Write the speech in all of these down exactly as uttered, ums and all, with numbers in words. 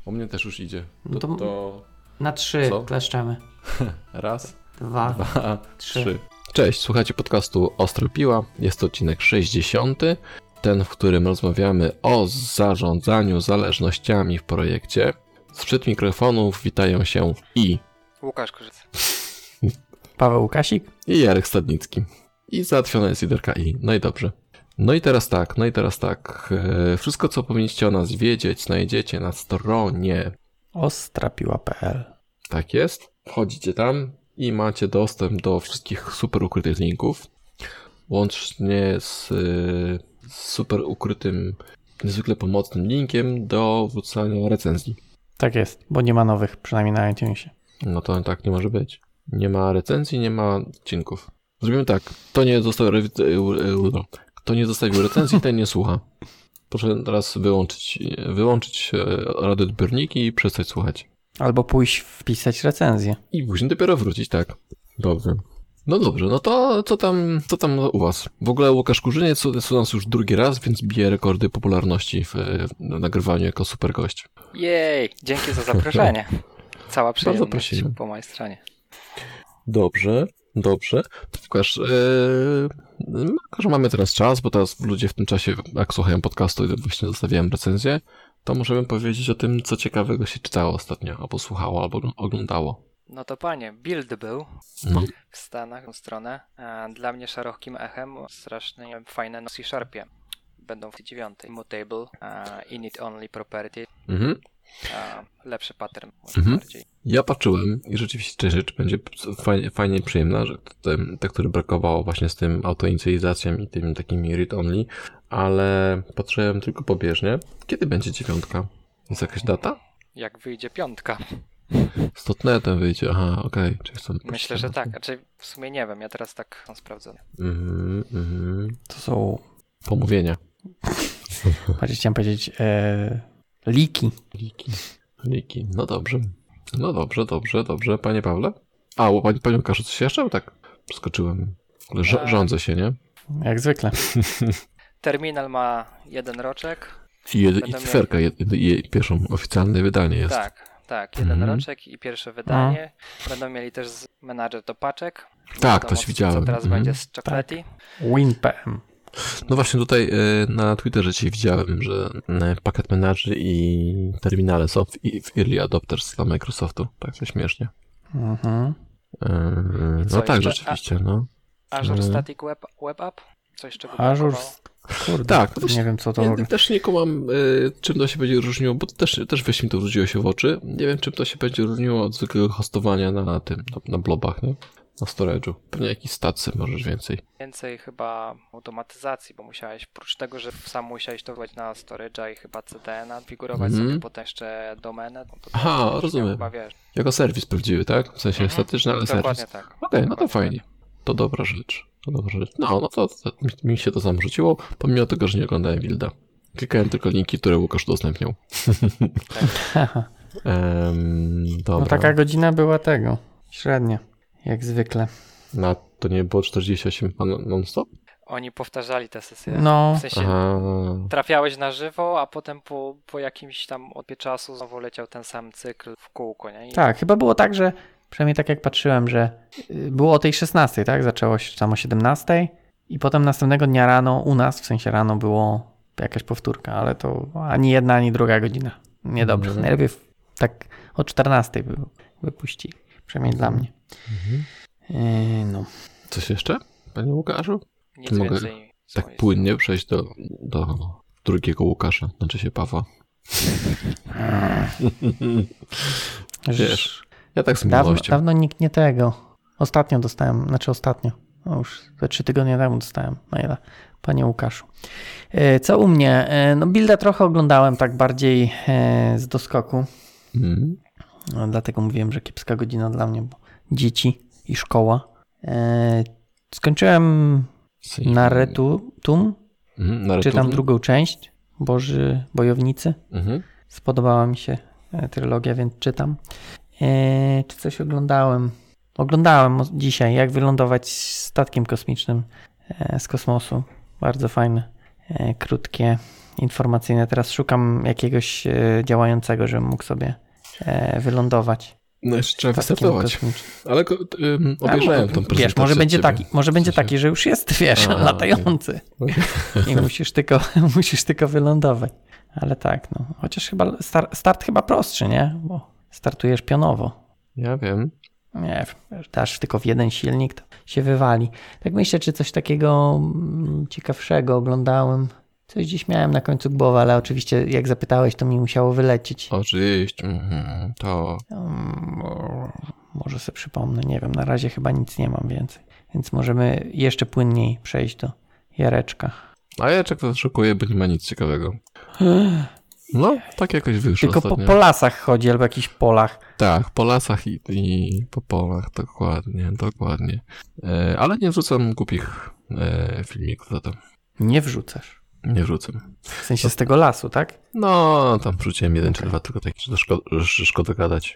U mnie też już idzie. To, No to to... Na trzy Co? kleszczemy. Raz, Dwa, dwa, trzy. trzy. Cześć, słuchajcie podcastu Ostra Piła. Jest to odcinek sześćdziesiąty. Ten, w którym rozmawiamy o zarządzaniu zależnościami w projekcie. Sprzed mikrofonów witają się i... Łukasz Korzyc. Paweł Łukasik. I Jarek Stadnicki. I załatwione jest liderka I. No i dobrze. No i teraz tak, no i teraz tak. Wszystko, co powinniście o nas wiedzieć, znajdziecie na stronie ostrapiła kropka p l. Tak jest. Wchodzicie tam i macie dostęp do wszystkich super ukrytych linków. Łącznie z, z super ukrytym, niezwykle pomocnym linkiem do wrzucania recenzji. Tak jest, bo nie ma nowych, przynajmniej na iTunesie. No to tak nie może być. Nie ma recenzji, nie ma odcinków. Zrobimy tak. Kto nie zostawił, kto nie zostawił recenzji, ten nie słucha. Proszę teraz wyłączyć, wyłączyć radioodbiorniki i przestać słuchać. Albo pójść wpisać recenzję. I później dopiero wrócić, tak. Dobrze. No dobrze, no to co tam, co tam u was? W ogóle Łukasz Kurzyniec jest u nas już drugi raz, więc bije rekordy popularności w, w nagrywaniu jako super gość. Jej, dzięki za zaproszenie. Cała przyjemność prosimy. po mojej stronie. Dobrze, dobrze. Łukasz, yy, że mamy teraz czas, bo teraz ludzie w tym czasie, jak słuchają podcastu i właśnie zostawiałem recenzję, to możemy powiedzieć o tym, co ciekawego się czytało ostatnio, albo słuchało, albo oglądało. No to panie, Build był No. w Stanach, tą stronę. Dla mnie szerokim echem, strasznie fajne na C-Sharpie. Będą w dziewiątej. Immutable, init only property. Mhm. Lepszy pattern, może Mhm. bardziej. Ja patrzyłem i rzeczywiście ta rzecz będzie fajnie, fajnie i przyjemna, że te, te, które brakowało właśnie z tym autoinicjalizacją i tymi takimi read-only, ale patrzyłem tylko pobieżnie. Kiedy będzie dziewiątka? Jest jakaś data? Jak wyjdzie piątka? Z totnetem wyjdzie, aha, okej. Okay. Czyli są Myślę, że tak. Znaczy, w sumie nie wiem, ja teraz tak mam sprawdzone. Mhm, mhm. To są, Pomówienia. bardziej chciałem powiedzieć, e, liki. Liki. Liki. No dobrze. No dobrze, dobrze, dobrze. Panie Pawle? A, u pani, panią Kaszu coś jeszcze? Tak, przeskoczyłem. Rz- rządzę się, nie? Jak zwykle. Terminal ma jeden roczek. I, jed- i Będą cyferka, mieli- jed- je- pierwszą oficjalne wydanie jest. Tak, tak, jeden Mhm. roczek i pierwsze wydanie. Będą mieli też z- menadżer do paczek. Nie Tak, wiadomo, to się widziałem. Co teraz Mhm. będzie z Chocolati. win kropka p m. No właśnie tutaj y, na Twitterze dzisiaj widziałem, że y, pakiet menadżer i terminale są w, i- w Early Adopters dla Microsoftu. Tak to śmiesznie. Mhm. Y, co no tak, jeszcze? rzeczywiście, no. Azure Mhm. Static Web, web App? Coś czego Azure, brakowało? kurde, Tak, to nie wiem co to w Ja ogóle. też nie kumam, y, czym to się będzie różniło, bo też, też weź mi to rzuciło się w oczy. Nie wiem, czym to się będzie różniło od zwykłego hostowania na tym, na, na blobach, nie? Na storage'u. Pewnie jakieś stacy, możesz więcej. Więcej chyba automatyzacji, bo musiałeś, oprócz tego, że sam musiałeś to włożyć na storage'a i chyba C D N a konfigurować Mhm. sobie potem jeszcze domenę. No to Aha, to rozumiem. Chyba wiesz. Jako serwis prawdziwy, tak? W sensie Mhm. statyczny, ale Dokładnie serwis. tak. Okej, no to Dokładnie fajnie. To dobra rzecz. To dobra rzecz. No, no to, to mi, mi się to sam rzuciło, pomimo tego, że nie oglądałem Wilda. Klikałem tylko linki, które Łukasz udostępniał. Haha. um, dobra. No taka godzina była tego. Średnia. Jak zwykle. Na, to nie było czterdzieści osiem non- non-stop? Oni powtarzali te sesje. No. W sensie Aha. trafiałeś na żywo, a potem po, po jakimś tam odpie czasu znowu leciał ten sam cykl w kółko, nie? I Tak, chyba było tak, że przynajmniej tak jak patrzyłem, że y, było o tej szesnastej, tak? Zaczęło się tam o siedemnastej i potem następnego dnia rano u nas, w sensie rano było jakaś powtórka, ale to ani jedna, ani druga godzina. Niedobrze. Mhm. Najlepiej w- tak o czternastej by, wypuścili. Przynajmniej dla mnie. Mhm. Yy, no. Coś jeszcze, panie Łukaszu? nic to mogę więcej. z Tak mojej płynnie przejść do, do drugiego Łukasza, znaczy się Pawła. Wiesz, ja tak z Dawno, miłością. dawno nikt nie tego. Ostatnio dostałem, znaczy ostatnio. No już te trzy tygodnie temu dostałem maila. Panie Łukaszu. E, Co u mnie? E, No Builda trochę oglądałem tak bardziej e, z doskoku. Mm. No, dlatego mówiłem, że kiepska godzina dla mnie, bo dzieci i szkoła. E, Skończyłem Narutum. Mhm, na Czytam return. drugą część. Boży Bojownicy. Mhm. Spodobała mi się e, trylogia, więc czytam. E, czy coś oglądałem? Oglądałem o- dzisiaj, jak wylądować statkiem kosmicznym e, z kosmosu. Bardzo fajne, e, krótkie informacyjne. Teraz szukam jakiegoś e, działającego, żebym mógł sobie e, wylądować. No jeszcze trzeba Statkiem wystartować. kosmicznym. Ale ko- ym, obejrzałem tą prezentację. Wiesz, może będzie, od ciebie. taki, może będzie W sensie- taki, że już jest, wiesz, A, latający. okej. I musisz tylko, musisz tylko wylądować. Ale tak, no. Chociaż chyba start, start chyba prostszy, nie? Bo startujesz pionowo. Ja wiem. Nie wiem, dasz tylko w jeden silnik, to się wywali. Tak myślę, czy coś takiego mm, ciekawszego oglądałem. Coś dziś miałem na końcu głowy, ale oczywiście jak zapytałeś, to mi musiało wylecieć. Oczywiście. Mhm, to... Um, może sobie przypomnę, nie wiem, na razie chyba nic nie mam więcej. Więc możemy jeszcze płynniej przejść do Jareczka. A ja czek to szukuję, bo nie ma nic ciekawego. No, tak jakoś wyszło Tylko po, ostatnio. po lasach chodzi, albo jakichś polach. Tak, po lasach i, i po polach, dokładnie, dokładnie. E, ale nie wrzucam głupich e, filmików za to. Nie wrzucasz. Nie wrzucam. W sensie z tego lasu, tak? No, tam wrzuciłem jeden czy Okej. dwa, tylko takie, że, szko- że szkoda gadać.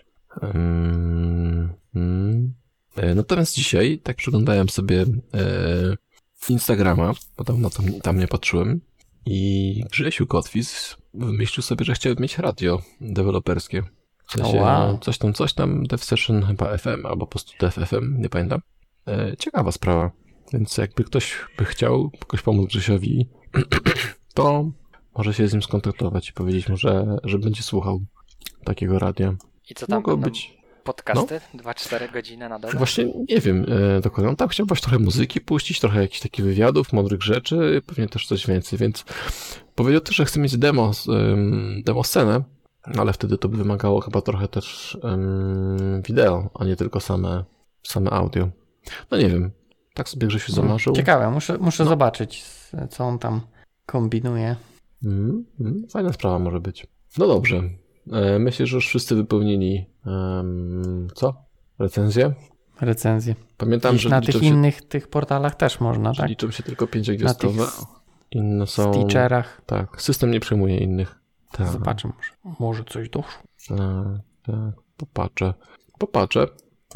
Um, mm. e, natomiast dzisiaj tak przeglądałem sobie e, Instagrama, bo tam, no, tam, tam nie patrzyłem i Grzesiu Kotwis wymyślił sobie, że chciałby mieć radio deweloperskie. W sensie, O, wow. coś tam, coś tam, Dev Session chyba F M, albo po prostu Dev F M, nie pamiętam. E, ciekawa sprawa. Więc jakby ktoś by chciał jakoś pomóc Grzesiowi, to może się z nim skontaktować i powiedzieć mu, że, że będzie słuchał takiego radia. I co tam Mogło będą być... podcasty? dwa cztery godziny na dobę? Właśnie nie wiem e, dokładnie. On tam chciał właśnie trochę muzyki puścić, trochę jakichś takich wywiadów, mądrych rzeczy, pewnie też coś więcej, więc powiedział też, że chce mieć demo, um, demo scenę, ale wtedy to by wymagało chyba trochę też um, wideo, a nie tylko same, same audio. No nie wiem. Tak sobie Grzesiu zamarzył. Ciekawe, muszę, muszę No. zobaczyć, co on tam kombinuje. Mm, mm, fajna sprawa może być. No dobrze. E, myślę, że już wszyscy wypełnili em, co? Recenzję? Recenzję. Pamiętam, I że na liczą tych się, innych tych portalach też można, że tak? liczą się tylko pięciogwiazdkowe. Na tych Inne są... Stitcherach. Tak, system nie przejmuje innych. Tak, Zobaczę, może, może coś doszło. tak, tak. Popatrzę. Popatrzę.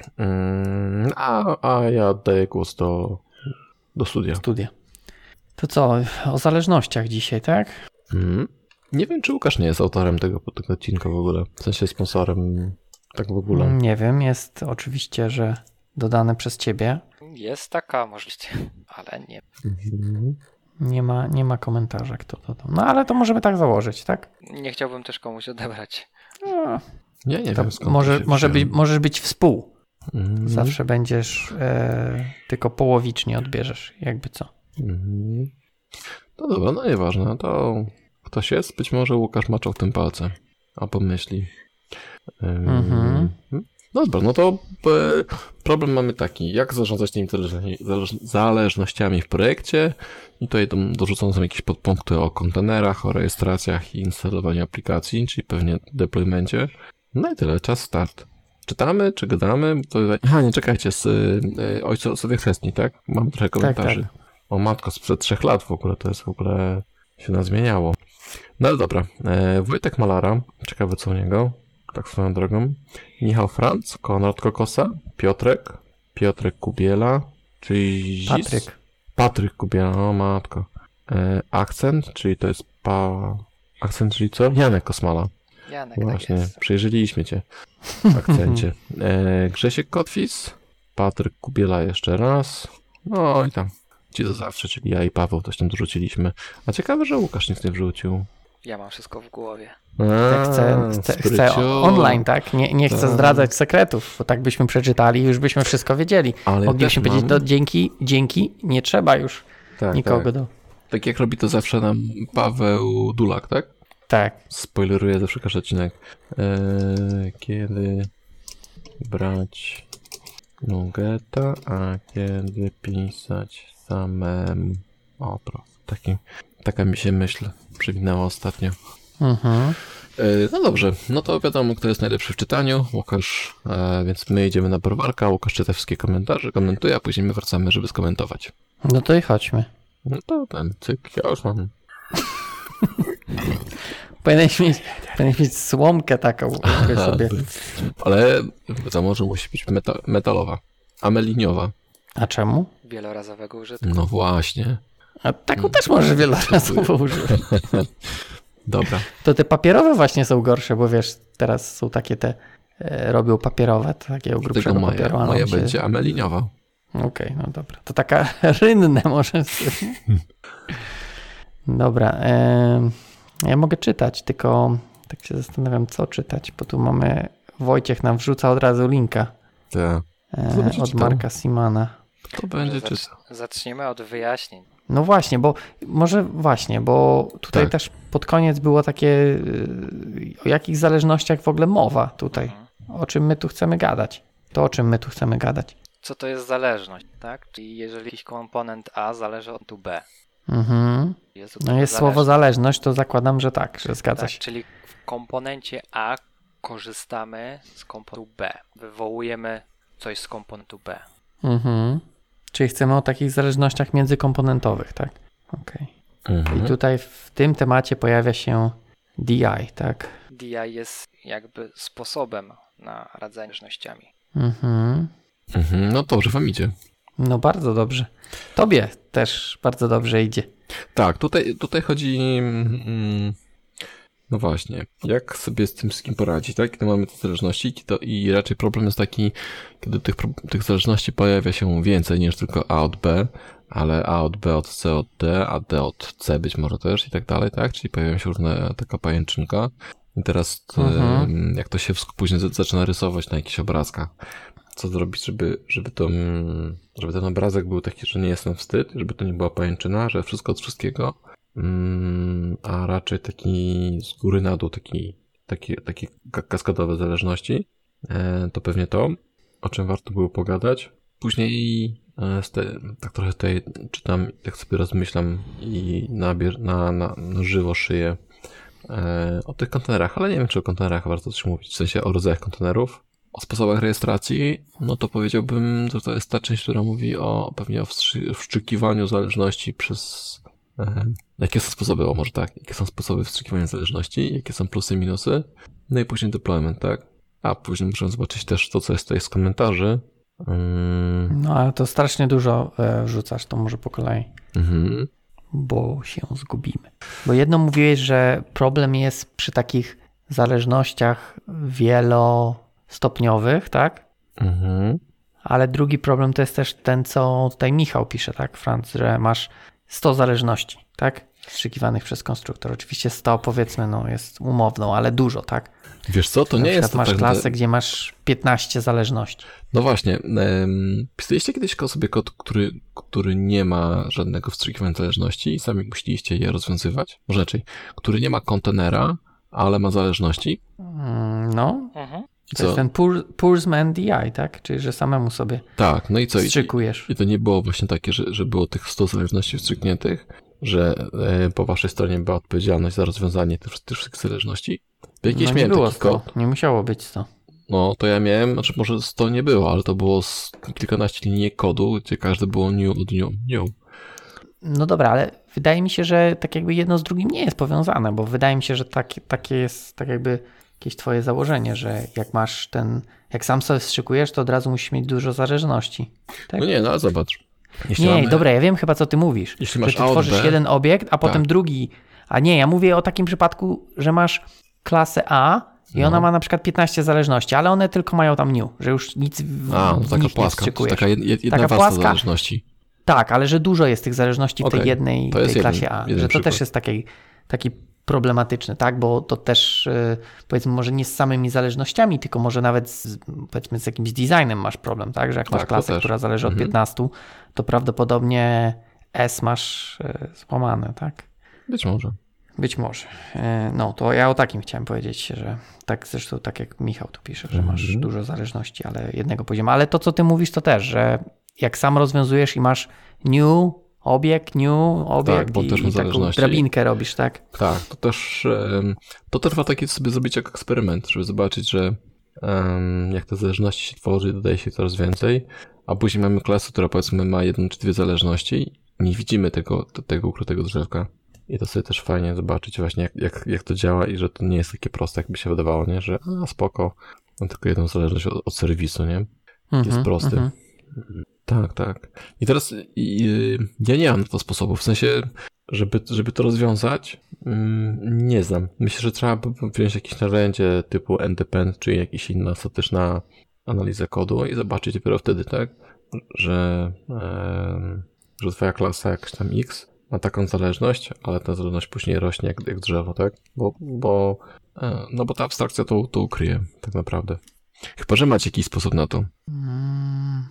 Mm, a, a ja oddaję głos do, do studia. Studia. To co, o zależnościach dzisiaj, tak? Mm. Nie wiem, czy Łukasz nie jest autorem tego, tego odcinka w ogóle. W sensie sponsorem, tak w ogóle. Nie wiem, jest oczywiście, że dodane przez ciebie. Jest taka możliwość, ale nie. Mhm. Nie ma, nie ma komentarza, kto to tam. No ale to możemy tak założyć, tak? Nie chciałbym też komuś odebrać. No, Ja nie to wiem, skąd może, to się może być, wzięło. możesz być współ. Mhm. Zawsze będziesz e, tylko połowicznie odbierzesz, jakby co. Mhm. No dobra, no nieważne. To ktoś jest? Być może Łukasz maczał tym palcem. Albo myśli. Ym, Mhm. No dobra, no to e, problem mamy taki. Jak zarządzać tymi zależności- zależ- zależnościami w projekcie? I tutaj tam dorzucone są jakieś podpunkty o kontenerach, o rejestracjach i instalowaniu aplikacji, czyli pewnie deploymencie. No i tyle, czas start. Czytamy, czy gadamy? To... Aha, nie, czekajcie, z y, ojcowie chrzestni, tak? Mam trochę komentarzy. tak. O matko, sprzed trzech lat w ogóle, to jest w ogóle się nazmieniało. No ale dobra, e, Wojtek Malara, ciekawe co u niego, tak swoją drogą. Michał Franc, Konrad Kokosa, Piotrek, Piotrek Kubiela, czyli Zis. Patryk. Patryk Kubiela, o matko. E, akcent, czyli to jest pa... Akcent, czyli co? Janek Kosmala. Janek, tak Właśnie, jest. przejrzeliśmy cię w akcencie. E, Grzesiek Kotwis, Patryk Kubiela jeszcze raz. No i tam, ci to zawsze, czyli ja i Paweł coś tam dorzuciliśmy. A ciekawe, że Łukasz nic nie wrzucił. Ja mam wszystko w głowie. Ja chcę, chcę, chcę spryciu. online, tak? Nie, nie chcę Tak. zdradzać sekretów, bo tak byśmy przeczytali i już byśmy wszystko wiedzieli. Ale ja Moglibyśmy też powiedzieć, mam. to dzięki, dzięki, nie trzeba już tak, nikogo Tak. do... tak jak robi to zawsze nam Paweł Dulak, tak? Tak. Spoileruje zawsze każdy odcinek. Eee, kiedy brać nugeta, a kiedy pisać samemu. O, proszę. Taki, taka mi się myśl przewinęła ostatnio. Mhm. E, no dobrze, no to wiadomo, kto jest najlepszy w czytaniu. Łukasz, e, więc my idziemy na browarka, Łukasz czyta wszystkie komentarze, komentuje, a później my wracamy, żeby skomentować. No to i chodźmy. No to ten cyk, ja już mam. Powinieneś mieć, powinieneś mieć słomkę taką jakby sobie. Ale wiadomo, że musi być meta, metalowa, ameliniowa. A czemu? Wielorazowego użytku. No właśnie. A taką też możesz wielorazowo używać. Dobra. To te papierowe właśnie są gorsze, bo wiesz, teraz są takie te, e, robią papierowe, takiego grubszego Tego moja, papieru. ale moja on się... będzie ameliniowa. Okej, okay, no dobra. To taka rynne może. Dobra. E, ja mogę czytać, tylko tak się zastanawiam, co czytać, bo tu mamy, Wojciech nam wrzuca od razu linka Tak. e, od Marka Simana. To będzie Zacz- czytał. Zaczniemy od wyjaśnień. No właśnie, bo może właśnie, bo tutaj Tak. też pod koniec było takie, yy, o jakich zależnościach w ogóle mowa tutaj, Mhm. o czym my tu chcemy gadać, to o czym my tu chcemy gadać. Co to jest zależność, tak? Czyli jeżeli jakiś komponent A zależy od B. Mhm. Jest No jest słowo zależność, to zakładam, że tak, że zgadza tak, się. czyli w komponencie A korzystamy z komponentu B. Wywołujemy coś z komponentu B. Mhm. Czyli chcemy o takich zależnościach międzykomponentowych, tak? Okej. Mhm. I tutaj w tym temacie pojawia się D I, tak? D I jest jakby sposobem na radzenie zależnościami. Mhm. Mhm. No dobrze wam idzie. No bardzo dobrze. Tobie też bardzo dobrze idzie. Tak, tutaj, tutaj chodzi... Mm, no właśnie, jak sobie z tym wszystkim poradzić, tak? Kiedy mamy te zależności to, i raczej problem jest taki, kiedy tych, pro- tych zależności pojawia się więcej niż tylko A od B, ale A od B od C od D, a D od C być może też i tak dalej, tak? Czyli pojawiają się różne, taka pajęczynka. I teraz Mhm. em, jak to się wszystko później z- zaczyna rysować na jakichś obrazkach. Co zrobić, żeby, żeby, to, mm, żeby ten obrazek był taki, że nie jest nam wstyd, żeby to nie była pajęczyna, że wszystko od wszystkiego, mm, a raczej taki z góry na dół, taki, taki, takie ka- kaskadowe zależności. E, to pewnie to, o czym warto było pogadać. Później e, z te, tak trochę tutaj czytam, tak sobie rozmyślam i na, bier- na, na, na żywo szyję e, o tych kontenerach, ale nie wiem, czy o kontenerach warto coś mówić, w sensie o rodzajach kontenerów. O sposobach rejestracji, no to powiedziałbym, że to jest ta część, która mówi o pewnie o wstrzy- wstrzykiwaniu zależności przez... E, jakie są sposoby, o może tak, jakie są sposoby wstrzykiwania zależności, jakie są plusy i minusy, no i później deployment, tak? A później muszę zobaczyć też to, co jest tutaj z komentarzy. Mm, No ale to strasznie dużo e, wrzucasz, to może po kolei, mhm. bo się zgubimy. Bo jedno mówiłeś, że problem jest przy takich zależnościach wielostopniowych, tak? Mhm. Ale drugi problem to jest też ten, co tutaj Michał pisze, tak, Franc, że masz sto zależności, tak, wstrzykiwanych przez konstruktor. Oczywiście sto, powiedzmy, no jest umowną, ale dużo, tak? Wiesz co, to Na nie przykład jest to masz tak, klasę, że- gdzie masz piętnaście zależności. No właśnie, em, pisaliście kiedyś ko- sobie kod, który, który nie ma żadnego wstrzykiwania zależności i sami musieliście je rozwiązywać? Może raczej, który nie ma kontenera, ale ma zależności? Mm, No, Mhm. to Co? jest ten Pur- Pursman D I, tak? Czyli, że samemu sobie Tak, no i co? I, wstrzykujesz. I to nie było właśnie takie, że, że było tych sto zależności wstrzykniętych, że e, po waszej stronie była odpowiedzialność za rozwiązanie tych, tych wszystkich zależności? Jakieś No nie miałem było taki sto, kod. nie musiało być sto. No to ja miałem, znaczy może sto nie było, ale to było z kilkanaście linii kodu, gdzie każde było new od new. new. No dobra, ale wydaje mi się, że tak jakby jedno z drugim nie jest powiązane, bo wydaje mi się, że tak, takie jest tak jakby jakieś twoje założenie, że jak masz ten, jak sam sobie wstrzykujesz, to od razu musisz mieć dużo zależności. Tak? No nie, no ale zobacz. Jeśli Nie, mamy- dobra, ja wiem chyba, co ty mówisz. Jeśli Że masz ty A od tworzysz B, jeden obiekt, a potem tak. drugi. A nie, ja mówię o takim przypadku, że masz klasę A i ona No. ma na przykład piętnaście zależności, ale one tylko mają tam new, że już nic w, A, no w taka nich nie płaska, wstrzykujesz. taka jed, jed- jedna Taka warstwa płaska. zależności. Tak, ale że dużo jest tych zależności w tej Okej, jednej to jest tej jeden- klasie A. jeden Że to przykład. też jest taki, taki problematyczny, tak? Bo to też yy, powiedzmy może nie z samymi zależnościami, tylko może nawet z, powiedzmy z jakimś designem masz problem, tak? Że jak masz Tak, to klasę, też. która zależy od Mhm. piętnastu, to prawdopodobnie S masz yy, złamane, tak? Być może. Być może. Yy, No, to ja o takim chciałem powiedzieć, że tak zresztą tak jak Michał tu pisze, że masz Mhm. dużo zależności, ale jednego poziomu. Ale to, co ty mówisz, to też, że jak sam rozwiązujesz i masz new, obiekt, new, obiekt bo i, też ma i taką zależności. drabinkę robisz, tak? Tak, to też em, to trwa taki sobie zrobić jak eksperyment, żeby zobaczyć, że em, jak te zależności się tworzy, dodaje się coraz więcej, a później mamy klasę, która powiedzmy ma jedną czy dwie zależności i nie widzimy tego, tego ukrytego drzewka. I to sobie też fajnie zobaczyć właśnie jak, jak, jak to działa i że to nie jest takie proste, jakby się wydawało, nie? Że a, spoko, mam tylko jedną zależność od, od serwisu, nie? Mhm, Jest prosty. mhm. Tak, tak. I teraz i, ja nie mam na to sposobu, w sensie, żeby, żeby to rozwiązać, mm, nie znam. Myślę, że trzeba by wziąć jakieś narzędzie typu Ndepend, czy jakaś inna statyczna analiza kodu i zobaczyć dopiero wtedy, tak, że, e, że twoja klasa jakaś tam X ma taką zależność, ale ta zależność później rośnie jak, jak drzewo, tak? Bo, bo, e, no bo ta abstrakcja to, to ukryje tak naprawdę. Chyba, że macie jakiś sposób na to. Hmm,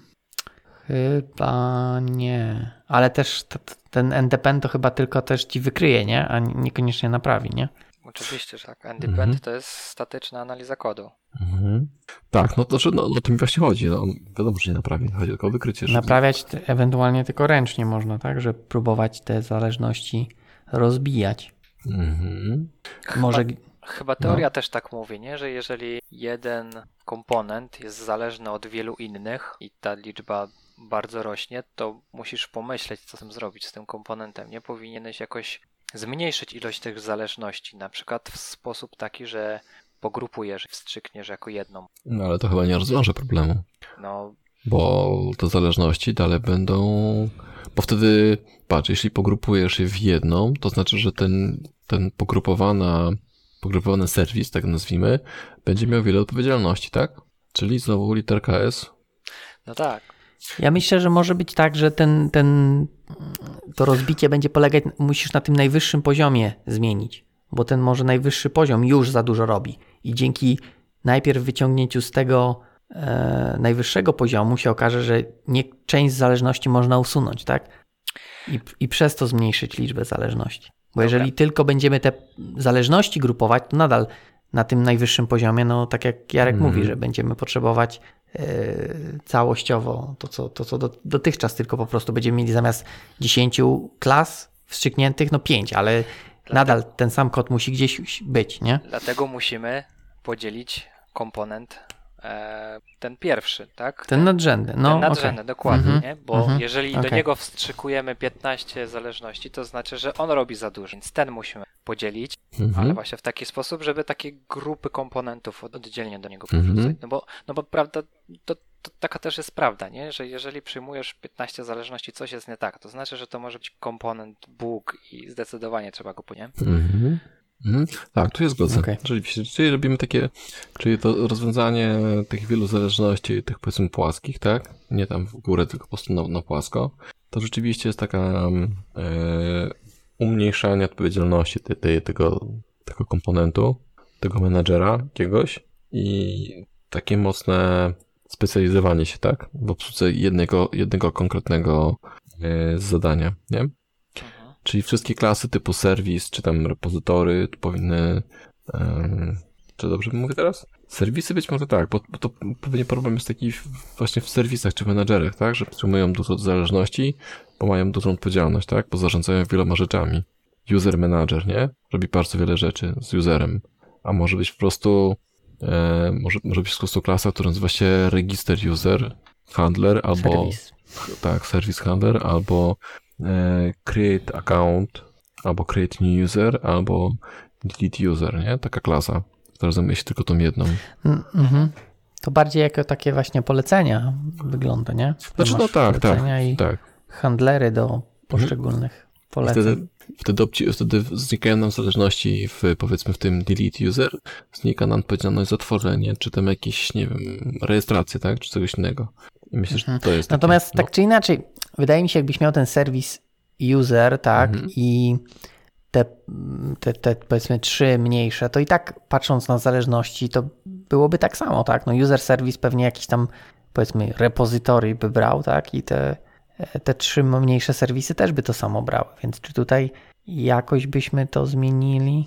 chyba nie. Ale też t- t- ten Ndepend to chyba tylko też ci wykryje, nie? A niekoniecznie naprawi, nie? Oczywiście, że tak. Ndepend Mhm. to jest statyczna analiza kodu. Mhm. Tak, no to, że, no, o to mi właśnie chodzi. No, wiadomo, że nie naprawi, chodzi tylko o wykrycie. że- Naprawiać te, ewentualnie tylko ręcznie można, tak? Że próbować te zależności rozbijać. Mhm. Może... Chyba teoria też tak mówi, nie? Że jeżeli jeden komponent jest zależny od wielu innych i ta liczba bardzo rośnie, to musisz pomyśleć, co z tym zrobić z tym komponentem. Nie powinieneś jakoś zmniejszyć ilość tych zależności, na przykład w sposób taki, że pogrupujesz, wstrzykniesz jako jedną. No ale to chyba nie rozwiąże problemu, No, bo te zależności dalej będą... Bo wtedy, patrz, jeśli pogrupujesz je w jedną, to znaczy, że ten, ten pogrupowana, pogrupowany serwis, tak nazwijmy, będzie miał wiele odpowiedzialności, tak? Czyli znowu literka S. no tak. Ja myślę, że może być tak, że ten, ten, to rozbicie będzie polegać, musisz na tym najwyższym poziomie zmienić, bo ten może najwyższy poziom już za dużo robi i dzięki najpierw wyciągnięciu z tego e, najwyższego poziomu się okaże, że nie, część zależności można usunąć, tak? I, I przez to zmniejszyć liczbę zależności. Bo Dobra. jeżeli tylko będziemy te zależności grupować, to nadal na tym najwyższym poziomie, no tak jak Jarek Mhm. mówi, że będziemy potrzebować yy, całościowo to, co, to, co do, dotychczas, tylko po prostu będziemy mieli zamiast dziesięciu klas wstrzykniętych, no pięć, ale nadal ten sam kod musi gdzieś być, nie? Dlatego musimy podzielić komponent e, ten pierwszy, tak? Ten nadrzędny, no Ten nadrzędny, okej. dokładnie, Mhm, nie? Bo mhm, jeżeli do okej. niego wstrzykujemy piętnaście zależności, to znaczy, że on robi za dużo, więc ten musimy podzielić, Mhm. ale właśnie w taki sposób, żeby takie grupy komponentów od- oddzielnie do niego Mhm. powrzucać. No bo, no bo prawda, to, to taka też jest prawda, nie? Że jeżeli przyjmujesz piętnaście zależności, coś jest nie tak, to znaczy, że to może być komponent Bóg i zdecydowanie trzeba go ponieść. Mhm. Mhm. Tak, tu jest zgodzę. Okej. Rzeczywiście, czyli robimy takie, czyli to rozwiązanie tych wielu zależności, tych powiedzmy płaskich, tak? Nie tam w górę, tylko po prostu na, na płasko. To rzeczywiście jest taka e, umniejszanie odpowiedzialności te, te, tego, tego komponentu, tego menadżera jakiegoś i takie mocne specjalizowanie się, tak? W obsłudze jednego, jednego konkretnego e, zadania, nie? Mhm. Czyli wszystkie klasy typu serwis, czy tam repozytory powinny... Um, czy dobrze mówię teraz? Serwisy być może tak, bo, bo to pewnie problem jest taki w, właśnie w serwisach czy menadżerach, tak? Że przyjmują dużo zależności, bo mają dużą odpowiedzialność, tak? Bo zarządzają wieloma rzeczami. User manager, nie? Robi bardzo wiele rzeczy z userem. A może być po prostu... E, może, może być po prostu klasa, która nazywa się register user, handler, albo... Serwis. Tak, service handler, albo e, create account, albo create new user, albo delete user, nie? Taka klasa, która zajmuje się tylko tą jedną. Mm, mhm. To bardziej jako takie właśnie polecenia wygląda, nie? Znaczy, Masz no tak, polecenia tak, i tak. handlery do poszczególnych I poleceń. wtedy, wtedy, obci- wtedy znikają nam zależności w, powiedzmy, w tym delete user, znika nam odpowiedzialność za tworzenie, czy tam jakieś, nie wiem, rejestrację, tak? Czy czegoś innego. I myślę, że to jest takie, Natomiast no, tak czy inaczej, wydaje mi się, jakbyś miał ten serwis user, tak, Mhm. i te, te, te powiedzmy trzy mniejsze, to i tak patrząc na zależności, to byłoby tak samo, tak, no user service pewnie jakiś tam powiedzmy repozytory by brał, tak, i te, te trzy mniejsze serwisy też by to samo brały, więc czy tutaj jakoś byśmy to zmienili,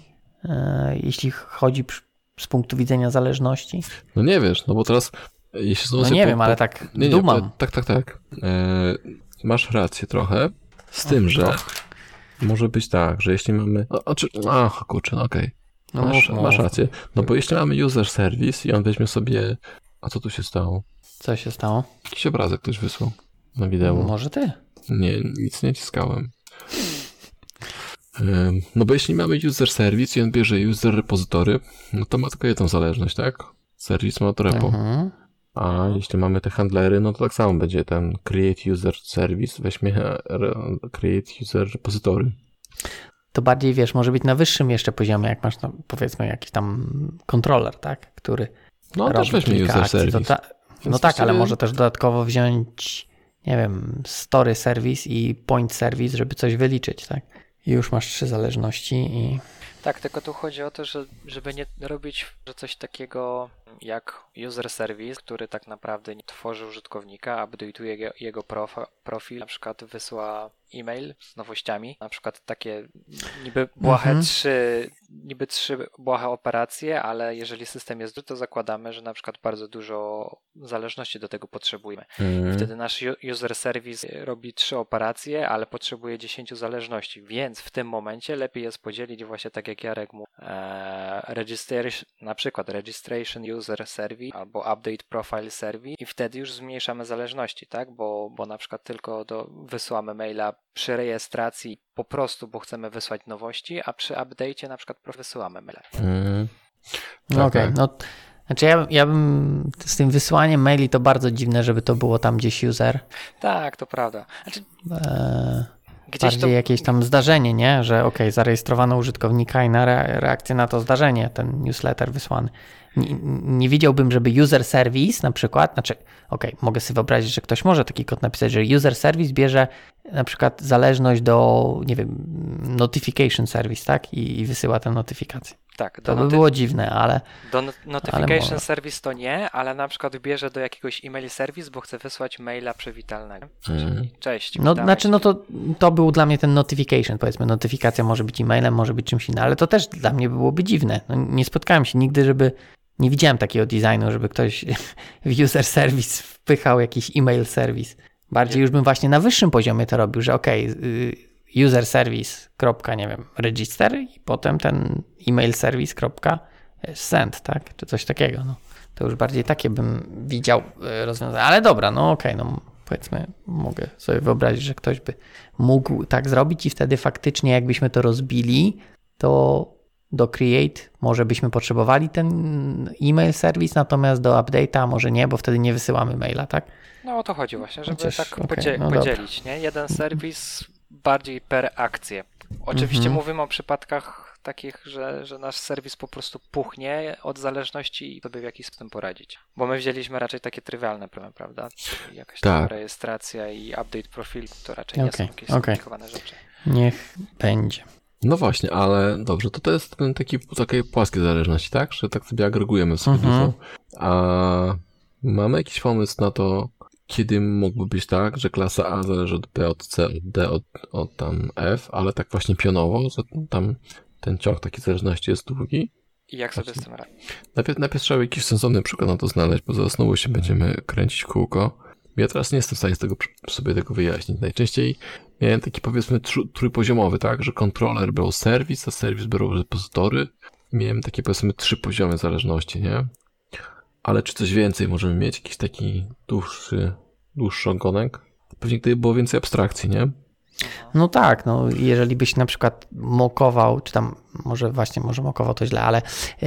e, jeśli chodzi przy, z punktu widzenia zależności? no nie wiesz, no bo teraz jeśli znowu No sobie nie po- wiem, po- ale tak Nie, nie, dumam. tak, tak, tak. E, masz rację trochę, z tym, że trochę. może być tak, że jeśli mamy... O, o, czy, ach, kurczę, no okej. No Masz, mów, masz mów. rację. No bo jeśli mamy user service i on weźmie sobie... A co tu się stało? Co się stało? Jakiś obrazek ktoś wysłał na wideo. Może ty? Nie, nic nie ciskałem. Em, No bo jeśli mamy user service i on bierze user repozytory, no to ma tylko jedną zależność, tak? Serwis ma to repo. Mhm. A Mhm. jeśli mamy te handlery, no to tak samo będzie ten create user service, weźmie re- create user repository. To bardziej, wiesz, może być na wyższym jeszcze poziomie, jak masz, no, powiedzmy, jakiś tam kontroler, tak, który No on robi też weźmie kilka user akcji. To service. ta... No Więc tak, ale właściwie- może też dodatkowo wziąć, nie wiem, story service i point service, żeby coś wyliczyć, tak? I już masz trzy zależności i... Tak, tylko tu chodzi o to, że, żeby nie robić że coś takiego jak user service, który tak naprawdę nie tworzy użytkownika, update'uje jego, jego profa, profil, na przykład wysyła e-mail z nowościami, na przykład takie niby błahe Mhm. trzy, niby trzy błahe operacje, ale jeżeli system jest duży, to zakładamy, że na przykład bardzo dużo zależności do tego potrzebujemy. Mhm. Wtedy nasz u- user service robi trzy operacje, ale potrzebuje dziesięć zależności, więc w tym momencie lepiej jest podzielić właśnie tak jak Jarek mówił, e, registration, na przykład registration user service albo update profile service i wtedy już zmniejszamy zależności, tak? Bo, bo na przykład tylko do, wysyłamy maila przy rejestracji po prostu, bo chcemy wysłać nowości, a przy update'cie na przykład wysyłamy maila. Mhm. No Tak, okej, tak. no znaczy ja, ja bym z tym wysyłaniem maili to bardzo dziwne, żeby to było tam gdzieś user. Tak, to prawda. Znaczy, Eee, gdzieś bardziej to... jakieś tam zdarzenie, nie? Że okej, zarejestrowano użytkownika i na re- reakcję na to zdarzenie, ten newsletter wysłany. Nie, nie widziałbym, żeby user service na przykład, znaczy okej, mogę sobie wyobrazić, że ktoś może taki kod napisać, że user service bierze na przykład zależność do, nie wiem, notification service, tak? I, i wysyła tę notyfikację. Tak, do To by noty- było dziwne, ale Do not- notification może. service to nie, ale na przykład bierze do jakiegoś email service, bo chce wysłać maila przywitalnego. Mhm. Czyli cześć. no witamy znaczy cię. no to, to był dla mnie ten notification, powiedzmy, notyfikacja może być e-mailem, może być czymś innym, ale to też dla mnie byłoby dziwne. No, nie spotkałem się nigdy, żeby, nie widziałem takiego designu, żeby ktoś w user service wpychał jakiś e-mail service. Bardziej już bym właśnie na wyższym poziomie to robił, że okej, y, user service, kropka, nie wiem, register i potem ten email service, kropka, send, tak? Czy coś takiego, no. To już bardziej takie bym widział y, rozwiązania. Ale dobra, no okej, no powiedzmy, mogę sobie wyobrazić, że ktoś by mógł tak zrobić i wtedy faktycznie jakbyśmy to rozbili, to do create może byśmy potrzebowali ten e-mail service, natomiast do update'a może nie, bo wtedy nie wysyłamy maila, tak? No o to chodzi właśnie, żeby Chociaż, tak okej, podzie- no dobra. podzielić, nie? Jeden serwis bardziej per akcję. Oczywiście Mhm. mówimy o przypadkach takich, że, że nasz serwis po prostu puchnie od zależności i sobie w jakiś sposób poradzić. Bo my wzięliśmy raczej takie trywialne problemy, prawda? Czyli jakaś tam Tak. rejestracja i update profilu, to raczej nie Okej, są jakieś okej. skomplikowane rzeczy. Niech będzie. No właśnie, ale dobrze, to to jest ten taki, takie płaskie zależności, tak? Że tak sobie agregujemy sobie Mhm. dużo. A mamy jakiś pomysł na to, kiedy mógłby być tak, że klasa A zależy od B od C, od D od, od tam F, ale tak właśnie pionowo, że tam ten ciąg takiej zależności jest długi. I jak sobie z tym radzić? Najpierw, najpierw trzeba jakiś sensowny przykład na to znaleźć, bo zaraz znowu się będziemy kręcić w kółko. Ja teraz nie jestem w stanie z tego, sobie tego wyjaśnić. Najczęściej miałem taki powiedzmy tr- trójpoziomowy, tak, że kontroler brał serwis, a serwis brał repozytory. Miałem takie powiedzmy trzy poziomy zależności, nie? Ale czy coś więcej możemy mieć? Jakiś taki dłuższy, dłuższy ogonek? Pewnie gdyby było więcej abstrakcji, nie? No tak, no jeżeli byś na przykład mokował, czy tam może właśnie, może mokował to źle, ale yy,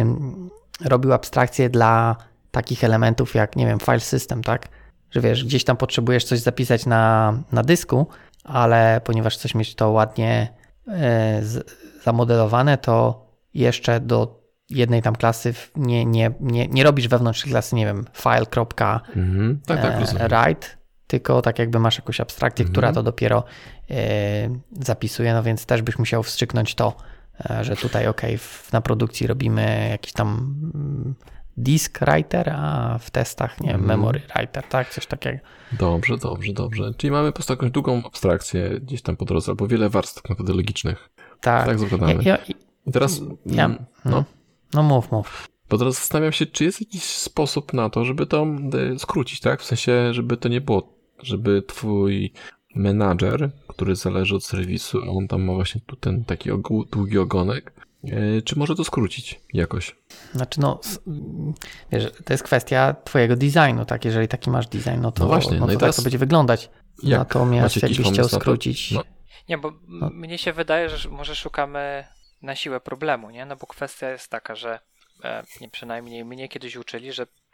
robił abstrakcję dla takich elementów jak, nie wiem, file system, tak? Że wiesz, gdzieś tam potrzebujesz coś zapisać na, na dysku, ale ponieważ chcesz mieć to ładnie yy, z, zamodelowane, to jeszcze do jednej tam klasy w- nie, nie, nie, nie robisz wewnątrz klasy, nie wiem, file, kropka, Mhm. Tak, tak, e, rozumiem. write, tylko tak jakby masz jakąś abstrakcję, Mhm. która to dopiero e, zapisuje, no więc też byś musiał wstrzyknąć to, e, że tutaj ok, w, na produkcji robimy jakiś tam mm, disk writer, a w testach, nie wiem, Mhm. memory writer, tak, coś takiego. Dobrze, dobrze, dobrze. Czyli mamy po prostu jakąś długą abstrakcję gdzieś tam po drodze, albo wiele warstw metodologicznych. Tak, Tak zakładamy. ja, ja, I teraz, ja, mm, no. no, no mów, mów. bo teraz zastanawiam się, czy jest jakiś sposób na to, żeby to e, skrócić, tak? W sensie, żeby to nie było, żeby twój menadżer, który zależy od serwisu, a on tam ma właśnie tu ten taki ogół, długi ogonek, e, czy może to skrócić jakoś? Znaczy no, s- wiesz, to jest kwestia twojego designu, tak, jeżeli taki masz design, no to, No właśnie, no no i to teraz tak to będzie wyglądać. jak? Natomiast Macie jakiś jakbyś chciał pomysł na to? skrócić, No. Nie, bo m- mnie się wydaje, że może szukamy na siłę problemu, nie? No bo kwestia jest taka, że e, nie, przynajmniej mnie kiedyś uczyli, że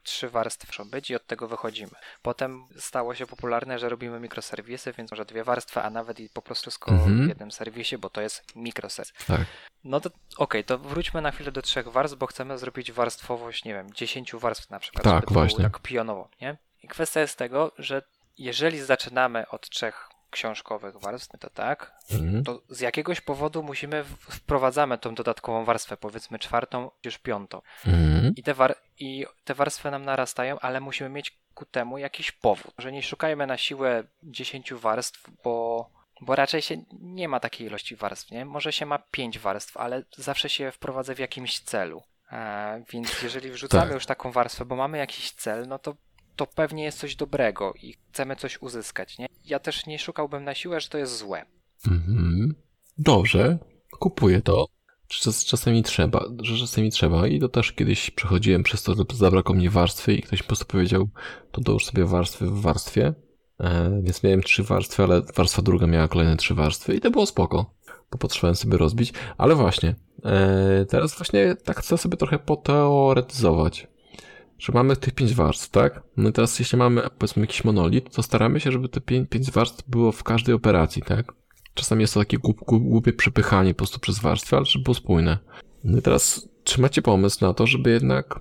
trzy warstwy muszą być i od tego wychodzimy. Potem stało się popularne, że robimy mikroserwisy, więc może dwie warstwy, a nawet i po prostu wszystko Mhm. w jednym serwisie, bo to jest mikroserwis. Tak. No to okej, to wróćmy na chwilę do trzech warstw, bo chcemy zrobić warstwowość, nie wiem, dziesięciu warstw na przykład, Tak, żeby to było właśnie. tak pionowo, nie? I kwestia jest tego, że jeżeli zaczynamy od trzech książkowych warstw, to tak, Mhm. to z jakiegoś powodu musimy, w- wprowadzamy tą dodatkową warstwę, powiedzmy czwartą, już piątą. Mhm. I te, war- I te warstwy nam narastają, ale musimy mieć ku temu jakiś powód. Że nie szukajmy na siłę dziesięciu warstw, bo, bo raczej się nie ma takiej ilości warstw, nie? Może się ma pięć warstw, ale zawsze się wprowadza w jakimś celu. E, więc jeżeli wrzucamy Tak. już taką warstwę, bo mamy jakiś cel, no to to pewnie jest coś dobrego i chcemy coś uzyskać, nie? Ja też nie szukałbym na siłę, że to jest złe. Mhm. Dobrze, kupuję to. Czas, czasami trzeba, że czasami trzeba i to też kiedyś przechodziłem przez to, że zabrakło mi warstwy i ktoś mi po prostu powiedział, to dołóż sobie warstwy w warstwie, e, więc miałem trzy warstwy, ale warstwa druga miała kolejne trzy warstwy i to było spoko, bo potrzebowałem sobie rozbić, ale właśnie, e, teraz właśnie tak chcę sobie trochę poteoretyzować, że mamy tych pięć warstw, tak? No i teraz jeśli mamy, powiedzmy, jakiś monolit, to staramy się, żeby te pięć, pięć warstw było w każdej operacji, tak? Czasami jest to takie głup, głup, głupie przepychanie po prostu przez warstwy, ale żeby było spójne. No i teraz, czy macie pomysł na to, żeby jednak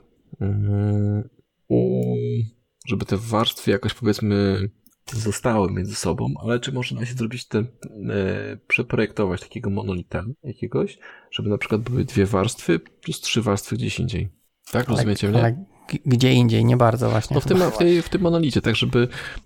mm, u, żeby te warstwy jakoś, powiedzmy, zostały między sobą, ale czy można się zrobić ten, e, przeprojektować takiego monolita jakiegoś, żeby na przykład były dwie warstwy plus trzy warstwy gdzieś indziej. Tak, rozumiecie ale, mnie? ale g- gdzie indziej, nie bardzo właśnie. No w tym, w, tej, w tym monolicie, tak żeby,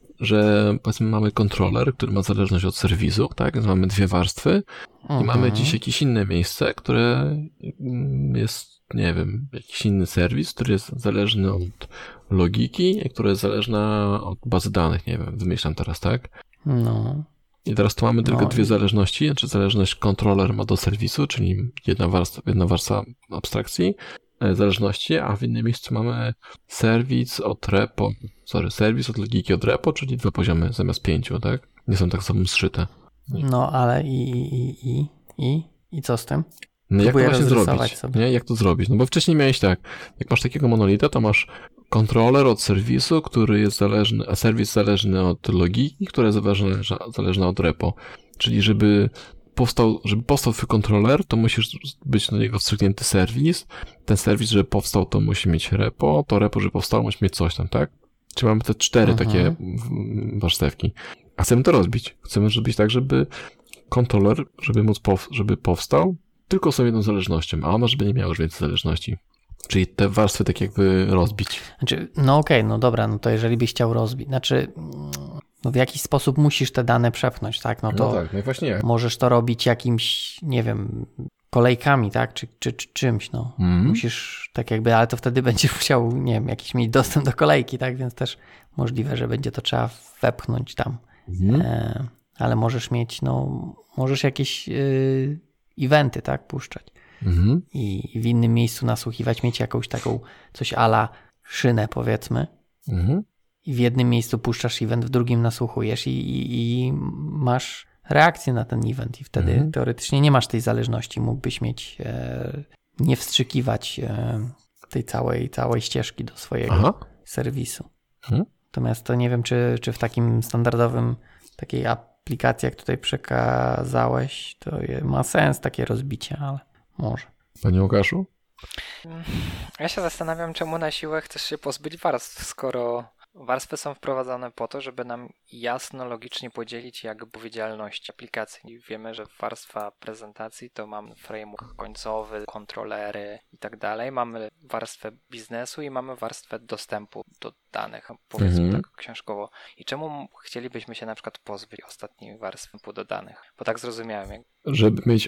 że powiedzmy mamy kontroler, który ma zależność od serwisu, tak, więc mamy dwie warstwy Mhm. i mamy gdzieś jakieś inne miejsce, które mm, jest, nie wiem, jakiś inny serwis, który jest zależny od logiki, które jest zależna od bazy danych, nie wiem, wymyślam teraz, tak? No. I teraz tu mamy tylko No dwie i- zależności, znaczy zależność kontroler ma do serwisu, czyli jedna warstwa, jedna warstwa abstrakcji, e, zależności, a w innym miejscu mamy serwis od repo, sorry, serwis od logiki od repo, czyli dwa poziomy zamiast pięciu, tak? Nie są tak samo zszyte. No, ale i, i, i, i, i, i co z tym? No jak to Próbuję właśnie rozrysować zrobić? sobie. Nie? Jak to zrobić? No bo wcześniej miałeś tak, jak masz takiego monolita, to masz kontroler od serwisu, który jest zależny, a serwis zależny od logiki, która jest zależna, zależna od repo. Czyli żeby powstał, żeby powstał twój kontroler, to musisz być do niego wstrzyknięty serwis. Ten serwis, żeby powstał, to musi mieć repo, to repo, żeby powstało, musi mieć coś tam, tak? Czyli mamy te cztery Mhm. takie w- warstewki. A chcemy to rozbić. Chcemy zrobić tak, żeby kontroler, żeby móc pow- żeby powstał, tylko są jedną zależnością, a ona, żeby nie miała już więcej zależności. Czyli te warstwy tak jakby rozbić. Znaczy, no okej, no dobra, no to jeżeli byś chciał rozbić, znaczy, mm, no w jakiś sposób musisz te dane przepchnąć, tak? No to no i właśnie jak. możesz to robić jakimś, nie wiem, kolejkami, tak? Czy, czy, czy czymś, no. Mhm. Musisz tak jakby, ale to wtedy będziesz musiał, nie wiem, jakiś mieć dostęp do kolejki, tak? Więc też możliwe, że będzie to trzeba wepchnąć tam. Mhm. E, ale możesz mieć, no, możesz jakieś y, eventy, tak? Puszczać. Mhm. I w innym miejscu nasłuchiwać, mieć jakąś taką coś ala szynę, powiedzmy. Mhm. I w jednym miejscu puszczasz event, w drugim nasłuchujesz i, i, i masz reakcję na ten event i wtedy Mhm. teoretycznie nie masz tej zależności. Mógłbyś mieć, e, nie wstrzykiwać e, tej całej, całej ścieżki do swojego Aha. serwisu. Mhm. Natomiast to nie wiem, czy, czy w takim standardowym, takiej aplikacji, jak tutaj przekazałeś, to je, ma sens takie rozbicie, ale może. Panie Łukaszu? Ja się zastanawiam, czemu na siłę chcesz się pozbyć warstw, skoro warstwy są wprowadzane po to, żeby nam jasno, logicznie podzielić jakby powiedzialność aplikacji. I wiemy, że warstwa prezentacji to mamy framework końcowy, kontrolery i tak dalej. Mamy warstwę biznesu i mamy warstwę dostępu do danych, powiedzmy Mhm. tak książkowo. I czemu chcielibyśmy się na przykład pozbyć ostatniej warstwy do danych? Bo tak zrozumiałem. Jak... Żeby mieć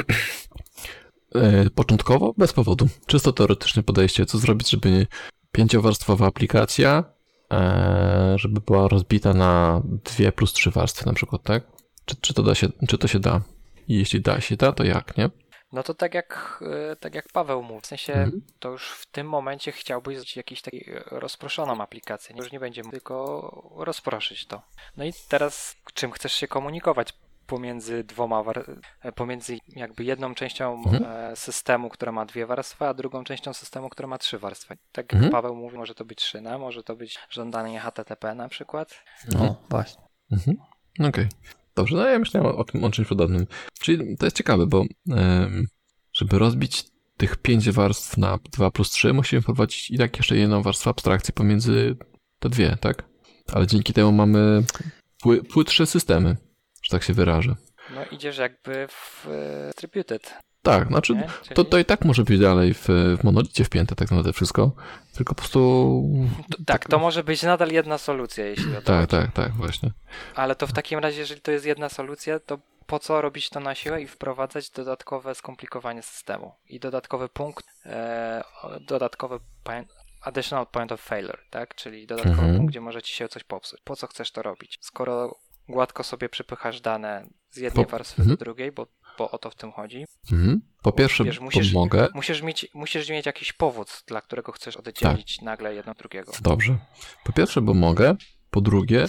e, początkowo bez powodu. Czysto teoretyczne podejście. Co zrobić, żeby pięciowarstwowa aplikacja, e, żeby była rozbita na dwie plus trzy warstwy na przykład, tak? Czy, czy, to da się, czy to się da? I jeśli da się da, to jak, nie? No to tak jak, e, tak jak Paweł mówi, w sensie Mhm. to już w tym momencie chciałbyś zrobić jakąś taką rozproszoną aplikację. Już nie będzie mógł tylko rozproszyć to. No i teraz czym chcesz się komunikować pomiędzy dwoma, war- pomiędzy jakby jedną częścią Mhm. e, systemu, która ma dwie warstwy, a drugą częścią systemu, która ma trzy warstwy. Tak jak Mhm. Paweł mówi, może to być szyna, może to być żądanie H T T P na przykład. No właśnie. Mhm. Okej. Dobrze, no ja myślałem o tym, o czymś podobnym. Czyli to jest ciekawe, bo em, żeby rozbić tych pięć warstw na dwa plus trzy, musimy wprowadzić i tak jeszcze jedną warstwę abstrakcji pomiędzy te dwie, tak? Ale dzięki temu mamy pły, płytsze systemy, że tak się wyrażę. No idziesz jakby w e, distributed. Tak, znaczy Nie? Czyli... to, to i tak może być dalej w, w monolicie wpięte tak naprawdę wszystko, tylko po prostu... To, tak, to może być nadal jedna solucja, jeśli o to Tak, chodzi. tak, tak, właśnie. Ale to w takim razie, jeżeli to jest jedna solucja, to po co robić to na siłę i wprowadzać dodatkowe skomplikowanie systemu i dodatkowy punkt, e, dodatkowy point, additional point of failure, tak? Czyli dodatkowy Mhm. punkt, gdzie może ci się coś popsuć. Po co chcesz to robić? Skoro gładko sobie przypychasz dane z jednej Po- warstwy mhm. do drugiej, bo, bo o to w tym chodzi. Mhm. Po pierwsze, Wiesz, musisz- pomogę. Musisz mieć, musisz mieć jakiś powód, dla którego chcesz oddzielić Tak. nagle jedno od drugiego. Dobrze. Po pierwsze, bo mogę. Po drugie,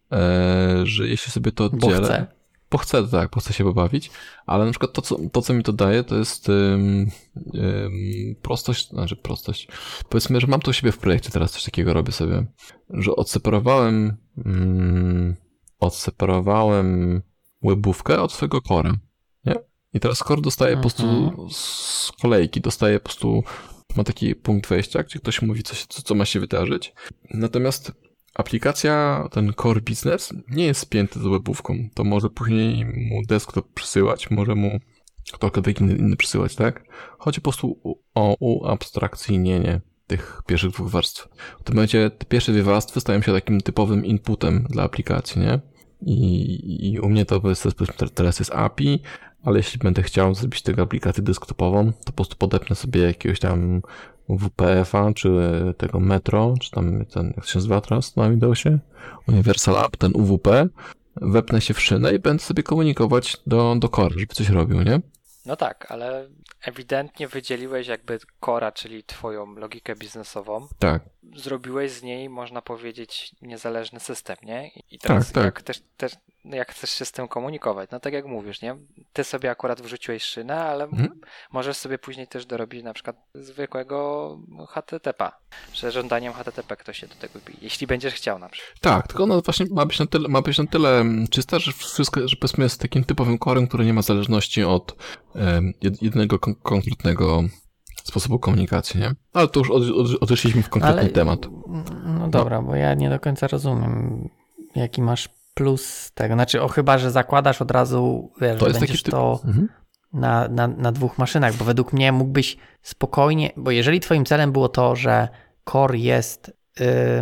e, że jeśli sobie to Bo oddzielę... chcę. Bo chcę, tak, bo chcę się pobawić, ale na przykład to, co, to, co mi to daje, to jest ym, ym, prostość, znaczy prostość. Powiedzmy, że mam to u siebie w projekcie, teraz coś takiego robię sobie, że odseparowałem ym, odseparowałem webówkę od swojego core'a, nie? I teraz core dostaje po prostu Mhm. z kolejki, dostaje po prostu, ma taki punkt wejścia, gdzie ktoś mówi, co, się, co, co ma się wydarzyć. Natomiast aplikacja, ten core business nie jest spięty z webówką. To może później mu desktop przysyłać, może mu ktokolwiek inny, inny przysyłać, tak? Chodzi po prostu u- o uabstrakcyjnienie tych pierwszych dwóch warstw. W tym momencie te pierwsze dwie warstwy stają się takim typowym inputem dla aplikacji, nie? I, i u mnie to jest, teraz jest A P I, ale jeśli będę chciał zrobić tego aplikację desktopową, to po prostu podepnę sobie jakiegoś tam W P F-a, czy tego Metro, czy tam ten, jak to się nazywa teraz na Windowsie, Universal App, ten U W P, wepnę się w szynę i będę sobie komunikować do, do core, żeby coś robił, nie? No tak, ale ewidentnie wydzieliłeś jakby Cora, czyli twoją logikę biznesową. Tak. Zrobiłeś z niej, można powiedzieć, niezależny system, nie? I teraz Tak, tak. Jak, też, też, jak chcesz się z tym komunikować? No tak jak mówisz, nie? Ty sobie akurat wrzuciłeś szynę, ale Mhm. możesz sobie później też dorobić na przykład zwykłego H T T P, że żądaniem H T T P ktoś się do tego bije, jeśli będziesz chciał na przykład. Tak, tylko ona właśnie ma być na tyle, ma być na tyle czysta, że wszystko, że powiedzmy jest takim typowym corem, który nie ma zależności od em, jed- jednego kon- konkretnego sposobu komunikacji, nie? Ale to już od, od, odeszliśmy w konkretny Ale, temat. No dobra, bo ja nie do końca rozumiem, jaki masz plus z tego. Znaczy, o chyba, że zakładasz od razu, wiesz, To że jest taki będziesz typ... to Mhm. na, na, na dwóch maszynach, bo według mnie mógłbyś spokojnie, bo jeżeli twoim celem było to, że core jest y,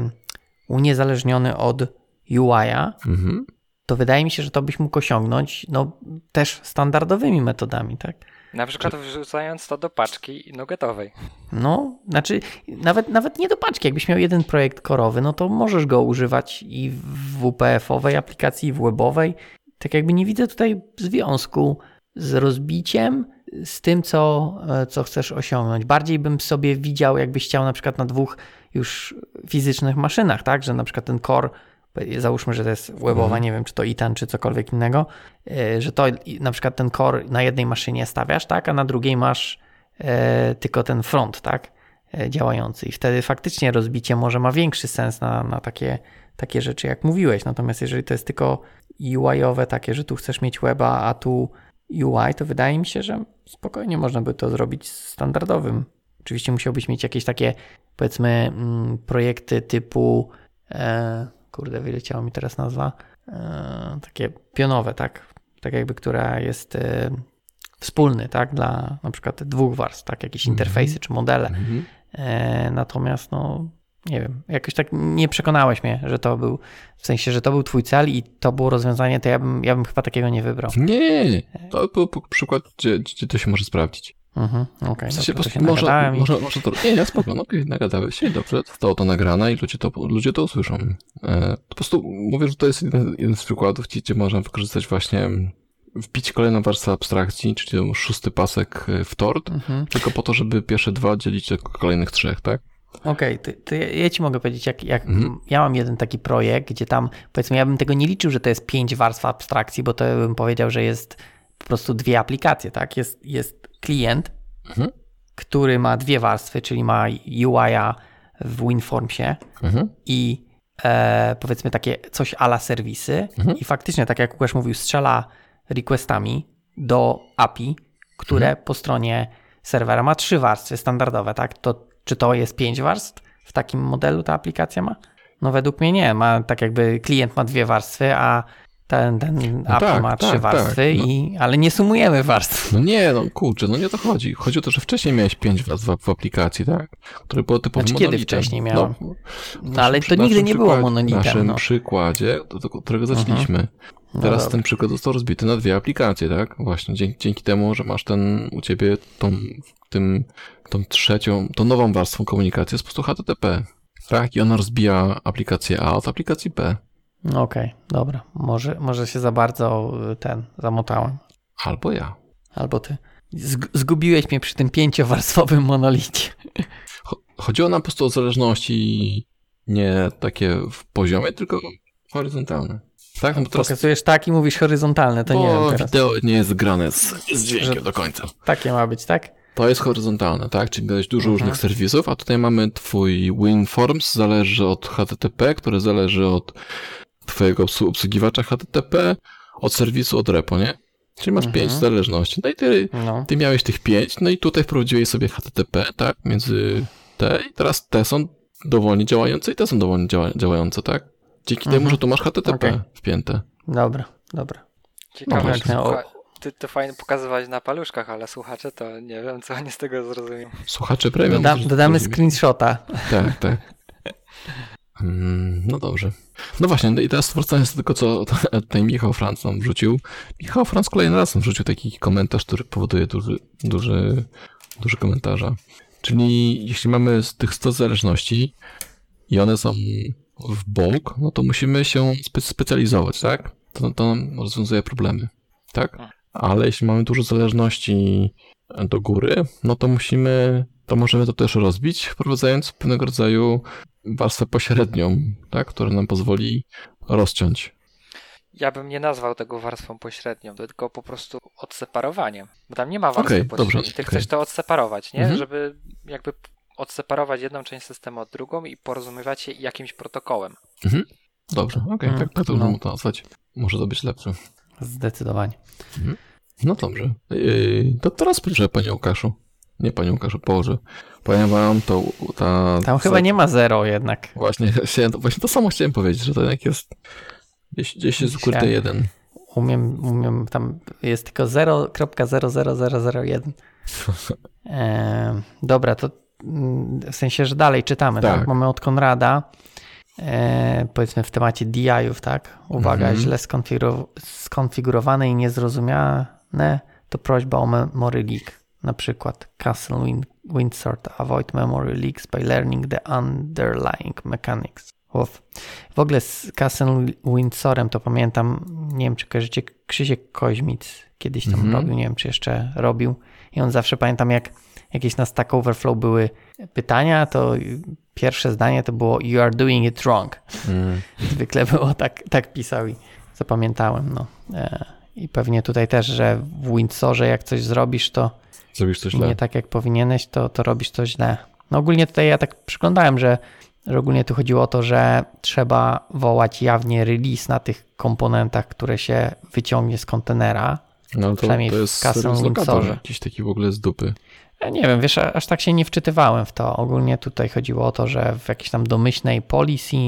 uniezależniony od U I-a, Mhm. to wydaje mi się, że to byś mógł osiągnąć no, też standardowymi metodami, tak? Na przykład wrzucając to do paczki nuggetowej. No, znaczy nawet, nawet nie do paczki. Jakbyś miał jeden projekt korowy, no to możesz go używać i w W P F-owej aplikacji, i w webowej. Tak jakby nie widzę tutaj związku z rozbiciem, z tym, co, co chcesz osiągnąć. Bardziej bym sobie widział, jakbyś chciał na przykład na dwóch już fizycznych maszynach, tak? Że na przykład ten core, załóżmy, że to jest webowa, Mhm. nie wiem, czy to Itan, czy cokolwiek innego, yy, że to na przykład ten core na jednej maszynie stawiasz, tak? A na drugiej masz e, tylko ten front, tak? E, działający. I wtedy faktycznie rozbicie może ma większy sens na, na takie, takie rzeczy, jak mówiłeś. Natomiast jeżeli to jest tylko U I-owe takie, że tu chcesz mieć weba, a tu U I, to wydaje mi się, że spokojnie można by to zrobić standardowym. Oczywiście musiałbyś mieć jakieś takie, powiedzmy, mm, projekty typu e, kurde, wyleciało mi teraz nazwa, e, takie pionowe, tak? Tak jakby, która jest e, wspólny, tak? Dla na przykład dwóch warstw, tak? Jakieś Mhm. interfejsy czy modele. Mhm. E, natomiast, no, nie wiem, jakoś tak nie przekonałeś mnie, że to był, w sensie, że to był twój cel i to było rozwiązanie, to ja bym, ja bym chyba takiego nie wybrał. Nie, nie, nie. To był przykład, gdzie, gdzie to się może sprawdzić. Mhm, okej, W sensie no po to się prostu może, nagadałem i- może, może to... Nie, nie, spoko, no okej, nagadałeś się, dobrze, zostało to nagrane i ludzie to, ludzie to usłyszą. E, po prostu mówię, że to jest jeden, jeden z przykładów, gdzie, gdzie można wykorzystać właśnie, wbić kolejną warstwę abstrakcji, czyli szósty pasek w tort, Mhm. tylko po to, żeby pierwsze dwa dzielić do kolejnych trzech, tak? Okej, okay, to ja ci mogę powiedzieć, jak, jak Mhm. ja mam jeden taki projekt, gdzie tam, powiedzmy, ja bym tego nie liczył, że to jest pięć warstw abstrakcji, bo to bym powiedział, że jest po prostu dwie aplikacje, tak? Jest, jest klient, Mhm. który ma dwie warstwy, czyli ma U I-a w WinFormsie Mhm. i e, powiedzmy takie coś a la serwisy Mhm. i faktycznie, tak jak Łukasz mówił, strzela requestami do A P I, które Mhm. po stronie serwera ma trzy warstwy standardowe, tak? To czy to jest pięć warstw? W takim modelu ta aplikacja ma? No według mnie nie. Ma tak jakby klient ma dwie warstwy, a ten, ten No A P I tak, ma tak, trzy tak. warstwy, No. i, ale nie sumujemy warstw. No nie, no kurczę, no nie o to chodzi. Chodzi o to, że wcześniej miałeś pięć warstw w, w aplikacji, tak? Które było typowym Znaczy, kiedy monolitem. wcześniej miałem? No, No, ale naszym- to nigdy naszym nie było przykładzie- monolitem. W naszym No. przykładzie, do, do którego zaczęliśmy. No Teraz dobra. ten przykład został rozbity na dwie aplikacje, tak? Właśnie dzięki, dzięki temu, że masz ten u ciebie tą, tym, tą trzecią, tą nową warstwą komunikacji jest po prostu H T T P. Tak? I ona rozbija aplikację A od aplikacji B. No okej, dobra. Może, może się za bardzo y, ten zamotałem. Albo ja. Albo ty. Zg- zgubiłeś mnie przy tym pięciowarstwowym monolicie. Cho- Chodziło nam po prostu o zależności nie takie w poziomie, tylko horyzontalne. Tak? No bo teraz Pokazujesz tak i mówisz horyzontalne, to bo nie wiem teraz. wideo nie jest grane z, z dźwiękiem Że- do końca. Takie ma być, tak? To jest horyzontalne, tak? Czyli miałeś dużo Mhm. różnych serwisów, a tutaj mamy twój WinForms, zależy od H T T P, który zależy od twojego obsłu- obsługiwacza H T T P, od serwisu, od repo, nie? Czyli masz Mhm. pięć zależności. No i ty, No. ty miałeś tych pięć, no i tutaj wprowadziłeś sobie H T T P, tak? Między te i teraz te są dowolnie działające i te są dowolnie działa- działające, tak? Dzięki Mhm. temu, że tu masz H T T P Okej. wpięte. Dobra, dobra. Ciekawe, No że właśnie. słucha... ty to fajnie pokazywać na paluszkach, ale słuchacze to nie wiem, co oni z tego zrozumieją. Słuchacze premium. Doda- też dodamy zrozumieli. screenshota. Tak, tak. Mm, no dobrze. No właśnie, no i teraz wracając do tego, co tutaj Michał Franc nam wrzucił. Michał Franc kolejny raz nam wrzucił taki komentarz, który powoduje duży, duży, duży komentarza. Czyli jeśli mamy z tych sto zależności i one są w bok, no to musimy się spe- specjalizować, tak? To, to nam rozwiązuje problemy, tak? Ale jeśli mamy dużo zależności do góry, no to musimy, to możemy to też rozbić, wprowadzając pewnego rodzaju warstwę pośrednią, tak? Która nam pozwoli rozciąć. Ja bym nie nazwał tego warstwą pośrednią, tylko po prostu odseparowaniem. Bo tam nie ma warstwy Okej, pośredniej. dobrze, Ty okej. chcesz to odseparować, nie? Mhm. Żeby jakby odseparować jedną część systemu od drugą i porozumiewać się jakimś protokołem. Mhm. Dobrze, okej, Mm, tak, tak to no. możemy to nazwać. Może to być lepsze. Zdecydowanie. No dobrze. Yy, to teraz proszę, panie Łukaszu. Nie, panie Łukaszu, położę. Powiem wam, to ta... Tam chyba nie ma zero jednak. Właśnie, chciałem, właśnie to samo chciałem powiedzieć, że to jednak jest gdzieś, gdzieś jest ukryte Dzisiaj. jeden. Umiem, umiem, tam jest tylko zero kropka zero zero zero zero jeden. E, dobra, to mm, w sensie, że dalej czytamy, tak? Tak. Mamy od Konrada, e, powiedzmy w temacie D I-ów, tak? Uwaga, Mhm. źle skonfigur- skonfigurowane i niezrozumiane to prośba o memory leak. Na przykład Castle Win- Windsort avoid memory leaks by learning the underlying mechanics. Of. W ogóle z Castle Windsorem to pamiętam, nie wiem czy kojarzycie, Krzysiek Koźmic kiedyś tam Mhm. robił, nie wiem czy jeszcze robił i on zawsze, pamiętam, jak jakieś na Stack Overflow były pytania, to pierwsze zdanie to było you are doing it wrong. Mm. Zwykle było tak, tak pisał i zapamiętałem. No. E, I pewnie tutaj też, że w Windsorze jak coś zrobisz, to Zrobisz coś źle. nie tak jak powinieneś, to, to robisz to źle. No ogólnie tutaj ja tak przyglądałem, że, że ogólnie tu chodziło o to, że trzeba wołać jawnie release na tych komponentach, które się wyciągnie z kontenera. No to, przynajmniej to w jest Castle serwis lokator Windsorze. jakiś taki w ogóle z dupy. Ja nie wiem, wiesz, aż tak się nie wczytywałem w to. Ogólnie tutaj chodziło o to, że w jakiejś tam domyślnej policy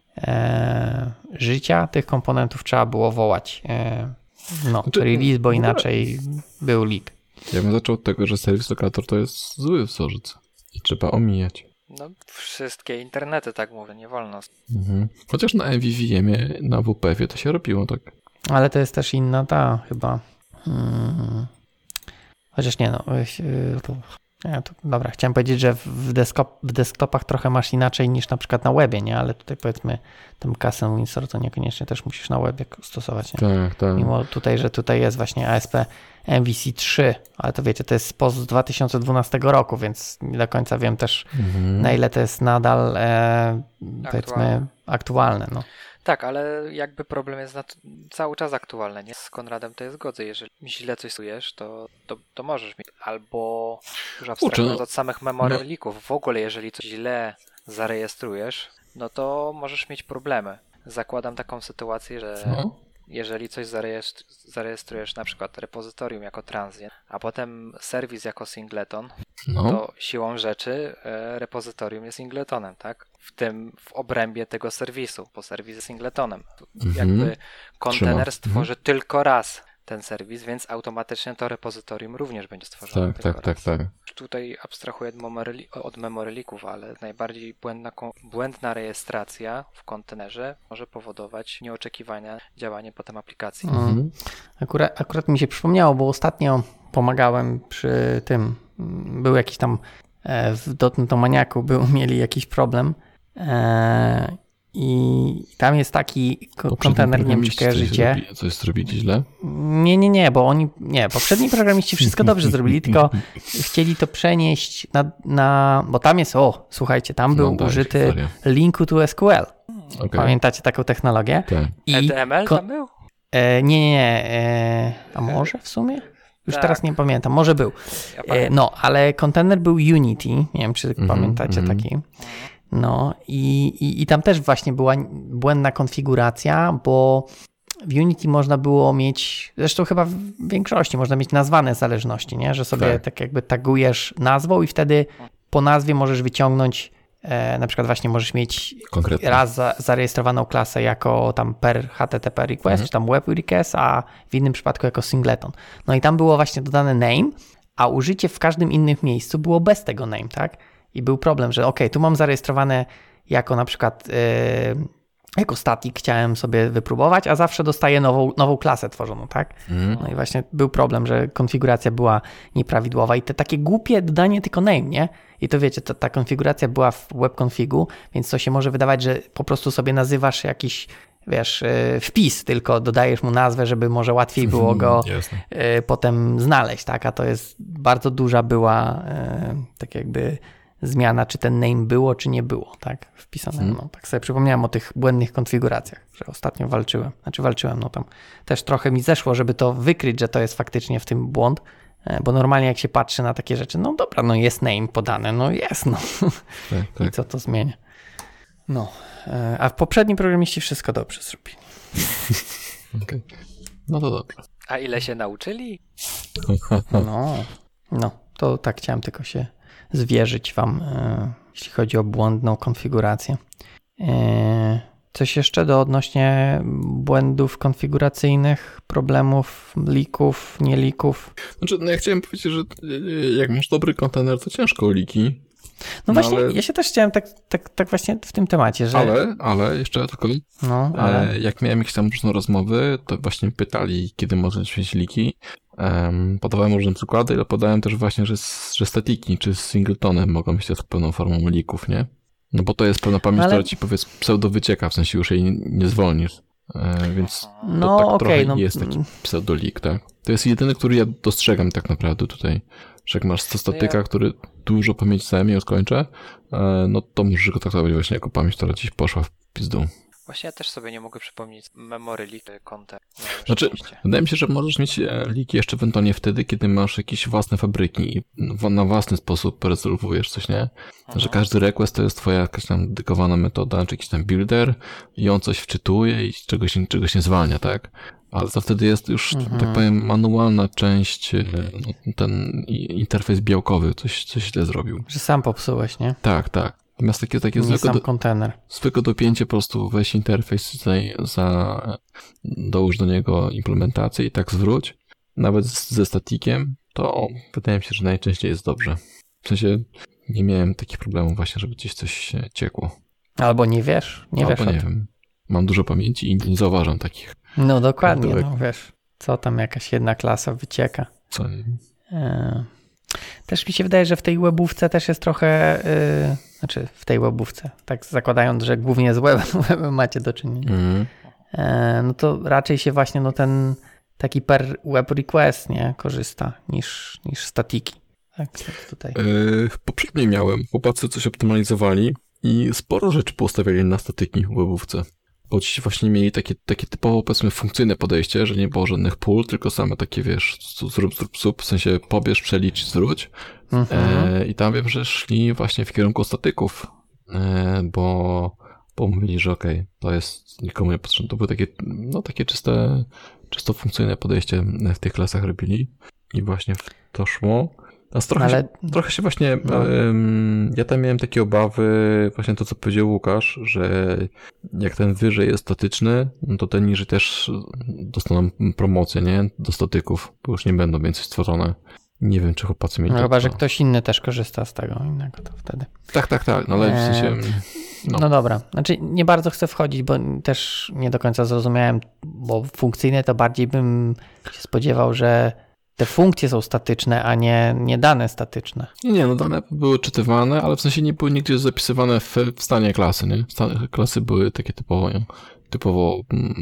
e, życia tych komponentów trzeba było wołać e, no, Znaczy, release, bo w ogóle- inaczej był leak. Ja bym zaczął od tego, że serwis lokator to jest zły wzorzec i trzeba omijać. No, wszystkie internety tak mówią, nie wolno. Mhm. Chociaż na M V V M-ie, na W P F-ie to się robiło tak. Ale to jest też inna ta chyba. Hmm. Chociaż nie no. yy, To, nie, to, dobra, chciałem powiedzieć, że w, desktop, w desktopach trochę masz inaczej niż na przykład na webie, nie? Ale tutaj powiedzmy ten Castle Windsor to niekoniecznie też musisz na webie stosować, nie? Tak, tak. Mimo tutaj, że tutaj jest właśnie A S P M V C trzy, ale to wiecie, to jest post z dwa tysiące dwunastego roku, więc nie do końca wiem też, Mhm. na ile to jest nadal e, powiedzmy Aktualne. aktualne. No. Tak, ale jakby problem jest nat- cały czas aktualny, nie? Z Konradem to jest zgodzę, jeżeli źle coś stosujesz, to, to, to możesz mieć. Albo już abstrahując no. od samych memory leaków, w ogóle jeżeli coś źle zarejestrujesz, no to możesz mieć problemy. Zakładam taką sytuację, że No. jeżeli coś zarejestr- zarejestrujesz, na przykład repozytorium jako transient, a potem serwis jako singleton, No. to siłą rzeczy e, repozytorium jest singletonem, tak? W tym, w obrębie tego serwisu, bo serwis jest singletonem. Tu Mhm. Jakby kontener Trzyma. stworzy tylko raz ten serwis, więc automatycznie to repozytorium również będzie stworzone Tak, tylko tak, raz. tak, tak. Tutaj abstrahuję od memory, od memory leaków, ale najbardziej błędna, ko- błędna rejestracja w kontenerze może powodować nieoczekiwane działanie potem aplikacji. Mhm. Akurat, akurat mi się przypomniało, bo ostatnio pomagałem przy tym, był jakiś tam e, w Dotnetomaniaku, był, mieli jakiś problem e, i tam jest taki ko- Poprzedni kontener, nie wiem czy programiści coś kojarzycie. zrobi- Coś zrobili źle? Nie, nie, nie, bo oni, nie, poprzedni programiści wszystko dobrze zrobili, tylko chcieli to przenieść na, na bo tam jest, o, słuchajcie, tam był No, daj, użyty historia. linku to S Q L. Okej. Pamiętacie taką technologię? Tak. I E D M L ko- tam był? E, nie, nie, nie. E, a może w sumie? Już Tak. teraz nie pamiętam. Może był. Ja E, pamiętam. no, ale kontener był Unity. Nie wiem, czy Mhm, pamiętacie mhm. taki. No i, i, i tam też właśnie była błędna konfiguracja, bo w Unity można było mieć, zresztą chyba w większości można mieć nazwane zależności, nie? Że sobie tak. Tak. jakby tagujesz nazwą i wtedy po nazwie możesz wyciągnąć, e, na przykład właśnie możesz mieć Konkretnie. raz za, zarejestrowaną klasę jako tam per H T T P request, Mhm. czy tam web request, a w innym przypadku jako singleton. No i tam było właśnie dodane name, a użycie w każdym innym miejscu było bez tego name, tak? I był problem, że ok, tu mam zarejestrowane jako na przykład yy, jako static chciałem sobie wypróbować, a zawsze dostaję nową, nową klasę tworzoną, tak? Mhm. No i właśnie był problem, że konfiguracja była nieprawidłowa i te takie głupie dodanie tylko name, nie? I to wiecie, to, ta konfiguracja była w webconfigu, więc to się może wydawać, że po prostu sobie nazywasz jakiś, wiesz, yy, wpis, tylko dodajesz mu nazwę, żeby może łatwiej było go Jasne. yy, potem znaleźć, tak? A to jest bardzo duża była yy, tak jakby zmiana, czy ten name było, czy nie było, tak? Wpisane. Hmm. No, tak sobie przypomniałem o tych błędnych konfiguracjach, że ostatnio walczyłem. Znaczy walczyłem, no tam też trochę mi zeszło, żeby to wykryć, że to jest faktycznie w tym błąd, e, bo normalnie jak się patrzy na takie rzeczy, no dobra, no jest name podane, no jest, no. Tak, I tak. co to zmienia? No, e, a w poprzednim programiści wszystko dobrze zrobili. Okej. No to dobrze. A ile się nauczyli? No, no, to tak chciałem tylko się zwierzyć wam, e, jeśli chodzi o błędną konfigurację. E, coś jeszcze do odnośnie błędów konfiguracyjnych, problemów, lików, nie lików? Znaczy, no ja chciałem powiedzieć, że y, jak masz dobry kontener, to ciężko o liki. No właśnie, ale- ja się też chciałem tak, tak, tak właśnie w tym temacie, że... Ale, ale, jeszcze tylko, No, ale... e, jak miałem jakieś tam różne rozmowy, to właśnie pytali, kiedy można mieć liki. Um, podawałem różne przykłady, ale podałem też właśnie, że, z, że statiki czy z singletonem mogą być też pełną formą lików, nie? No bo to jest pewna pamięć, Ale- która ci powiedz pseudo wycieka, w sensie już jej nie, nie zwolnisz. E, więc to No tak okej, trochę no... jest taki pseudolik, tak? To jest jedyny, który ja dostrzegam tak naprawdę tutaj. Że jak masz statyka, Ja- który dużo pamięci zajmie, skończę, e, no to możesz go traktować właśnie jako pamięć, która ci poszła w pizdu. Właśnie ja też sobie nie mogę przypomnieć memory leak konta. Znaczy, wydaje mi się, że możesz mieć e, liki jeszcze ewentualnie wtedy, kiedy masz jakieś własne fabryki i w- na własny sposób rezolwujesz coś, nie? Że każdy request to jest twoja jakaś tam dedykowana metoda, czy jakiś tam builder i on coś wczytuje i czegoś, czegoś nie zwalnia, tak? Ale to wtedy jest już, Mhm. tak powiem, manualna część, e, no, ten i- interfejs białkowy, coś, coś źle zrobił. Że sam popsułeś, nie? Tak, tak. Natomiast takie, takie Nie zwykłe, sam do, kontener. zwykłe dopięcie, po prostu weź interfejs tutaj za, dołóż do niego implementację i tak zwróć. Nawet z, ze statikiem, to wydaje mi się, że najczęściej jest dobrze. W sensie nie miałem takich problemów właśnie, żeby gdzieś coś ciekło. Albo nie wiesz, nie wiesz Albo o nie tym. wiem. Mam dużo pamięci i nie zauważam takich. No dokładnie, Kartówek. no wiesz, co tam jakaś jedna klasa wycieka. Co? E, Też mi się wydaje, że w tej webówce też jest trochę, e, znaczy w tej webówce, tak zakładając, że głównie z webem, webem macie do czynienia, Mhm. e, no to raczej się właśnie no ten taki per web request, nie, korzysta niż, niż statiki. Tak, tutaj. Yy, poprzedniej miałem, chłopacy coś optymalizowali i sporo rzeczy poustawiali na statyki w webówce. Bo ci właśnie mieli takie, takie typowo, powiedzmy, funkcyjne podejście, że nie było żadnych pól, tylko same takie, wiesz, zrób, zrób, zrób, w sensie pobierz, przelicz, zwróć. Mhm. E, I tam wiem, że szli właśnie w kierunku statyków, e, bo, bo mówili, że okej, okay, to jest nikomu nie potrzebne. To były takie, no takie czyste, czysto funkcyjne podejście w tych klasach robili i właśnie w to szło. A trochę, Ale... się, trochę się właśnie, no. um, ja tam miałem takie obawy, właśnie to, co powiedział Łukasz, że jak ten wyżej jest statyczny, no to ten niżej też dostaną promocję, nie? Do statyków, bo już nie będą więcej stworzone. Nie wiem, czy chłopacy mieli no to. Chyba, że ktoś inny też korzysta z tego innego, to wtedy. Tak, tak, tak, no ale w sensie... No. no dobra, znaczy nie bardzo chcę wchodzić, bo też nie do końca zrozumiałem, bo funkcyjne to bardziej bym się spodziewał, że te funkcje są statyczne, a nie, nie dane statyczne. Nie, nie, no dane były czytywane, ale w sensie nie były nigdzie zapisywane w, w stanie klasy, nie? Stany, klasy były takie typowo, nie? typowo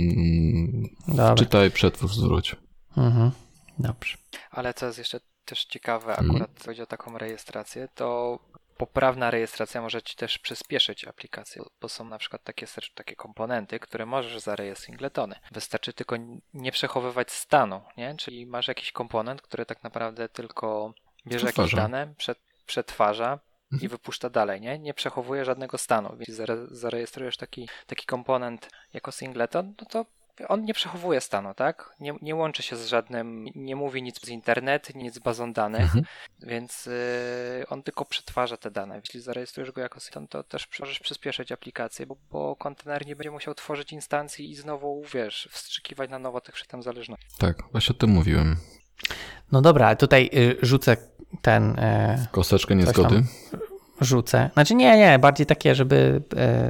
mm, czytaj, przetwórz, zwróć. Mhm. Dobrze. Ale co jest jeszcze też ciekawe, akurat mm. chodzi o taką rejestrację, to poprawna rejestracja może ci też przyspieszyć aplikację, bo są na przykład takie, takie komponenty, które możesz zarejestrować singletony. Wystarczy tylko nie przechowywać stanu, nie? Czyli masz jakiś komponent, który tak naprawdę tylko bierze przetwarza. jakieś dane, przet, przetwarza i wypuszcza dalej, nie? Nie przechowuje żadnego stanu. Jeśli zare, zarejestrujesz taki, taki komponent jako singleton, no to on nie przechowuje stanu, tak? Nie, nie łączy się z żadnym, nie mówi nic z internetu, nic z bazą danych, mhm. więc yy, on tylko przetwarza te dane. Jeśli zarejestrujesz go jako singleton, to też możesz przyspieszyć aplikację, bo, bo kontener nie będzie musiał tworzyć instancji i znowu, wiesz, wstrzykiwać na nowo tych tam zależności. Tak, właśnie o tym mówiłem. No dobra, ale tutaj y, rzucę ten... Y, Kosteczkę niezgody? Rzucę. Znaczy nie, nie, bardziej takie, żeby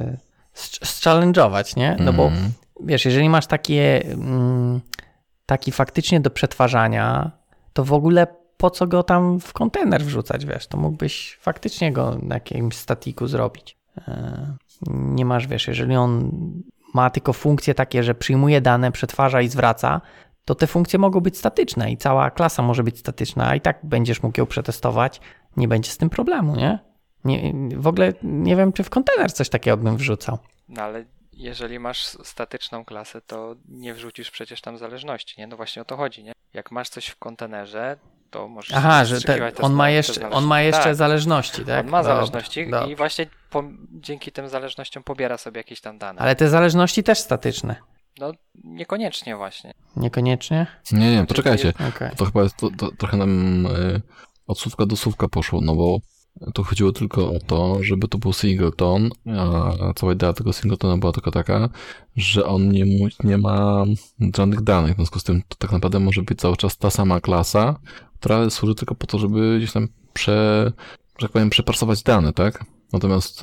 y, zchallenge'ować, nie? No mm. bo wiesz, jeżeli masz takie mm, taki faktycznie do przetwarzania, to w ogóle po co go tam w kontener wrzucać, wiesz, to mógłbyś faktycznie go na jakimś statiku zrobić. E, nie masz, wiesz, jeżeli on ma tylko funkcje takie, że przyjmuje dane, przetwarza i zwraca, to te funkcje mogą być statyczne i cała klasa może być statyczna, a i tak będziesz mógł ją przetestować, nie będzie z tym problemu, nie? nie w ogóle nie wiem, czy w kontener coś takiego bym wrzucał. No ale jeżeli masz statyczną klasę, to nie wrzucisz przecież tam zależności, nie? No właśnie o to chodzi, nie? Jak masz coś w kontenerze, to możesz... Aha, że te, on, ma jeszcze, on ma jeszcze tak. zależności, tak? On ma Dobra. zależności Dobra. i właśnie po, dzięki tym zależnościom pobiera sobie jakieś tam dane. Ale te zależności też statyczne. No niekoniecznie właśnie. Niekoniecznie? Nie, nie, poczekajcie. Okay. To chyba jest, to, to, trochę nam y, od słówka do słówka poszło, no bo tu chodziło tylko o to, żeby to był singleton, a cała idea tego singletona była tylko taka, że on nie, mu, nie ma żadnych danych, w związku z tym to tak naprawdę może być cały czas ta sama klasa, która służy tylko po to, żeby gdzieś tam prze, że tak powiem, przeprasować dane, tak? Natomiast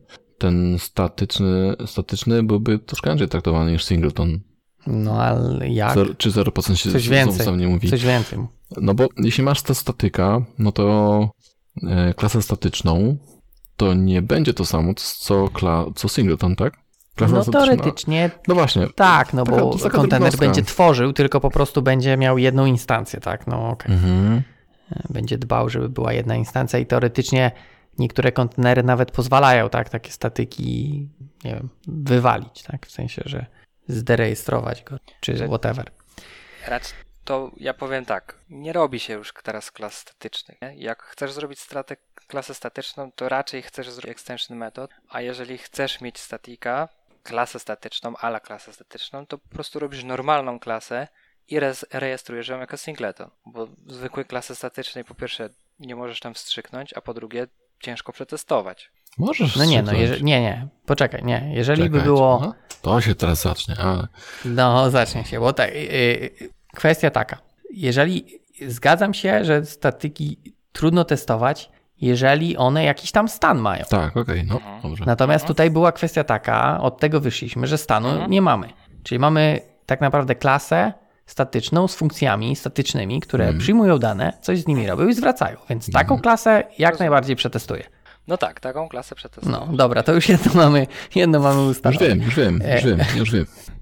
ten statyczny, statyczny byłby troszkę inaczej traktowany niż singleton. No ale jak? Zer, czy zero procent się coś więcej, sam nie mówi? Coś więcej. No bo jeśli masz tę statyka, no to klasę statyczną, to nie będzie to samo, co, kla- co singleton, tak? Klasa no statyczna. teoretycznie. No właśnie. Tak, no taka, bo kontener będzie tworzył, tylko po prostu będzie miał jedną instancję, tak? No okej. Okay. Mhm. Będzie dbał, żeby była jedna instancja i teoretycznie niektóre kontenery nawet pozwalają, tak? Takie statyki, nie wiem, wywalić, tak? W sensie, że zderejestrować go, czy że whatever. Raczej to ja powiem tak, nie robi się już teraz klas statycznych. Nie? Jak chcesz zrobić stratę, klasę statyczną, to raczej chcesz zrobić extension method, a jeżeli chcesz mieć statika, klasę statyczną, ala klasę statyczną, to po prostu robisz normalną klasę i re- rejestrujesz ją jako singleton, bo zwykłej klasy statycznej po pierwsze nie możesz tam wstrzyknąć, a po drugie ciężko przetestować. Możesz No nie, no jeże- nie, nie, poczekaj, nie, jeżeli Czekajcie, by było... no, to się teraz zacznie, ale... No, zacznie się, bo tak... Yy, kwestia taka, jeżeli zgadzam się, że statyki trudno testować, jeżeli one jakiś tam stan mają. Tak, okej, okay, no dobrze. Natomiast tutaj była kwestia taka, od tego wyszliśmy, że stanu mhm. nie mamy. Czyli mamy tak naprawdę klasę statyczną z funkcjami statycznymi, które mhm. przyjmują dane, coś z nimi robią i zwracają. Więc taką mhm. klasę jak Rozumiem. najbardziej przetestuję. No tak, taką klasę przetestuję. No dobra, to już jedno mamy, jedno mamy ustawione. Już wiem, już wiem, już wiem, już wiem.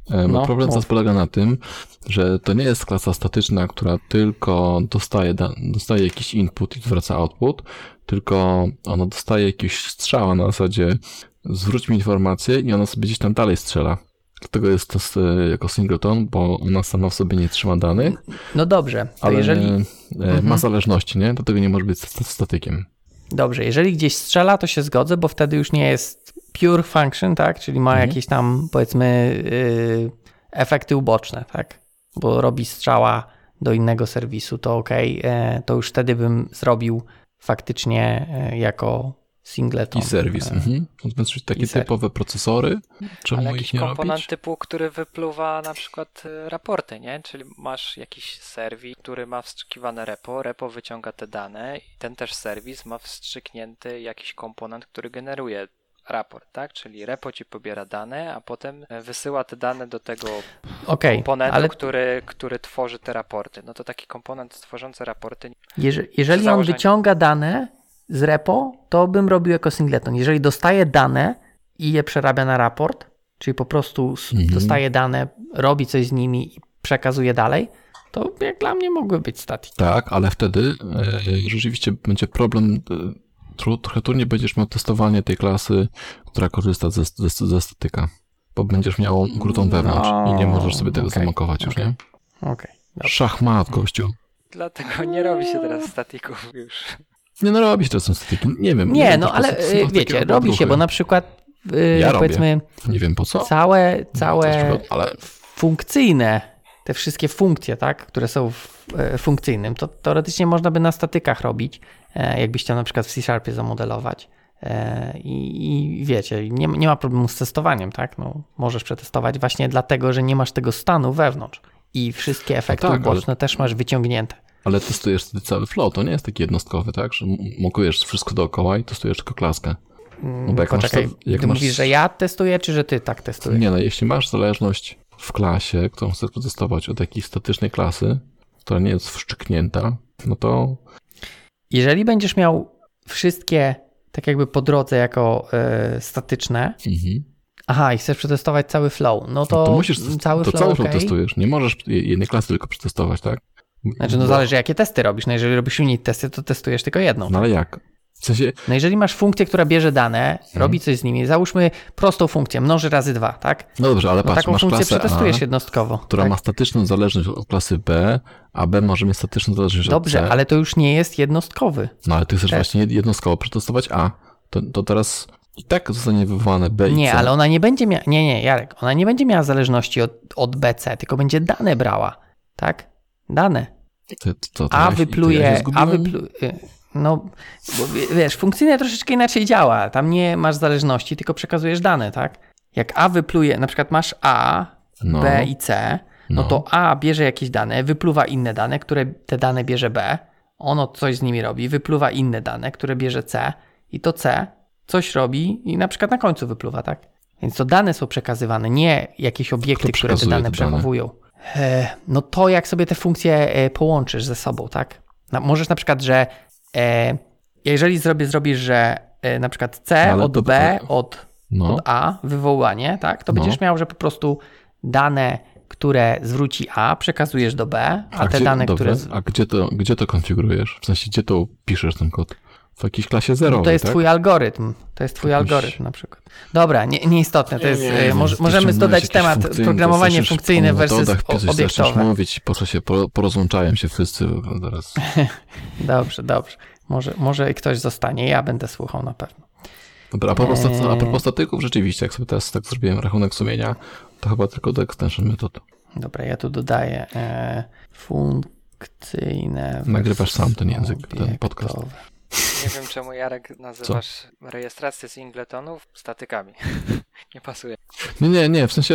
E, No, problem mów. teraz polega na tym, że to nie jest klasa statyczna, która tylko dostaje, da, dostaje jakiś input i zwraca output, tylko ona dostaje jakiś strzała na zasadzie zwróć mi informację i ona sobie gdzieś tam dalej strzela. Dlatego jest to e, jako singleton, bo ona sama w sobie nie trzyma danych, No dobrze, to ale jeżeli... e, Mhm. ma zależności, nie? Dlatego nie może być st- statykiem. Dobrze, jeżeli gdzieś strzela, to się zgodzę, bo wtedy już nie jest pure function, tak? Czyli ma Mhm. jakieś tam, powiedzmy, yy, efekty uboczne, tak? Bo robi strzała do innego serwisu, to okej, okay, to już wtedy bym zrobił faktycznie yy, jako singleton. I serwis. Yy, Mhm. Znaczy takie i serwis. typowe procesory, czemu Ale ich jakiś nie komponent robić? typu, który wypluwa na przykład y, raporty, nie? Czyli masz jakiś serwis, który ma wstrzykiwane repo, repo wyciąga te dane i ten też serwis ma wstrzyknięty jakiś komponent, który generuje raport, tak? Czyli repo ci pobiera dane, a potem y, wysyła te dane do tego Okej, komponentu, ale który, który tworzy te raporty. No to taki komponent tworzący raporty. jeżeli, jeżeli on założeniu. wyciąga dane z repo, to bym robił jako singleton. Jeżeli dostaje dane i je przerabia na raport, czyli po prostu s- Mhm. dostaje dane, robi coś z nimi i przekazuje dalej, to jak dla mnie mogły być static. Tak, ale wtedy e, rzeczywiście będzie problem, e, tru, trochę trudniej będziesz miał testowanie tej klasy, która korzysta ze, ze, ze statyka, bo będziesz miał ukrytą wewnątrz i nie możesz sobie tego okej, zamokować już, okej. nie? Okej. Dobrze. Szachmat, gościu. Dlatego nie robi się teraz statików już. Nie no, robi się czasem statyki, nie wiem. Nie, wiem, no po ale prostu są y, takie wiecie, robi się, odruchy. bo na przykład y, Ja robię. powiedzmy Nie wiem po co, całe, też całe przykład, ale funkcyjne, te wszystkie funkcje, tak, które są w e, funkcyjnym, to teoretycznie można by na statykach robić, e, jakbyś chciał na przykład w C-Sharpie zamodelować. E, I, i wiecie, nie, nie ma problemu z testowaniem, tak? No, możesz przetestować właśnie dlatego, że nie masz tego stanu wewnątrz i wszystkie efekty tak, ale- uboczne też masz wyciągnięte. Ale testujesz wtedy cały flow, to nie jest taki jednostkowy, tak? Że m- mokujesz wszystko dookoła i testujesz tylko klaskę. No bo jak masz Poczekaj, to- jak ty masz- mówisz, że ja testuję, czy że ty tak testujesz? Nie no, jeśli masz zależność w klasie, którą chcesz przetestować od jakiejś statycznej klasy, która nie jest wszczyknięta, no to Jeżeli będziesz miał wszystkie tak jakby po drodze jako e, statyczne, mhm. aha, i chcesz przetestować cały flow, no to, no to musisz, cały to flow, cały flow okej. testujesz. Nie możesz jednej klasy tylko przetestować, tak? Znaczy, no Bo- zależy jakie testy robisz. No jeżeli robisz unit testy, to testujesz tylko jedną. No ale jak? W sensie, No jeżeli masz funkcję, która bierze dane, Mhm. robi coś z nimi, załóżmy prostą funkcję, mnoży razy dwa, tak? no dobrze, ale No patrz, taką masz funkcję klasę przetestujesz A, jednostkowo. która tak? ma statyczną zależność od klasy B, a B może mieć statyczną zależność Dobrze, od C. ale to już nie jest jednostkowy. No ale ty chcesz Też. właśnie jednostkowo przetestować A. To, to teraz i tak zostanie wywołane B i Nie, C. ale ona nie będzie miała, nie, nie, Jarek, ona nie będzie miała zależności od, od B C, tylko będzie dane brała, tak? Dane. To, to, to A ja się- to ja wypluje, się A zgubiłem? wypluje, no, bo wiesz, funkcyjnie troszeczkę inaczej działa. Tam nie masz zależności, tylko przekazujesz dane, tak? Jak A wypluje, na przykład masz A, No. B i C, no, No. to A bierze jakieś dane, wypluwa inne dane, które te dane bierze B, ono coś z nimi robi, wypluwa inne dane, które bierze C i to C coś robi i na przykład na końcu wypluwa, tak? Więc to dane są przekazywane, nie jakieś obiekty, Kto które te przekazuje dane te dane? przechowują. E, no to jak sobie te funkcje e, połączysz ze sobą, tak? Na, możesz na przykład, że e, jeżeli zrobię, zrobisz, że e, na przykład C Ale od to- B, od, No. od A, wywołanie, tak? To No. będziesz miał, że po prostu dane, które zwróci A, przekazujesz do B, a, te gdzie, dane, dobrze, które... Z... A gdzie to, gdzie to konfigurujesz? W sensie, gdzie to piszesz ten kod? W jakiejś klasie zerowej, No to jest tak? twój algorytm. To jest twój Jakiś- algorytm na przykład. Dobra, nie, nieistotne. To Nie, jest, nie, e, nie, może, jeszcze możemy mówiłeś dodać jakieś temat funkcyjne, programowanie to zaczniesz funkcyjne po versus metodach o- pisać, zaczniesz obiektowe. mówić, po co się po, porozłączają się wszyscy zaraz. Dobrze, dobrze. Może, może ktoś zostanie. Ja będę słuchał na pewno. Dobra, a propos, Eee. staty- a propos statyków, rzeczywiście, jak sobie teraz tak zrobiłem rachunek sumienia, to chyba tylko do extension metod. Dobra, ja tu dodaję e, funkcyjne Nagrywasz versus sam ten język, ten podcast. obiektowe. Nie wiem, czemu Jarek nazywasz rejestrację singletonów statykami. Nie pasuje. Nie, nie, nie, w sensie,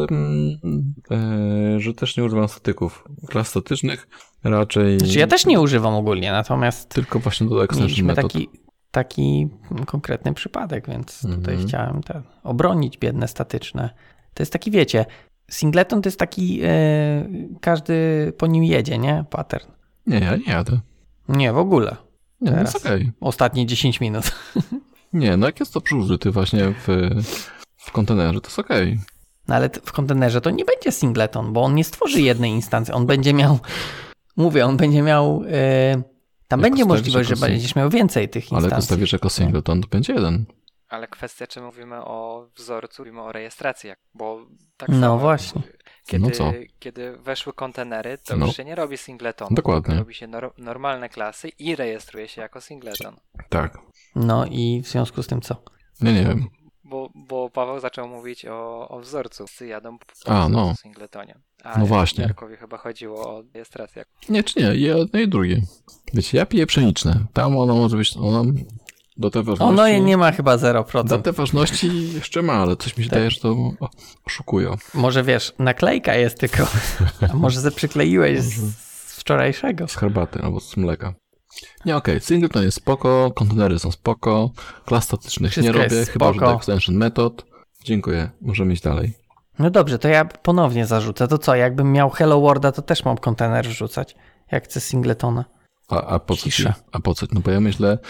e, e, że też nie używam statyków. Klas statycznych raczej Znaczy ja też nie używam ogólnie, natomiast tylko właśnie do extension mieliśmy metod. taki, taki konkretny przypadek, więc tutaj Mhm. chciałem ten, obronić biedne statyczne. To jest taki, wiecie, singleton to jest taki, e, każdy po nim jedzie, nie? Pattern. Nie, ja nie jadę. Nie, w ogóle. Nie, no Teraz. jest okej. Ostatnie dziesięć minut. Nie, no jak jest to użyty właśnie w, w kontenerze, to jest okej. No ale w kontenerze to nie będzie singleton, bo on nie stworzy jednej instancji. On będzie miał, mówię, on będzie miał, yy, tam Jak będzie ustawisz możliwość, że jako będziesz miał więcej tych instancji. Ale jak ustawisz jako singleton, to będzie jeden. Ale kwestia, czy mówimy o wzorcu, mówimy o rejestracji, bo tak No samo, właśnie. Kiedy, No co? kiedy weszły kontenery, to No. już się nie robi singleton. Dokładnie. Robi się nor- normalne klasy i rejestruje się jako singleton. Tak. No i w związku z tym co? Nie, nie wiem. Bo, bo Paweł zaczął mówić o, o wzorcu. Wszyscy jadą po A, wzorcu no. singletonie. A No właśnie. Jarkowi chyba chodziło o rejestrację. Nie, czy nie, jedno i drugie. Wiecie, ja piję pszeniczne. Tam ona może być, ona do tej ważności... Ono je nie ma chyba zero Do procent. tej ważności jeszcze ma, ale coś mi się Tak. daje, że to o, oszukują. Może wiesz, naklejka jest tylko, a może ze przykleiłeś z, z wczorajszego. Z herbaty albo z mleka. Nie, okej, okay. Singleton jest spoko, kontenery są spoko, klas statycznych Wszystko nie robię, jest chyba że spoko. do extension method. Dziękuję, możemy iść dalej. No dobrze, to ja ponownie zarzucę. To co, jakbym miał Hello Worlda, to też mam kontener wrzucać, jak chcę singletona. A, a po co ci? Cisza. A po co? No bo ja myślę...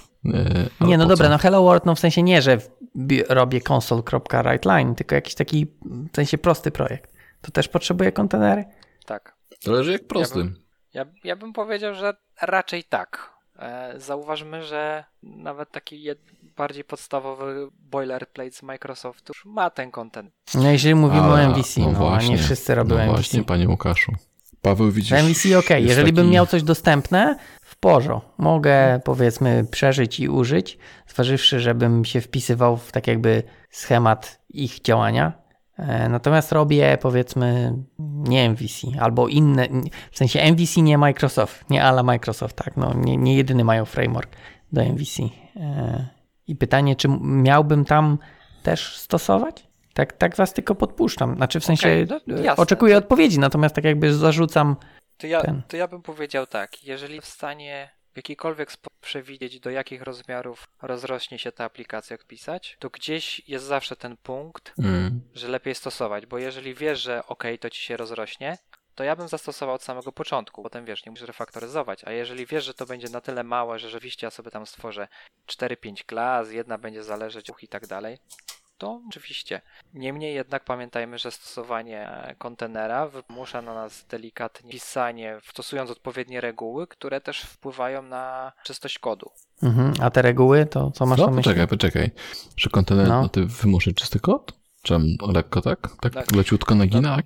Yy, ale Nie, no po dobra, co? no Hello World, no w sensie nie, że bi- robię console.writeline, tylko jakiś taki w sensie prosty projekt. To też potrzebuje kontenery? Tak. Zależy jak prosty. Ja, ja bym powiedział, że raczej tak. E, zauważmy, że nawet taki jed, bardziej podstawowy boilerplate z Microsoftu już ma ten content. No jeżeli mówimy Ale- o M V C, no, właśnie, a nie wszyscy robią no M V C. właśnie, panie Łukaszu. Paweł, widzisz... M V C ok, jest jeżeli bym taki- miał coś dostępne, w porządku. Mogę powiedzmy przeżyć i użyć, zważywszy, żebym się wpisywał w tak jakby schemat ich działania. E, Natomiast robię powiedzmy nie M V C albo inne, w sensie M V C nie Microsoft, nie ala Microsoft, tak, no nie, nie jedyny mają framework do M V C. E, I pytanie, czy miałbym tam też stosować? Tak, tak was tylko podpuszczam. Znaczy w sensie Okej, no e, jasne. oczekuję odpowiedzi, natomiast tak jakby zarzucam. To ja, Ten. to ja bym powiedział tak, jeżeli w stanie w jakikolwiek sposób przewidzieć, do jakich rozmiarów rozrośnie się ta aplikacja, jak pisać, to gdzieś jest zawsze ten punkt, Mm. że lepiej stosować, bo jeżeli wiesz, że ok, to ci się rozrośnie, to ja bym zastosował od samego początku, potem wiesz, nie musisz refaktoryzować, a jeżeli wiesz, że to będzie na tyle małe, że rzeczywiście ja sobie tam stworzę cztery pięć klas, jedna będzie zależeć i tak dalej, to oczywiście. Niemniej jednak pamiętajmy, że stosowanie kontenera wymusza na nas delikatnie pisanie, stosując odpowiednie reguły, które też wpływają na czystość kodu. Mhm. A te reguły, to co masz No na myśli? poczekaj, poczekaj. Że kontener, No. no. ty wymuszy czysty kod? Czym lekko tak? Tak, Tak. leciutko nagina?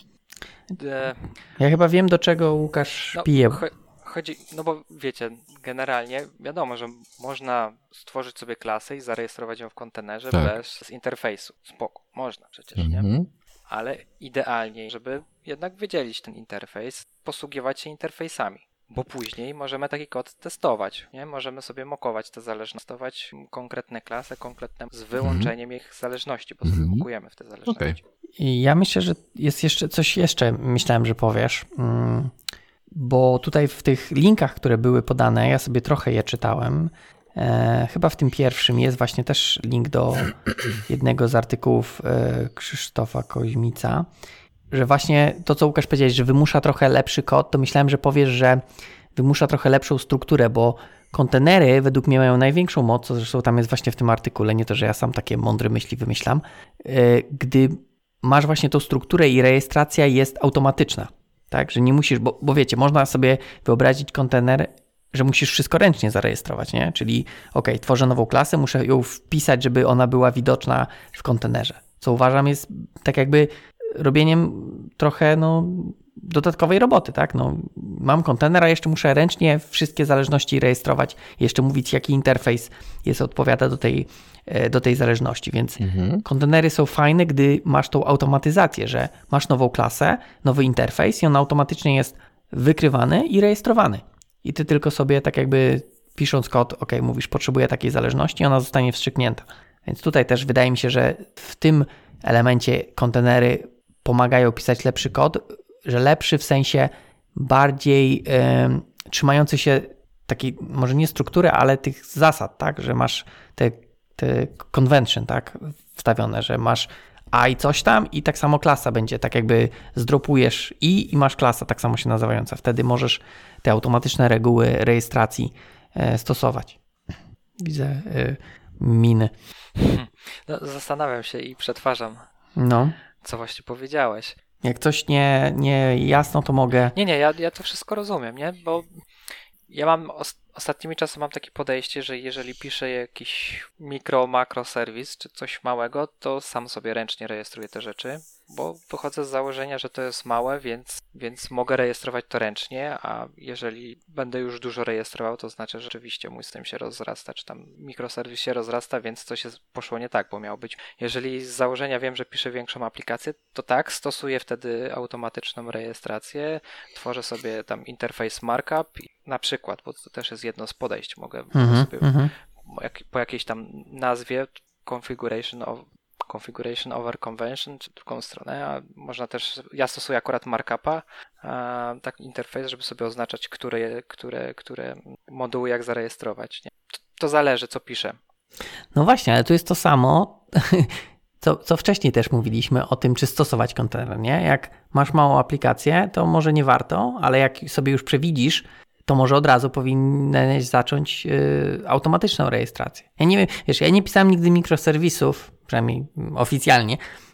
E, Ja chyba wiem, do czego Łukasz No, pije. cho- chodzi, no bo wiecie, generalnie wiadomo, że można stworzyć sobie klasę i zarejestrować ją w kontenerze Tak. bez interfejsu. Spoko, można przecież, nie? Mhm. Ale idealnie, żeby jednak wydzielić ten interfejs, posługiwać się interfejsami. Bo później możemy taki kod testować, nie? Możemy sobie mokować te zależności, testować konkretne klasy, konkretne z wyłączeniem ich zależności, bo sobie Mhm. mokujemy w te zależności. Okej. I ja myślę, że jest jeszcze coś jeszcze, myślałem, że powiesz, mm, bo tutaj w tych linkach, które były podane, ja sobie trochę je czytałem. E, chyba w tym pierwszym jest właśnie też link do jednego z artykułów e, Krzysztofa Koźmica, że właśnie to, co Łukasz powiedziałeś, że wymusza trochę lepszy kod, to myślałem, że powiesz, że wymusza trochę lepszą strukturę, bo kontenery według mnie mają największą moc, co zresztą tam jest właśnie w tym artykule, nie to, że ja sam takie mądre myśli wymyślam, e, gdy masz właśnie tą strukturę i rejestracja jest automatyczna, tak, że nie musisz, bo, bo wiecie, można sobie wyobrazić kontener, że musisz wszystko ręcznie zarejestrować, nie? Czyli ok, tworzę nową klasę, muszę ją wpisać, żeby ona była widoczna w kontenerze, co uważam jest tak jakby robieniem trochę no, dodatkowej roboty, tak? No, mam kontener, a jeszcze muszę ręcznie wszystkie zależności rejestrować, jeszcze mówić, jaki interfejs jest odpowiada do tej, do tej zależności, więc Mhm. kontenery są fajne, gdy masz tą automatyzację, że masz nową klasę, nowy interfejs i on automatycznie jest wykrywany i rejestrowany. I ty tylko sobie tak jakby pisząc kod, ok, mówisz, potrzebuję takiej zależności, ona zostanie wstrzyknięta. Więc tutaj też wydaje mi się, że w tym elemencie kontenery pomagają pisać lepszy kod, że lepszy w sensie bardziej y, trzymający się takiej, może nie struktury, ale tych zasad, tak, że masz te, te convention, tak, wstawione, że masz a i coś tam i tak samo klasa będzie, tak jakby zdropujesz i i masz klasa tak samo się nazywająca. Wtedy możesz te automatyczne reguły rejestracji e, stosować. Widzę e, miny. No, zastanawiam się i przetwarzam No. co właśnie powiedziałeś. Jak coś nie, nie jasno, to mogę... Nie, nie, ja, ja to wszystko rozumiem, nie? Bo ja mam, os- ostatnimi czasy mam takie podejście, że jeżeli piszę jakiś mikro, makro serwis, czy coś małego, to sam sobie ręcznie rejestruję te rzeczy, bo wychodzę z założenia, że to jest małe, więc, więc mogę rejestrować to ręcznie, a jeżeli będę już dużo rejestrował, to znaczy, że rzeczywiście mój system się rozrasta, czy tam mikroserwis się rozrasta, więc coś jest, poszło nie tak, bo miało być. Jeżeli z założenia wiem, że piszę większą aplikację, to tak, stosuję wtedy automatyczną rejestrację, tworzę sobie tam interface markup, na przykład, bo to też jest jedno z podejść, mogę Mhm, sobie mhm. jak, po jakiejś tam nazwie configuration of configuration over convention, czy drugą stronę, a można też, ja stosuję akurat markupa, a, tak interfejs, żeby sobie oznaczać, które, które, które moduły jak zarejestrować. Nie? To, to zależy, co piszę. No właśnie, ale tu jest to samo, co, co wcześniej też mówiliśmy o tym, czy stosować kontener, nie? Jak masz małą aplikację, to może nie warto, ale jak sobie już przewidzisz, to może od razu powinieneś zacząć yy, automatyczną rejestrację. Ja nie wiem, wiesz, ja nie pisałem nigdy mikroserwisów, przynajmniej oficjalnie,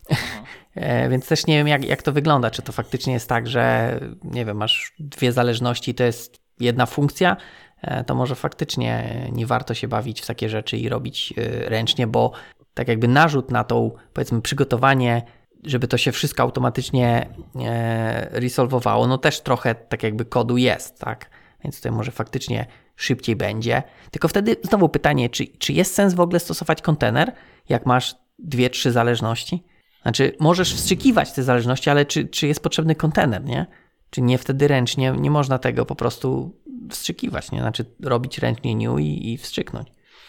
e, więc też nie wiem, jak, jak to wygląda. Czy to faktycznie jest tak, że nie wiem, masz dwie zależności, to jest jedna funkcja, e, to może faktycznie nie warto się bawić w takie rzeczy i robić e, ręcznie, bo tak jakby narzut na tą, powiedzmy, przygotowanie, żeby to się wszystko automatycznie e, resolwowało, no też trochę tak jakby kodu jest, tak? Więc tutaj może faktycznie szybciej będzie. Tylko wtedy znowu pytanie, czy, czy jest sens w ogóle stosować kontener, jak masz dwie, trzy zależności? Znaczy, możesz wstrzykiwać te zależności, ale czy, czy jest potrzebny kontener, nie? Czy nie wtedy ręcznie nie można tego po prostu wstrzykiwać, nie? Znaczy robić ręcznie new i, i wstrzyknąć.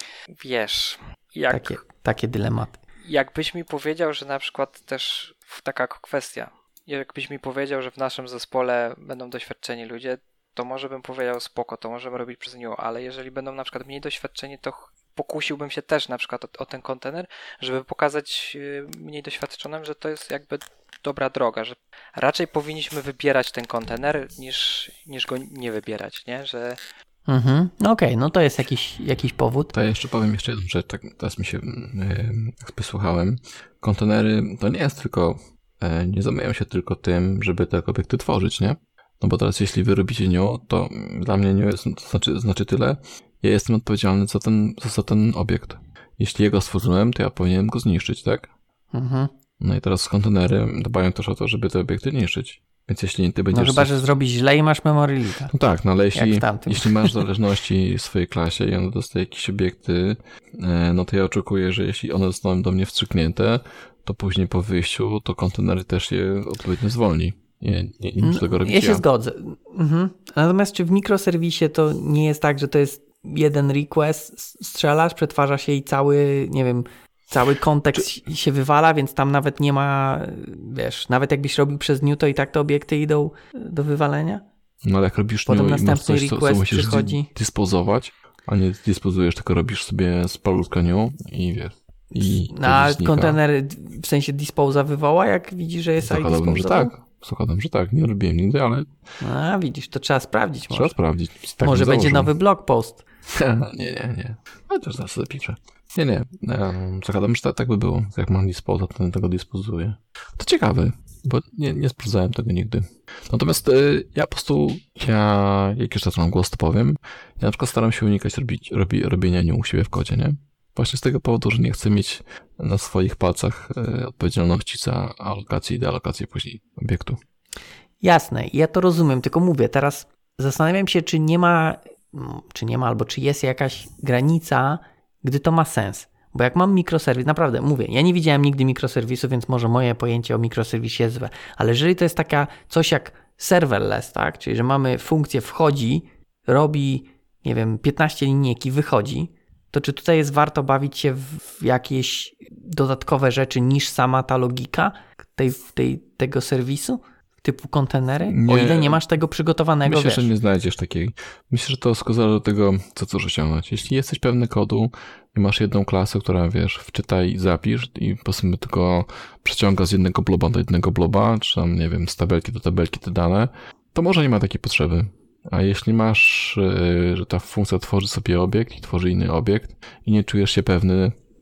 Wiesz, jak, Takie, takie dylematy. jakbyś mi powiedział, że na przykład też taka kwestia, jakbyś mi powiedział, że w naszym zespole będą doświadczeni ludzie, to może bym powiedział spoko, to możemy robić przez new, ale jeżeli będą na przykład mniej doświadczeni, to pokusiłbym się też na przykład o, o ten kontener, żeby pokazać mniej doświadczonym, że to jest jakby dobra droga, że raczej powinniśmy wybierać ten kontener niż, niż go nie wybierać, nie? Że Mhm. No okej, okay, no to jest jakiś, jakiś powód. To ja jeszcze powiem jeszcze jedną rzecz, tak teraz mi się yy, wysłuchałem. Kontenery to nie jest tylko, yy, nie zajmują się tylko tym, żeby te obiekty tworzyć, nie? No bo teraz jeśli wy robicie new, to dla mnie new jest, to znaczy, znaczy tyle, ja jestem odpowiedzialny za ten, za ten obiekt. Jeśli jego stworzyłem, to ja powinienem go zniszczyć, tak? Mhm. No i teraz kontenery dbają też o to, żeby te obiekty niszczyć. Więc jeśli ty będziesz... No chyba, że zrobisz źle i masz memory leaka. No tak, no ale jeśli, jeśli masz zależności w swojej klasie i one dostaje jakieś obiekty, no to ja oczekuję, że jeśli one zostaną do mnie wstrzyknięte, to później po wyjściu to kontenery też je odpowiednio zwolni. Nie, nie, nie muszę tego robić ja się ja. zgodzę. Mhm. Natomiast czy w mikroserwisie to nie jest tak, że to jest jeden request, strzelasz, przetwarza się i cały, nie wiem, cały kontekst czy... się wywala, więc tam nawet nie ma, wiesz, nawet jakbyś robił przez new, to i tak te obiekty idą do wywalenia? No ale jak robisz Potem new i masz coś, co, co musisz przychodzi... dyspozować, a nie dyspozujesz, tylko robisz sobie z palutka new i wiesz. I no, a kontener w sensie disposa wywoła, jak widzisz, że jest Zakładam, że tak. Zakładam, że tak. Nie robiłem nigdy, ale... A widzisz, to trzeba sprawdzić. Trzeba może. sprawdzić. Tak może będzie nowy blog post. nie, nie, nie. Ale też zaraz sobie piszę. Nie, nie. Zakładam, że tak, tak by było. Jak mam disposa, to tego dispozuję. To ciekawe, bo nie, nie sprawdzałem tego nigdy. Natomiast y, ja po prostu, ja, jak jeszcze raz mam głos, to powiem, ja na przykład staram się unikać robić, robi, robienia nie u siebie w kodzie, nie? Właśnie z tego powodu, że nie chcę mieć na swoich palcach y, odpowiedzialności za alokację i dealokację później obiektu. Jasne, ja to rozumiem, tylko mówię, teraz zastanawiam się, czy nie ma, czy nie ma, albo czy jest jakaś granica, gdy to ma sens. Bo jak mam mikroserwis, naprawdę mówię, ja nie widziałem nigdy mikroserwisu, więc może moje pojęcie o mikroserwisie jest złe, ale jeżeli to jest taka coś jak serverless, tak, czyli że mamy funkcję wchodzi, robi, nie wiem, piętnaście linijek i wychodzi, to czy tutaj jest warto bawić się w jakieś dodatkowe rzeczy niż sama ta logika tej, tej, tego serwisu? Typu kontenery? Nie, o ile nie masz tego przygotowanego, Myślę, wiesz. że nie znajdziesz takiej. Myślę, że to zależy od tego, co chcesz osiągnąć. Jeśli jesteś pewny kodu i masz jedną klasę, która, wiesz, wczytaj i zapisz i po prostu tylko przeciąga z jednego bloba do jednego bloba, czy tam, nie wiem, z tabelki do tabelki te dane, to może nie ma takiej potrzeby. A jeśli masz, że ta funkcja tworzy sobie obiekt i tworzy inny obiekt i nie czujesz się pewny,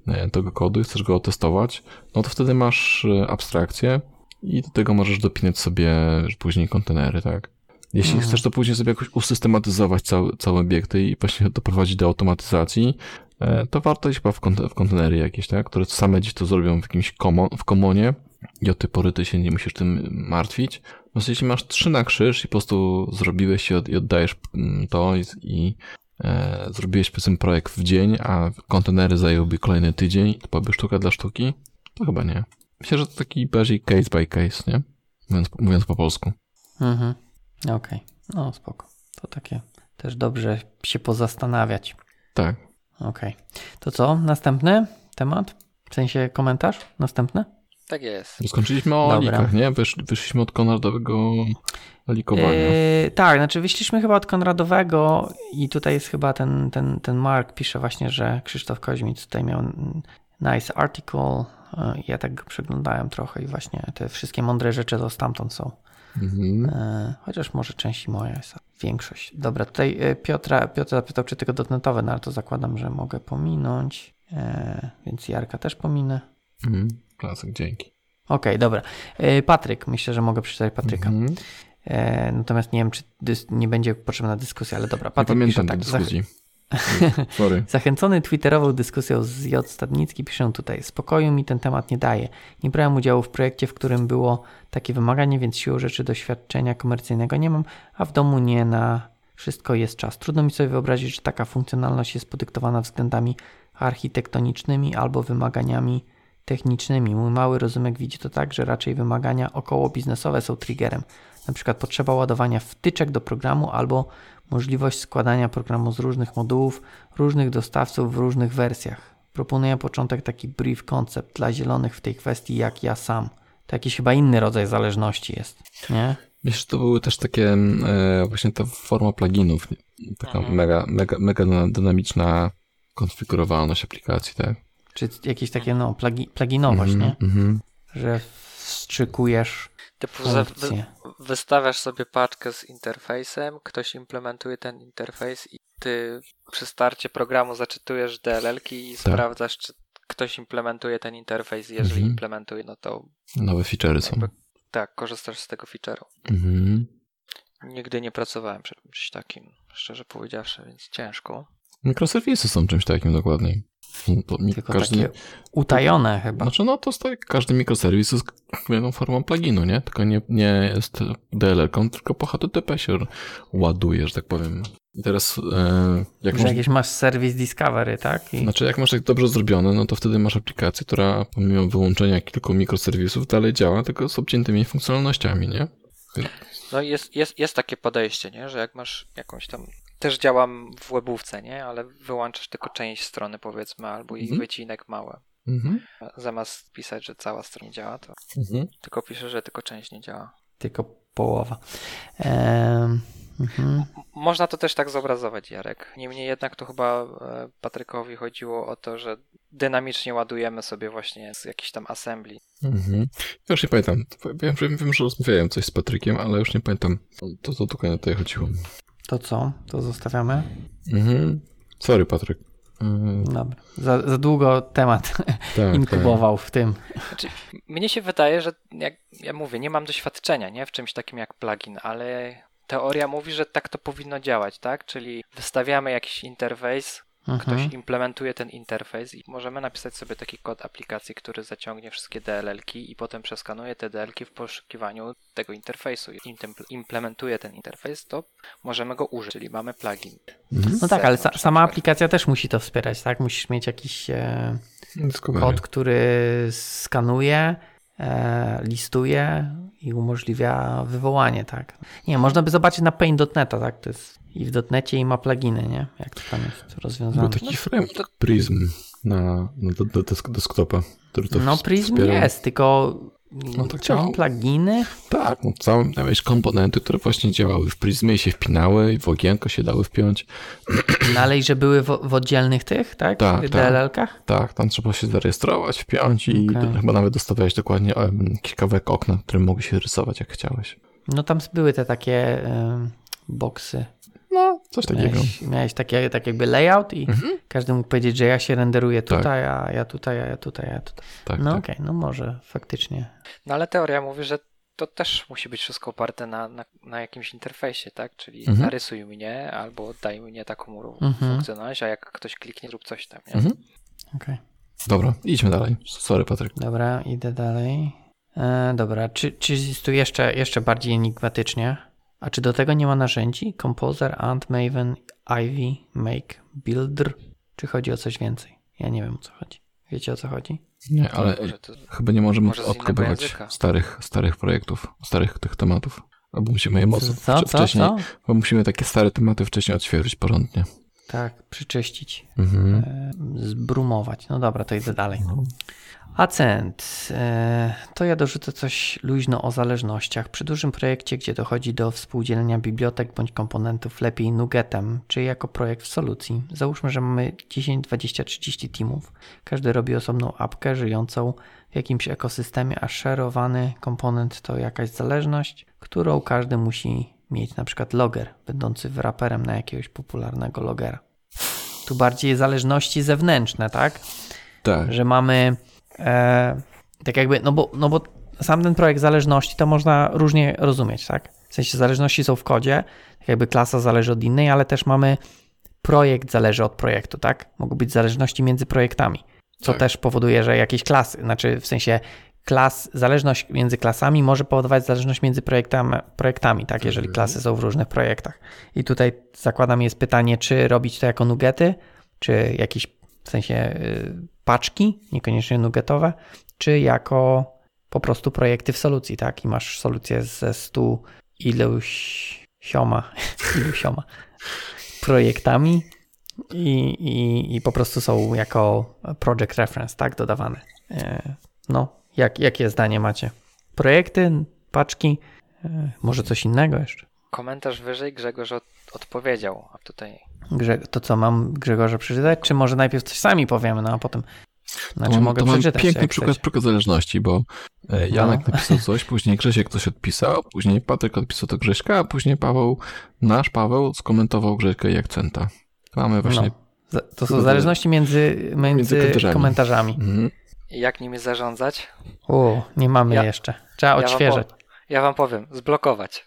tego kodu i chcesz go otestować, no to wtedy masz abstrakcję i do tego możesz dopinać sobie później kontenery, tak? Jeśli mhm. chcesz to później sobie jakoś usystematyzować cały, całe obiekty i właśnie doprowadzić do automatyzacji, to warto iść chyba w, kont- w kontenery jakieś, tak? Które same gdzieś to zrobią w jakimś komo- w komonie i od tej pory ty się nie musisz tym martwić. No jeśli masz trzy na krzyż i po prostu zrobiłeś i, od- i oddajesz to i, i e, zrobiłeś powiedzmy projekt w dzień, a kontenery zająłby kolejny tydzień, to byłaby sztuka dla sztuki, to chyba nie. Myślę, że to taki bardziej case by case, nie? Mówiąc, mówiąc po polsku. Mhm. Okej, okay. No spoko. To takie też dobrze się pozastanawiać. Tak. Okej. Okay. To co? Następny temat? W sensie komentarz? Następny? Tak jest. Skończyliśmy o Dobra. likach, nie? Wysz, wyszliśmy od konradowego likowania. Yy, tak, znaczy wyszliśmy chyba od konradowego i tutaj jest chyba ten, ten, ten Mark pisze właśnie, że Krzysztof Koźmic tutaj miał nice article. Ja tak go przeglądałem trochę i właśnie te wszystkie mądre rzeczy to stamtąd są. Mhm. Chociaż może część moja jest, większość. Dobra, tutaj Piotra, Piotr zapytał, czy tylko dotnetowe, no ale to zakładam, że mogę pominąć, więc Jarka też pominę. Mhm. Klasyk, dzięki. Okej, okay, dobra. Patryk, myślę, że mogę przeczytać Patryka. Mhm. Natomiast nie wiem, czy dys- nie będzie potrzebna dyskusja, ale dobra. Patryk nie pisze pamiętam tak. tej dyskusji. Sorry. Zachęcony twitterową dyskusją z J. Stadnicki piszę tutaj: spokoju mi ten temat nie daje. Nie brałem udziału w projekcie, w którym było takie wymaganie, więc siłą rzeczy doświadczenia komercyjnego nie mam, a w domu nie na wszystko jest czas. Trudno mi sobie wyobrazić, że taka funkcjonalność jest podyktowana względami architektonicznymi albo wymaganiami technicznymi. Mój mały rozumek widzi to tak, że raczej wymagania około biznesowe są triggerem. Na przykład potrzeba ładowania wtyczek do programu albo możliwość składania programu z różnych modułów, różnych dostawców w różnych wersjach. Proponuję początek taki brief concept dla zielonych w tej kwestii jak ja sam. To jakiś chyba inny rodzaj zależności jest, nie? Myślę, że to były też takie e, właśnie ta forma pluginów, taka mhm. mega, mega, mega dynamiczna konfigurowalność aplikacji, tak? Czy jakieś takie no plagi, pluginowość, mm-hmm, nie? Mm-hmm. Że wstrzykujesz typu wy, wystawiasz sobie paczkę z interfejsem, ktoś implementuje ten interfejs i ty przy starcie programu zaczytujesz D L L-ki i tak. sprawdzasz, czy ktoś implementuje ten interfejs. Jeżeli mm-hmm. implementuje, no to nowe feature'y są. Tak, korzystasz z tego feature'u. Mm-hmm. Nigdy nie pracowałem przy czymś takim, szczerze powiedziawszy, więc ciężko. Mikroserwisy są czymś takim dokładnie. To Tylko każdy, takie utajone chyba. Znaczy no to jest tak, każdy mikroserwis jest jedną formą pluginu, nie? Tylko nie, nie jest D L L-ką, tylko po H T T P się ładuje, że tak powiem. I teraz e, jak że masz... jakieś masz service discovery, tak? I... Znaczy jak masz tak dobrze zrobione, no to wtedy masz aplikację, która pomimo wyłączenia kilku mikroserwisów dalej działa, tylko z obciętymi funkcjonalnościami, nie? No i jest, jest, jest takie podejście, nie? Że jak masz jakąś tam... Też działam w webówce, nie? Ale wyłączasz tylko część strony, powiedzmy, albo jej mm-hmm. wycinek mały. Mm-hmm. Zamiast pisać, że cała strona nie działa, to mm-hmm. tylko piszę, że tylko część nie działa. Tylko połowa. Ehm, mm-hmm. Można to też tak zobrazować, Jarek. Niemniej jednak to chyba Patrykowi chodziło o to, że dynamicznie ładujemy sobie właśnie z jakichś tam assembly. Mhm. Ja już nie pamiętam. Wiem, wiem, wiem, że rozmawiałem coś z Patrykiem, ale już nie pamiętam. To co dokładnie tutaj chodziło. To co? To zostawiamy? Mhm. Sorry, Patryk. Dobra. Za, za długo temat tak, inkubował tak. w tym. Znaczy, mnie się wydaje, że jak ja mówię, nie mam doświadczenia, nie, w czymś takim jak plugin, ale teoria mówi, że tak to powinno działać, tak? Czyli wystawiamy jakiś interfejs, mhm. ktoś implementuje ten interfejs i możemy napisać sobie taki kod aplikacji, który zaciągnie wszystkie D L L-ki i potem przeskanuje te D L L-ki w poszukiwaniu tego interfejsu. Jeśli implementuje ten interfejs, to możemy go użyć, czyli mamy plugin. Mhm. No tak, ale sa- sama aplikacja też musi to wspierać, tak? Musisz mieć jakiś e, kod, który skanuje, e, listuje i umożliwia wywołanie, tak? Nie, można by zobaczyć na paint kropka net, tak? To jest i w dotnecie i ma pluginy, nie? Jak to tam jest rozwiązane. Był taki framework Prism na, na do, do desk, desktopa, który to No Prism wspierał. Jest, tylko no tak działało. Pluginy? Tak, no całe miałeś komponenty, które właśnie działały w Prismie i się wpinały i w okienko się dały wpiąć. No ale i że były w, w oddzielnych tych, tak? Tak, D L L-kach? Tak, tam trzeba się zarejestrować, wpiąć i okay. do, chyba nawet dostawałeś dokładnie um, jakiś kawałek okna, który mogli się rysować jak chciałeś. No tam były te takie um, boksy. No, Coś takiego. Miałeś, miałeś takie, tak jakby layout i Mhm. każdy mógł powiedzieć, że ja się renderuję Tak. tutaj, a ja tutaj, a ja tutaj, a ja tutaj. Tak, No tak. okej, no może faktycznie. No ale teoria mówi, że to też musi być wszystko oparte na, na, na jakimś interfejsie, tak? Czyli Mhm. narysuj mnie albo daj mnie taką Mhm. funkcjonalność, a jak ktoś kliknie, zrób coś tam, nie? Mhm. Okej. Dobra, idźmy dalej. Sorry, Patryk. Dobra, idę dalej. E, dobra, czy, czy jest tu jeszcze, jeszcze bardziej enigmatycznie? A czy do tego nie ma narzędzi? Composer, Ant, Maven, Ivy, Make, Builder? Czy chodzi o coś więcej? Ja nie wiem, o co chodzi. Wiecie, o co chodzi? Nie, ale Może to, chyba nie możemy Może z innego odkrywać języka. starych, starych projektów, starych tych tematów. Albo musimy je mocno Co, co, wcześniej, co? bo musimy takie stare tematy wcześniej odświeżyć porządnie. Tak, przyczyścić, Mhm. e, zbrumować. No dobra, to idę dalej. No. Accent. E, To ja dorzucę coś luźno o zależnościach. Przy dużym projekcie, gdzie dochodzi do współdzielenia bibliotek bądź komponentów, lepiej nugetem, czy jako projekt w solucji. Załóżmy, że mamy dziesięć, dwadzieścia, trzydzieści teamów. Każdy robi osobną apkę żyjącą w jakimś ekosystemie, a szerowany komponent to jakaś zależność, którą każdy musi mieć, na przykład logger, będący wraperem na jakiegoś popularnego logera. Tu bardziej zależności zewnętrzne, tak? Tak. Że mamy e, tak jakby, no bo, no bo sam ten projekt zależności to można różnie rozumieć, tak? W sensie zależności są w kodzie, tak jakby klasa zależy od innej, ale też mamy projekt zależy od projektu, tak? Mogą być zależności między projektami, co Tak. też powoduje, że jakieś klasy, znaczy w sensie klas, zależność między klasami może powodować zależność między projektami, projektami, tak? Jeżeli Mhm. klasy są w różnych projektach. I tutaj zakładam jest pytanie, czy robić to jako nugety, czy jakieś w sensie y, paczki, niekoniecznie nugetowe, czy jako po prostu projekty w solucji, tak? I masz solucję ze stu iluś sioma, ilusioma projektami i, i, i po prostu są jako project reference, tak? Dodawane. Y, No, jak, jakie zdanie macie? Projekty, paczki, y, może coś innego jeszcze? komentarz wyżej Grzegorz od, odpowiedział, a tutaj Grze, to co, mam Grzegorza przeczytać? Czy może najpierw coś sami powiemy, no a potem... Znaczy to mam, mogę to mam przeczytać, piękny jak przykład, chcecie. przykład zależności, bo e, Janek No. napisał coś, później Grzesiek coś odpisał, później Patryk odpisał to Grześka, a później Paweł, nasz Paweł skomentował Grześka i akcenta. Mamy właśnie... No. Za- To są Przykład zależności między, między, między komentarzami. komentarzami. Mhm. jak nimi zarządzać? O, nie mamy Ja- jeszcze. Trzeba ja wam odświeżać. Ja wam powiem, zblokować.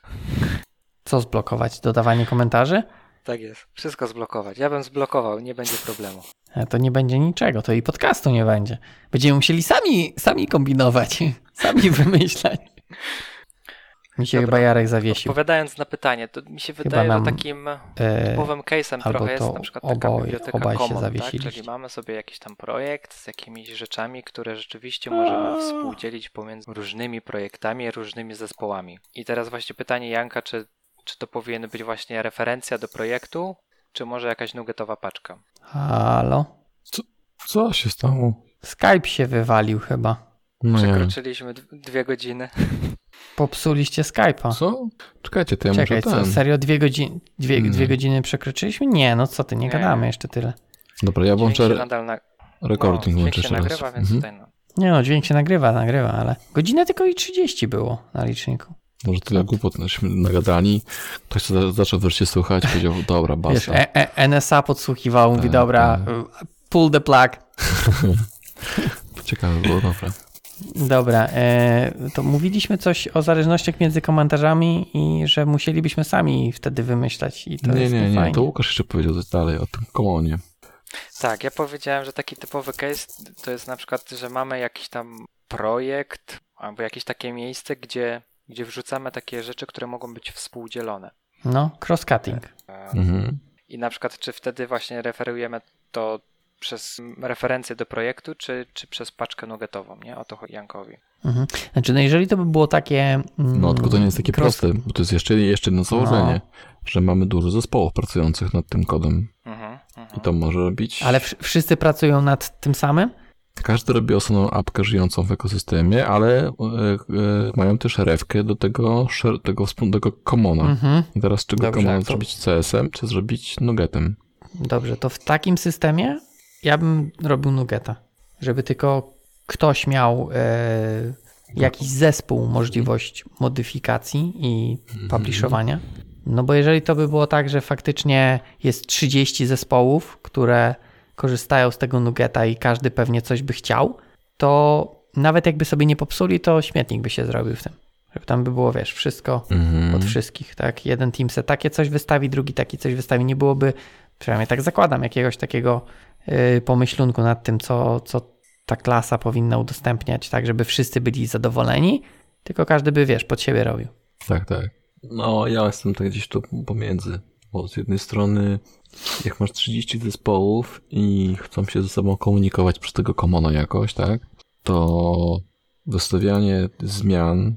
Co zblokować? Dodawanie komentarzy? Tak jest, wszystko zblokować. Ja bym zblokował, nie będzie problemu. E, To nie będzie niczego, to i podcastu nie będzie. Będziemy musieli sami, sami kombinować, sami wymyślać. Mi się Dobra. chyba Jarek zawiesił. Odpowiadając na pytanie, to mi się wydaje, nam, że takim E, typowym case'em albo trochę jest to na przykład taka obaj- biblioteka obaj się Common, tak? zawiesiliście. Czyli mamy sobie jakiś tam projekt z jakimiś rzeczami, które rzeczywiście możemy współdzielić pomiędzy różnymi projektami, różnymi zespołami. I teraz właśnie pytanie Janka, czy, czy to powinien być właśnie referencja do projektu, czy może jakaś nuggetowa paczka? Halo? Co się stało? Skype się wywalił chyba. No nie. Przekroczyliśmy d- dwie godziny. Popsuliście Skype'a. Co? Czekajcie, to ja Czekaj, muszę co, ten... serio dwie, godzin, dwie, Mm. dwie godziny przekroczyliśmy? Nie, no co ty, nie, Nie. gadamy jeszcze tyle. Dobra, ja Dźwięk włączę się re- nadal na... recording, no, włączę dźwięk się jeszcze raz. nagrywa, więc Mhm. tutaj no. Nie no, dźwięk się nagrywa, nagrywa, ale godzinę tylko i trzydzieści było na liczniku. Może tyle głupot żeśmy nagadali. Ktoś co zaczął wreszcie słuchać, powiedział, dobra, Wiesz, basta. e, e, N S A podsłuchiwał, mówi, Tak, dobra, tak. pull the plug. Ciekawe było, dobra. Dobra, e, to mówiliśmy coś o zależnościach między komentarzami i że musielibyśmy sami wtedy wymyślać i to Nie, jest nie, nie, fajnie. to Łukasz jeszcze powiedział coś dalej o tym komonie. Tak, ja powiedziałem, że taki typowy case to jest na przykład, że mamy jakiś tam projekt albo jakieś takie miejsce, gdzie, gdzie wrzucamy takie rzeczy, które mogą być współdzielone. No, cross-cutting. E, Mhm. I na przykład, czy wtedy właśnie referujemy to przez referencję do projektu, czy, czy przez paczkę nuggetową, nie? O to chodzi Jankowi. Mhm. Znaczy, no jeżeli to by było takie... mm, No, tylko to nie jest takie cross- proste, bo to jest jeszcze, jeszcze jedno założenie, że mamy dużo zespołów pracujących nad tym kodem Mhm, mhm. i to może robić... Ale w- wszyscy pracują nad tym samym? Każdy robi osobną apkę żyjącą w ekosystemie, ale e, e, mają też rewkę do tego, sze- tego wspólnego commona. Mhm. I teraz czego Dobrze, common to- zrobić C S M, czy zrobić nuggetem? Dobrze, to w takim systemie ja bym robił nuggeta, żeby tylko ktoś miał e, jakiś zespół możliwość modyfikacji i publiszowania, No bo jeżeli to by było tak, że faktycznie jest trzydzieści zespołów, które korzystają z tego Nugeta i każdy pewnie coś by chciał, to nawet jakby sobie nie popsuli, to śmietnik by się zrobił w tym. Żeby tam by było, wiesz, wszystko Mhm. od wszystkich, tak? Jeden team se takie coś wystawi, drugi taki coś wystawi. Nie byłoby, przynajmniej tak zakładam, jakiegoś takiego yy, pomyślunku nad tym, co, co ta klasa powinna udostępniać, tak, żeby wszyscy byli zadowoleni, tylko każdy by, wiesz, pod siebie robił. Tak, tak. No, ja jestem tak gdzieś tu pomiędzy, bo z jednej strony jak masz trzydzieści zespołów i chcą się ze sobą komunikować przez tego commona jakoś, tak, to wystawianie zmian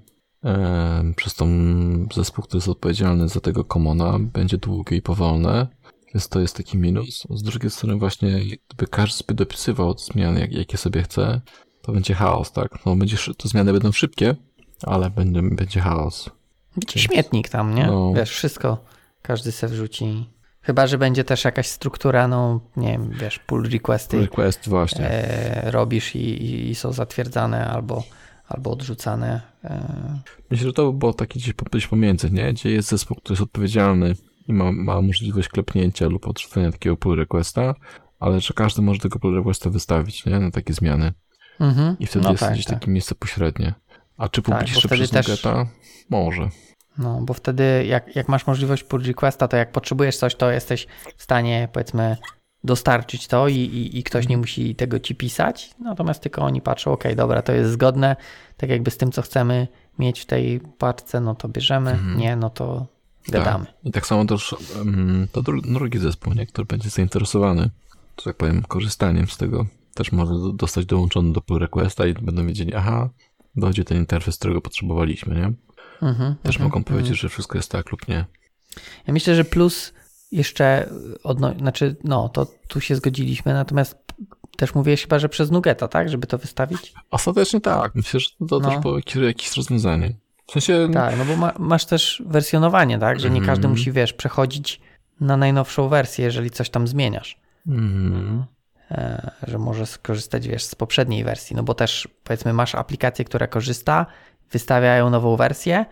e, przez tą zespół, który jest odpowiedzialny za tego commona, będzie długie i powolne, więc to jest taki minus. Z drugiej strony właśnie, gdyby każdy sobie dopisywał zmiany, jak, jakie sobie chce, to będzie chaos, tak? No, będzie, to zmiany będą szybkie, ale będzie, będzie chaos. Śmietnik tam, nie? No. Wiesz, wszystko każdy se wrzuci. Chyba, że będzie też jakaś struktura, no nie wiem, wiesz, pull requesty Request właśnie. e, robisz i, i, i są zatwierdzane albo, albo odrzucane. E. Myślę, że to by było takie gdzieś, gdzieś pomiędzy, nie? Gdzie jest zespół, który jest odpowiedzialny i ma, ma możliwość klepnięcia lub odrzucenia takiego pull requesta, ale że każdy może tego pull requesta wystawić, nie? Na takie zmiany. Mhm. I wtedy No jest tak, gdzieś tak. takie miejsce pośrednie. A czy Tak, publicznie bo wtedy przez też- Nugeta? Może. No, bo wtedy jak, jak masz możliwość pull requesta, to jak potrzebujesz coś, to jesteś w stanie, powiedzmy, dostarczyć to i, i, i ktoś nie musi tego ci pisać, natomiast tylko oni patrzą, ok, dobra, to jest zgodne, tak jakby z tym, co chcemy mieć w tej paczce, no to bierzemy, Mhm. nie, no to gadamy. Tak. I tak samo też um, to dru- drugi zespół, nie? Który będzie zainteresowany, że tak powiem, korzystaniem z tego, też może do- dostać dołączony do pull requesta i będą wiedzieli, aha, dochodzi ten interfejs, którego potrzebowaliśmy, nie? Mhm, Też mhm, mogą powiedzieć, mhm. że wszystko jest tak lub nie. Ja myślę, że plus jeszcze, odno- znaczy, no, to tu się zgodziliśmy, natomiast też mówiłeś chyba, że przez Nugeta, tak, żeby to wystawić? Ostatecznie tak. Myślę, że to No. też było jakieś, jakieś rozwiązanie. W sensie... Tak, no bo ma, masz też wersjonowanie, tak, że nie każdy Mhm. musi, wiesz, przechodzić na najnowszą wersję, jeżeli coś tam zmieniasz. Mhm. E, że może skorzystać, wiesz, z poprzedniej wersji, no bo też, powiedzmy, masz aplikację, która korzysta, wystawiają nową wersję,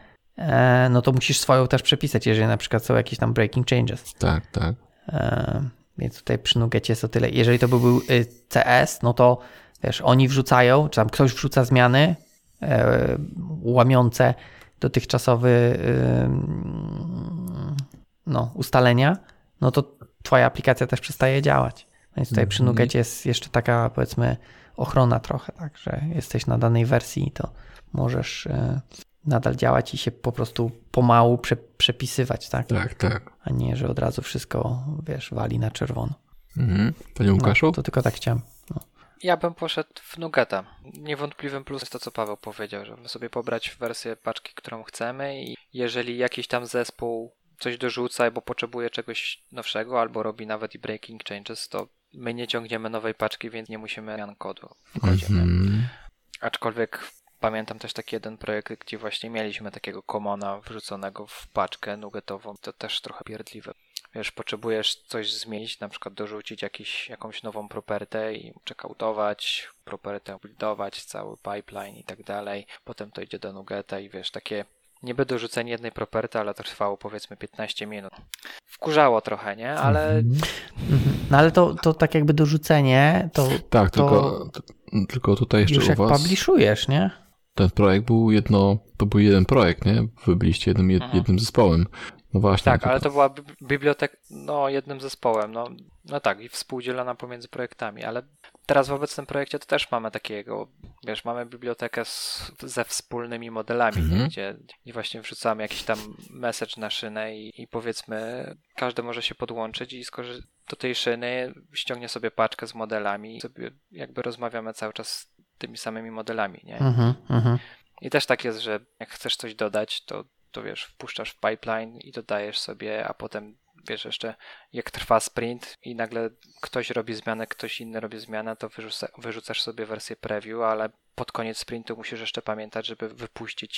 e, no to musisz swoją też przepisać, jeżeli na przykład są jakieś tam breaking changes. Tak, tak. E, więc tutaj przy Nugecie jest o tyle. Jeżeli to by był y, C S, no to wiesz, oni wrzucają, czy tam ktoś wrzuca zmiany e, łamiące dotychczasowy y, no, ustalenia, no to twoja aplikacja też przestaje działać. Więc tutaj przy Mhm. Nugecie jest jeszcze taka, powiedzmy, ochrona trochę, tak, że jesteś na danej wersji, to możesz y, nadal działać i się po prostu pomału prze, przepisywać, tak? Tak, tak. A nie, że od razu wszystko, wiesz, wali na czerwono. Mhm. Panie Łukaszu? No, to tylko tak chciałem. No. Ja bym poszedł w Nugeta. Niewątpliwym plus jest to, co Paweł powiedział, że możemy sobie pobrać wersję paczki, którą chcemy i jeżeli jakiś tam zespół coś dorzuca albo potrzebuje czegoś nowszego, albo robi nawet i breaking changes, to my nie ciągniemy nowej paczki, więc nie musimy zmian kodu w kodzie. nie? Mhm. Aczkolwiek pamiętam też taki jeden projekt, gdzie właśnie mieliśmy takiego commona wrzuconego w paczkę nugetową. To też trochę pierdliwe. Wiesz, potrzebujesz coś zmienić, na przykład dorzucić jakiś, jakąś nową propertę i checkoutować, propertę buildować, cały pipeline i tak dalej. Potem to idzie do Nugeta i wiesz, takie niby dorzucenie jednej property, ale to trwało powiedzmy piętnaście minut. Wkurzało trochę, nie? Ale Mhm. Mhm. No ale to, to tak jakby dorzucenie, to Tak, to tylko, t- tylko tutaj jeszcze już u jak was publishujesz, nie? ten projekt był jedno, to był jeden projekt, nie? Wy byliście jednym, jed, Mhm. jednym zespołem. No właśnie. tak, to- ale to była bib- biblioteka, no jednym zespołem, no, no tak, i współdzielona pomiędzy projektami, ale teraz w obecnym projekcie to też mamy takiego, wiesz, mamy bibliotekę z, ze wspólnymi modelami, Mhm. nie? Gdzie, gdzie właśnie wrzucamy jakiś tam message na szynę i, i powiedzmy każdy może się podłączyć i skorzy- do tej szyny ściągnie sobie paczkę z modelami i sobie jakby rozmawiamy cały czas z tymi samymi modelami, nie? Mhm, mhm. I też tak jest, że jak chcesz coś dodać, to, to wiesz, wpuszczasz w pipeline i dodajesz sobie, a potem wiesz jeszcze, jak trwa sprint i nagle ktoś robi zmianę, ktoś inny robi zmianę, to wyrzuca, wyrzucasz sobie wersję preview, ale pod koniec sprintu musisz jeszcze pamiętać, żeby wypuścić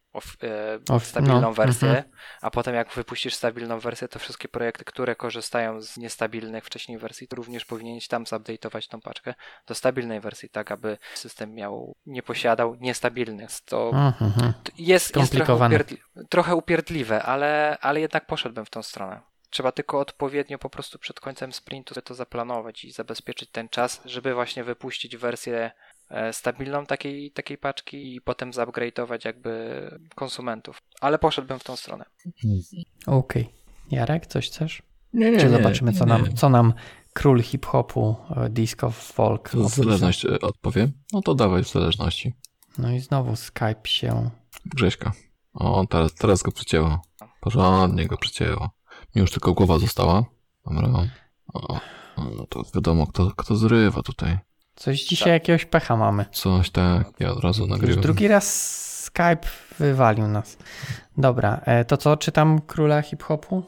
of, e, Of, stabilną no, wersję, mhm. a potem jak wypuścisz stabilną wersję, to wszystkie projekty, które korzystają z niestabilnych wcześniej wersji, to również powinieneś tam zupdate'ować tą paczkę do stabilnej wersji, tak aby system miał, nie posiadał niestabilnych. To Mhm. jest, jest trochę, Skomplikowane. upierdli- trochę upierdliwe, ale, ale jednak poszedłbym w tą stronę. Trzeba tylko odpowiednio po prostu przed końcem sprintu sobie to zaplanować i zabezpieczyć ten czas, żeby właśnie wypuścić wersję e, stabilną takiej, takiej paczki i potem zupgrade'ować jakby konsumentów. Ale poszedłbym w tą stronę. Okej. Jarek, coś chcesz? Nie, nie, Czy nie, zobaczymy, co nie. nam, co nam król hip-hopu, e, disco, folk W opisał? zależności e, odpowiem. No to dawaj w zależności. No i znowu Skype się... Grześka. O, teraz, teraz go przycięło. Porządnie go przycięło. Mi już tylko głowa została. Dobra. O, no to wiadomo, kto, kto zrywa tutaj. Coś dzisiaj jakiegoś pecha mamy. Coś tak, ja od razu Już nagrywam. drugi raz Skype wywalił nas. Dobra, e, to co, czytam króla hip-hopu?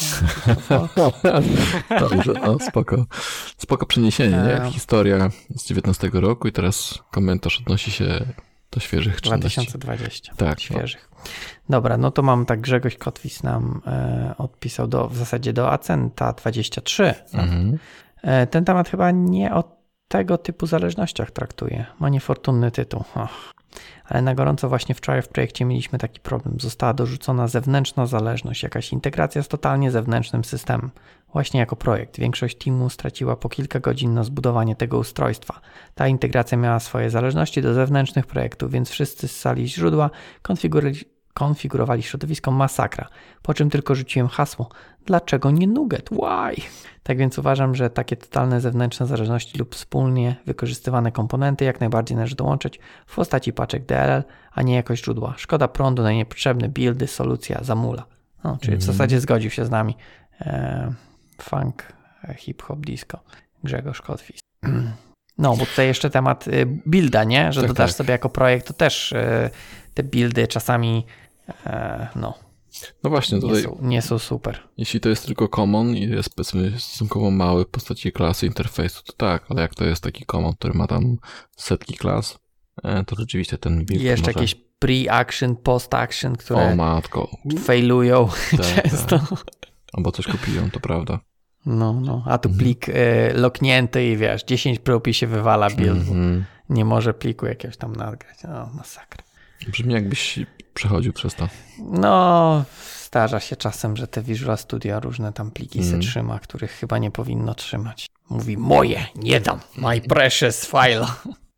Dobrze, no spoko. Spoko przeniesienie, nie? Ehm. Historia z dziewiętnastego roku i teraz komentarz odnosi się do świeżych dwa czynności. tysiące dwudziestego. Tak, Świeżych. Dobra, no to mam tak, Grzegorz Kotwis nam e, odpisał do, w zasadzie do Acenta dwadzieścia trzy. Mhm. E, ten temat chyba nie o tego typu zależnościach traktuje. Ma niefortunny tytuł. Och. Ale na gorąco właśnie wczoraj w projekcie mieliśmy taki problem. Została dorzucona zewnętrzna zależność, jakaś integracja z totalnie zewnętrznym systemem. Właśnie jako projekt. Większość teamu straciła po kilka godzin na zbudowanie tego ustrojstwa. Ta integracja miała swoje zależności do zewnętrznych projektów, więc wszyscy z sali źródła konfigurowali, konfigurowali środowisko masakra. Po czym tylko rzuciłem hasło. Dlaczego nie Nuget? Why? Tak więc uważam, że takie totalne zewnętrzne zależności lub wspólnie wykorzystywane komponenty jak najbardziej należy dołączyć w postaci paczek D L L, a nie jako źródła. Szkoda prądu na niepotrzebne buildy, solucja zamula. No, czyli w Mhm. zasadzie zgodził się z nami. E, funk, e, hip-hop, disco. Grzegorz Kotwis. No, bo tutaj jeszcze temat y, builda, nie? Że Tak, dodasz tak. sobie jako projekt, to też y, te buildy czasami e, no, No właśnie, nie, tutaj są, nie są super. jeśli to jest tylko common i jest powiedzmy stosunkowo mały w postaci klasy interfejsu, to tak, ale jak to jest taki common, który ma tam setki klas, e, to rzeczywiście ten I build jeszcze może... jakieś pre-action, post-action, O które matko, failują tak, często. tak. Albo coś kupiłem, to prawda. No, no. A tu Mhm. plik y, loknięty i wiesz, dziesięć prób i się wywala build. Mhm. Nie może pliku jakiegoś tam nagrać. No, masakra. Brzmi jakbyś przechodził przez to. No, zdarza się czasem, że te Visual Studio różne tam pliki Mm. se trzyma, których chyba nie powinno trzymać. Mówi, moje, nie dam, my precious file.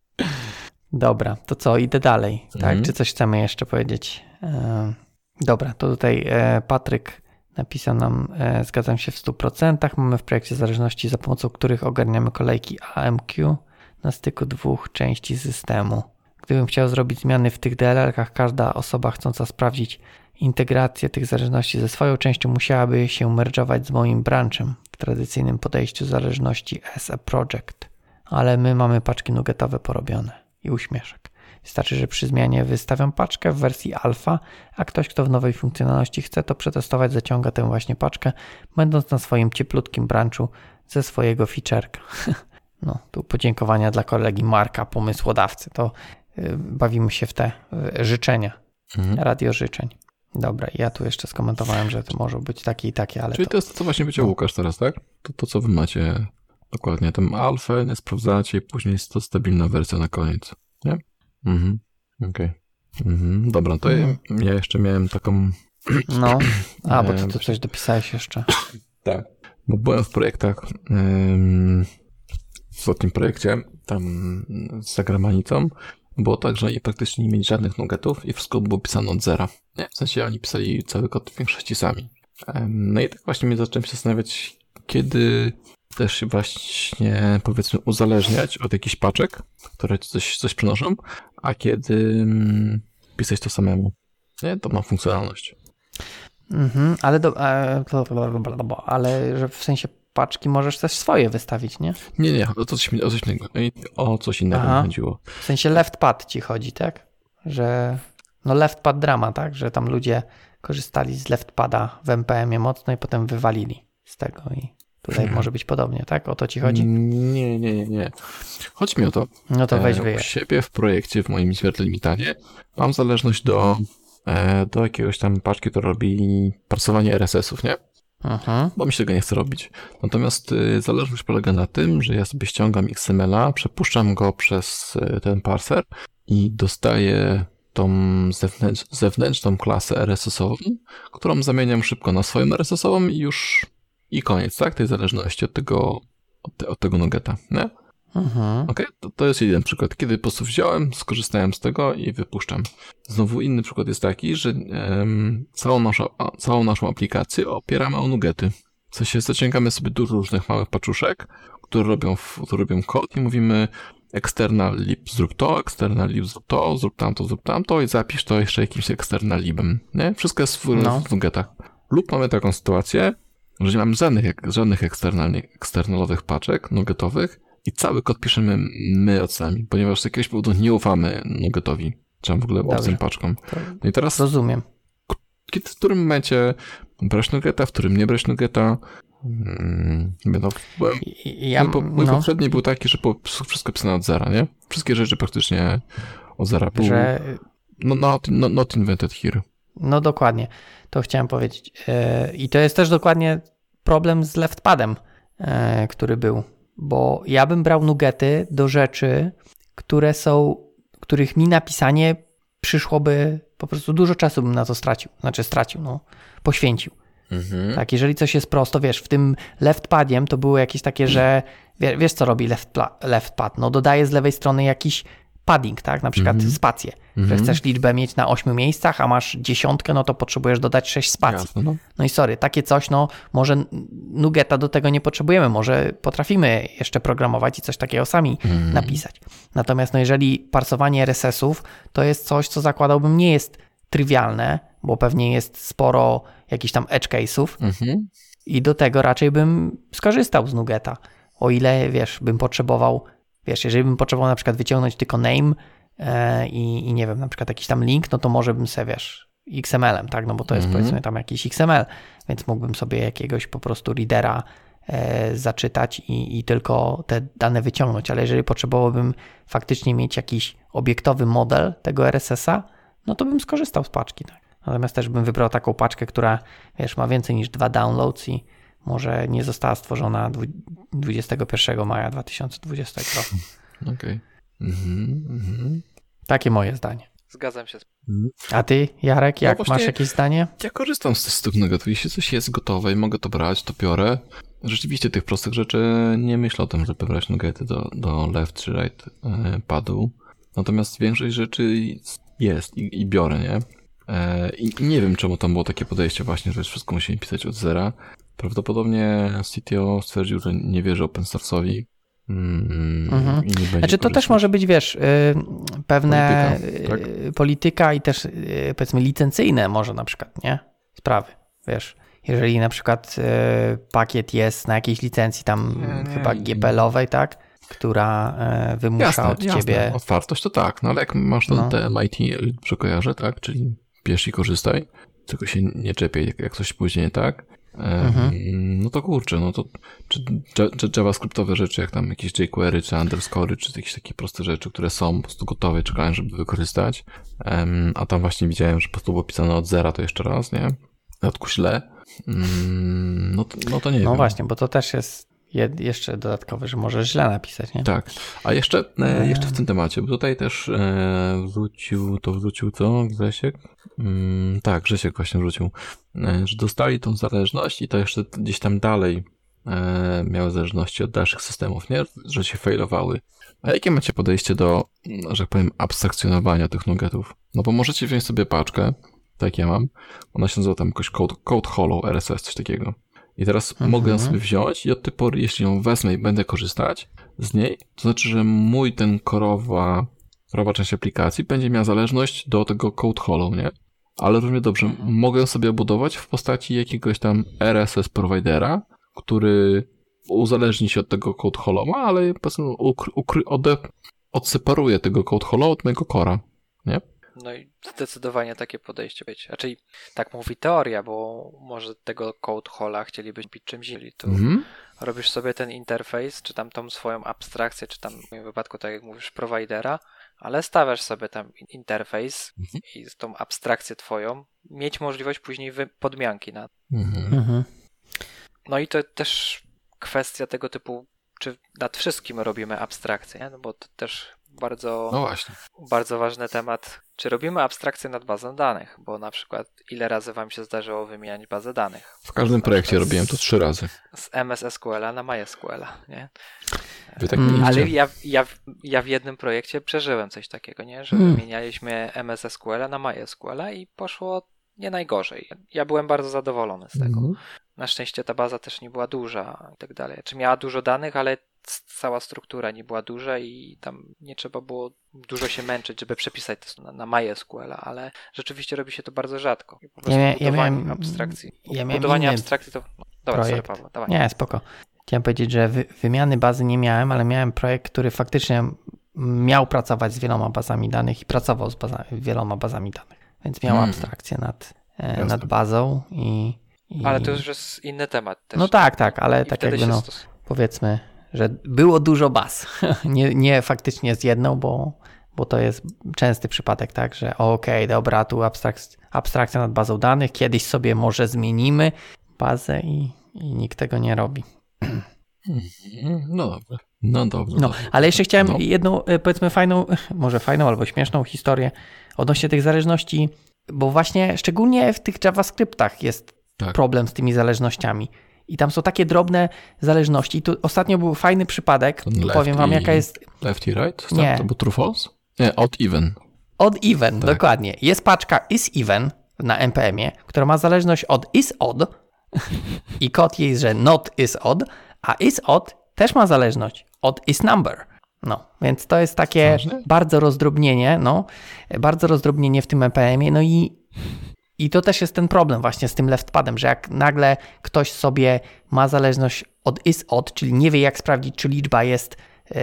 Dobra, to co, idę dalej, tak? Mhm. Czy coś chcemy jeszcze powiedzieć? E, dobra, to tutaj e, Patryk napisał nam, e, zgadzam się w stu procentach, mamy w projekcie zależności, za pomocą których ogarniamy kolejki A M Q na styku dwóch części systemu. Gdybym chciał zrobić zmiany w tych D L L-kach, każda osoba chcąca sprawdzić integrację tych zależności ze swoją częścią musiałaby się merge'ować z moim branchem w tradycyjnym podejściu zależności as a project. Ale my mamy paczki nuggetowe porobione i uśmieszek. Wystarczy, że przy zmianie wystawiam paczkę w wersji alfa, a ktoś, kto w nowej funkcjonalności chce to przetestować, zaciąga tę właśnie paczkę, będąc na swoim cieplutkim branchu ze swojego feature'ka. No, tu podziękowania dla kolegi Marka, pomysłodawcy. To yy, bawimy się w te yy, życzenia, Mhm. radio życzeń. Dobra, ja tu jeszcze skomentowałem, że to może być takie i takie, ale Czyli to... to jest to, co właśnie powiedział no. Łukasz teraz, tak? To, to co wy macie dokładnie, tę alfę, nie sprawdzacie i później jest to stabilna wersja na koniec, nie? Mhm, okej. Mhm. Dobra, to ja, ja jeszcze miałem taką... No, a, bo ty Miałem tu coś dopisałeś jeszcze. Tak. Bo byłem w projektach, ym, w ostatnim projekcie, tam za granicą, było tak, że oni praktycznie nie mieli żadnych nuggetów i wszystko było pisane od zera. Nie? W sensie oni pisali cały kod w większości sami. Ym, no i tak właśnie mnie zacząłem się zastanawiać, kiedy też się właśnie, powiedzmy, uzależniać od jakichś paczek, które ci coś, coś przynoszą, a kiedy ym, pisać to samemu. Nie? To ma funkcjonalność. Mhm, ale, do, e, ale że w sensie paczki możesz też swoje wystawić, nie? Nie, nie, o coś, o coś innego. O coś innego Aha. mi chodziło. W sensie left pad ci chodzi, tak? Że no left pad drama, tak? Że tam ludzie korzystali z left pada w N P M ie mocno i potem wywalili z tego i tutaj Hmm. może być podobnie, tak? O to ci chodzi? Nie, nie, nie, nie. Chodzi mi o to, No to weź e, u wyjaśnij. siebie w projekcie, w moim zwiertlimitanie mam zależność do e, do jakiegoś tam paczki, która robi parsowanie er es esów, nie? Mhm. Bo mi się tego nie chce robić. Natomiast y, zależność polega na tym, że ja sobie ściągam X M L a, przepuszczam go przez y, ten parser i dostaję tą zewnętrz, zewnętrzną klasę er es esową, którą zamieniam szybko na swoją er es esową i już i koniec, tak? Tej zależności od tego, od, te, od tego nuggeta, nie? Mhm. Okej, to, to jest jeden przykład. Kiedy po prostu wziąłem, skorzystałem z tego i wypuszczam. Znowu inny przykład jest taki, że em, całą, naszą, a, całą naszą aplikację opieramy o nuggety. W sensie zaciągamy sobie dużo różnych małych paczuszek, które robią, w- które robią kod i mówimy external lib zrób to, external lib zrób to, zrób tamto, zrób tamto i zapisz to jeszcze jakimś external libem. Nie? Wszystko jest w, No. w nuggetach. Lub mamy taką sytuację, że nie mamy żadnych, żadnych eksternalnych, eksternalowych paczek nuggetowych, i cały kod piszemy my od sami, ponieważ z jakiegoś powodu nie ufamy nuggetowi, czy tam w ogóle Dobrze. obcym paczkom. To No i teraz, rozumiem. kiedy, w którym momencie brać nuggeta, w którym nie brać nuggeta, hmm, no, byłem, I- i Ja, mój, po, mój no, poprzedni był taki, że po, wszystko pisane od zera, nie? Wszystkie rzeczy praktycznie od zera. Był, że no, not, no, not invented here. No dokładnie, to chciałem powiedzieć. Yy, I to jest też dokładnie problem z leftpadem, yy, który był, bo ja bym brał nuggety do rzeczy, które są, których mi napisanie przyszłoby, po prostu dużo czasu bym na to stracił, znaczy stracił, no, poświęcił. Mhm. Tak, jeżeli coś jest prosto, wiesz, w tym leftpadiem to było jakieś takie, że wie, wiesz co robi leftpla- leftpad, no dodaje z lewej strony jakiś padding, tak, na przykład Mhm. spację, że Mhm. chcesz liczbę mieć na ośmiu miejscach, a masz dziesiątkę, no to potrzebujesz dodać sześć spacji. Jasne, no. No i sorry, takie coś, no może nuggeta do tego nie potrzebujemy, może potrafimy jeszcze programować i coś takiego sami Mhm. napisać. Natomiast no jeżeli parsowanie er es esów to jest coś, co zakładałbym nie jest trywialne, bo pewnie jest sporo jakichś tam edge case'ów Mhm. i do tego raczej bym skorzystał z nuggeta. O ile, wiesz, bym potrzebował, wiesz, jeżeli bym potrzebował na przykład wyciągnąć tylko name e, i, i nie wiem, na przykład jakiś tam link, no to może bym sobie, wiesz, X M L-em, tak, no bo to jest Mhm. powiedzmy tam jakiś X M L, więc mógłbym sobie jakiegoś po prostu readera e, zaczytać i, i tylko te dane wyciągnąć, ale jeżeli potrzebowałbym faktycznie mieć jakiś obiektowy model tego er es esa, no to bym skorzystał z paczki, tak. Natomiast też bym wybrał taką paczkę, która, wiesz, ma więcej niż dwa downloads i może nie została stworzona dwudziestego pierwszego maja dwa tysiące dwudziestego roku. Okej. Mhm. Mhm. Takie moje zdanie. Zgadzam się. Mhm. A ty, Jarek, jak No właśnie- masz jakieś zdanie? Ja korzystam z, z tych nuggetów. Jeśli coś jest gotowe i mogę to brać, to biorę. Rzeczywiście tych prostych rzeczy nie myślę o tym, żeby brać nuggety do, do left czy right e, padu. Natomiast większość rzeczy jest i, i biorę, nie? E, I i nie wiem, czemu tam było takie podejście właśnie, że wszystko musimy pisać od zera. Prawdopodobnie C T O stwierdził, że nie wierzy open source'owi. Mm, Mhm. i nie będzie Znaczy to też korzystał. może być, wiesz, y, pewne Polityka, tak? y, polityka i też y, powiedzmy licencyjne może na przykład, nie? Sprawy, wiesz. Jeżeli na przykład y, pakiet jest na jakiejś licencji tam Nie, nie. chyba G P L-owej, tak? Która y, wymusza Jasne, od jasne. ciebie... Otwartość to tak, no ale jak masz to No. te M I T, dobrze kojarzę, tak? Czyli bierz i korzystaj, tylko się nie czepiaj, jak, jak coś później nie tak. Mhm. Um, no to kurczę, no to czy, czy, czy JavaScriptowe rzeczy, jak tam jakieś jQuery, czy underscore'y, czy jakieś takie proste rzeczy, które są po prostu gotowe, czekają, żeby wykorzystać. Um, a tam właśnie widziałem, że po prostu było pisane od zera, to jeszcze raz, nie? W dodatku źle. Um, no, to, no to nie No wiem. właśnie, bo to też jest jed, jeszcze dodatkowe, że możesz źle napisać, nie? Tak, a jeszcze, e, jeszcze w tym temacie, bo tutaj też e, wrzucił, to wrzucił co? Grzesiek? Mm, tak, Grzesiek właśnie wrzucił, e, że dostali tą zależność i to jeszcze gdzieś tam dalej e, miały zależności od dalszych systemów, nie? Że się failowały. A jakie macie podejście do, że tak powiem, abstrakcjonowania tych nuggetów? No bo możecie wziąć sobie paczkę, tak jak ja mam, ona się nazywa tam jakoś Code, Code Hollow R S S, coś takiego. I teraz Mhm. mogę ją sobie wziąć i od tej pory, jeśli ją wezmę i będę korzystać z niej, to znaczy, że mój ten korowa, korowa część aplikacji będzie miała zależność do tego Code Hollow, nie? Ale równie dobrze Mhm. mogę ją sobie budować w postaci jakiegoś tam R S S providera, który uzależni się od tego Code Hollowa, ale powiedzmy ukry, ukry, ode, odseparuje tego Code Hollow od mojego cora, nie? No i zdecydowanie takie podejście być. Raczej tak mówi teoria, bo może tego code hola chcieliby być czymś innym. Tu Mhm. robisz sobie ten interfejs, czy tam tą swoją abstrakcję, czy tam w moim wypadku, tak jak mówisz, prowajdera, ale stawiasz sobie tam interfejs mhm. i tą abstrakcję twoją, mieć możliwość później podmianki na. Mhm. Mhm. No i to też kwestia tego typu, czy nad wszystkim robimy abstrakcję, nie? No bo to też bardzo, no właśnie. bardzo ważny temat. Czy robimy abstrakcję nad bazą danych? Bo na przykład ile razy wam się zdarzyło wymieniać bazę danych? W każdym projekcie robiłem to trzy razy. Z M S S Q L a na MySQL a, nie? Wy tak mieliście. Ale ja, ja, ja w jednym projekcie przeżyłem coś takiego, nie? Że Hmm. wymienialiśmy M S S Q L a na MySQL a i poszło nie najgorzej. Ja byłem bardzo zadowolony z tego. Mhm. Na szczęście ta baza też nie była duża i tak dalej. Czy miała dużo danych, ale cała struktura nie była duża i tam nie trzeba było dużo się męczyć, żeby przepisać to na, na MySQL, ale rzeczywiście robi się to bardzo rzadko. I po prostu Ja, mia, ja budowanie miałem abstrakcji. Ja miałem budowanie inny abstrakcji to... No, dobra, sorry, projekt. Paweł, dawaj. Nie, spoko. Chciałem powiedzieć, że wy, wymiany bazy nie miałem, ale miałem projekt, który faktycznie miał pracować z wieloma bazami danych i pracował z baza, wieloma bazami danych. Więc miał Hmm. abstrakcję nad, e, nad bazą i, i... Ale to już jest inny temat też. No tak, tak, ale I tak wtedy jakby się no, stos- powiedzmy, że było dużo baz. nie, nie faktycznie z jedną, bo, bo to jest częsty przypadek, tak, że okej, okay, dobra, tu abstrak- abstrakcja nad bazą danych, kiedyś sobie może zmienimy bazę i, i nikt tego nie robi. No dobrze. No dobrze. No, dobrze. ale jeszcze chciałem No. jedną, powiedzmy fajną, może fajną albo śmieszną historię odnośnie tych zależności, bo właśnie szczególnie w tych JavaScriptach jest Tak. problem z tymi zależnościami. I tam są takie drobne zależności. Tu ostatnio był fajny przypadek, Ten powiem wam left jaka i- jest Left i right? Nie. To był true false? Nie, odd even. odd even, Tak. dokładnie. Jest paczka is even na N P M-ie, która ma zależność od is odd i kod jest, że not is odd, a is odd też ma zależność od is number. No, więc to jest takie Ważne. bardzo rozdrobnienie, no, bardzo rozdrobnienie w tym N P M-ie, no i I to też jest ten problem właśnie z tym leftpadem, że jak nagle ktoś sobie ma zależność od is odd, czyli nie wie jak sprawdzić, czy liczba jest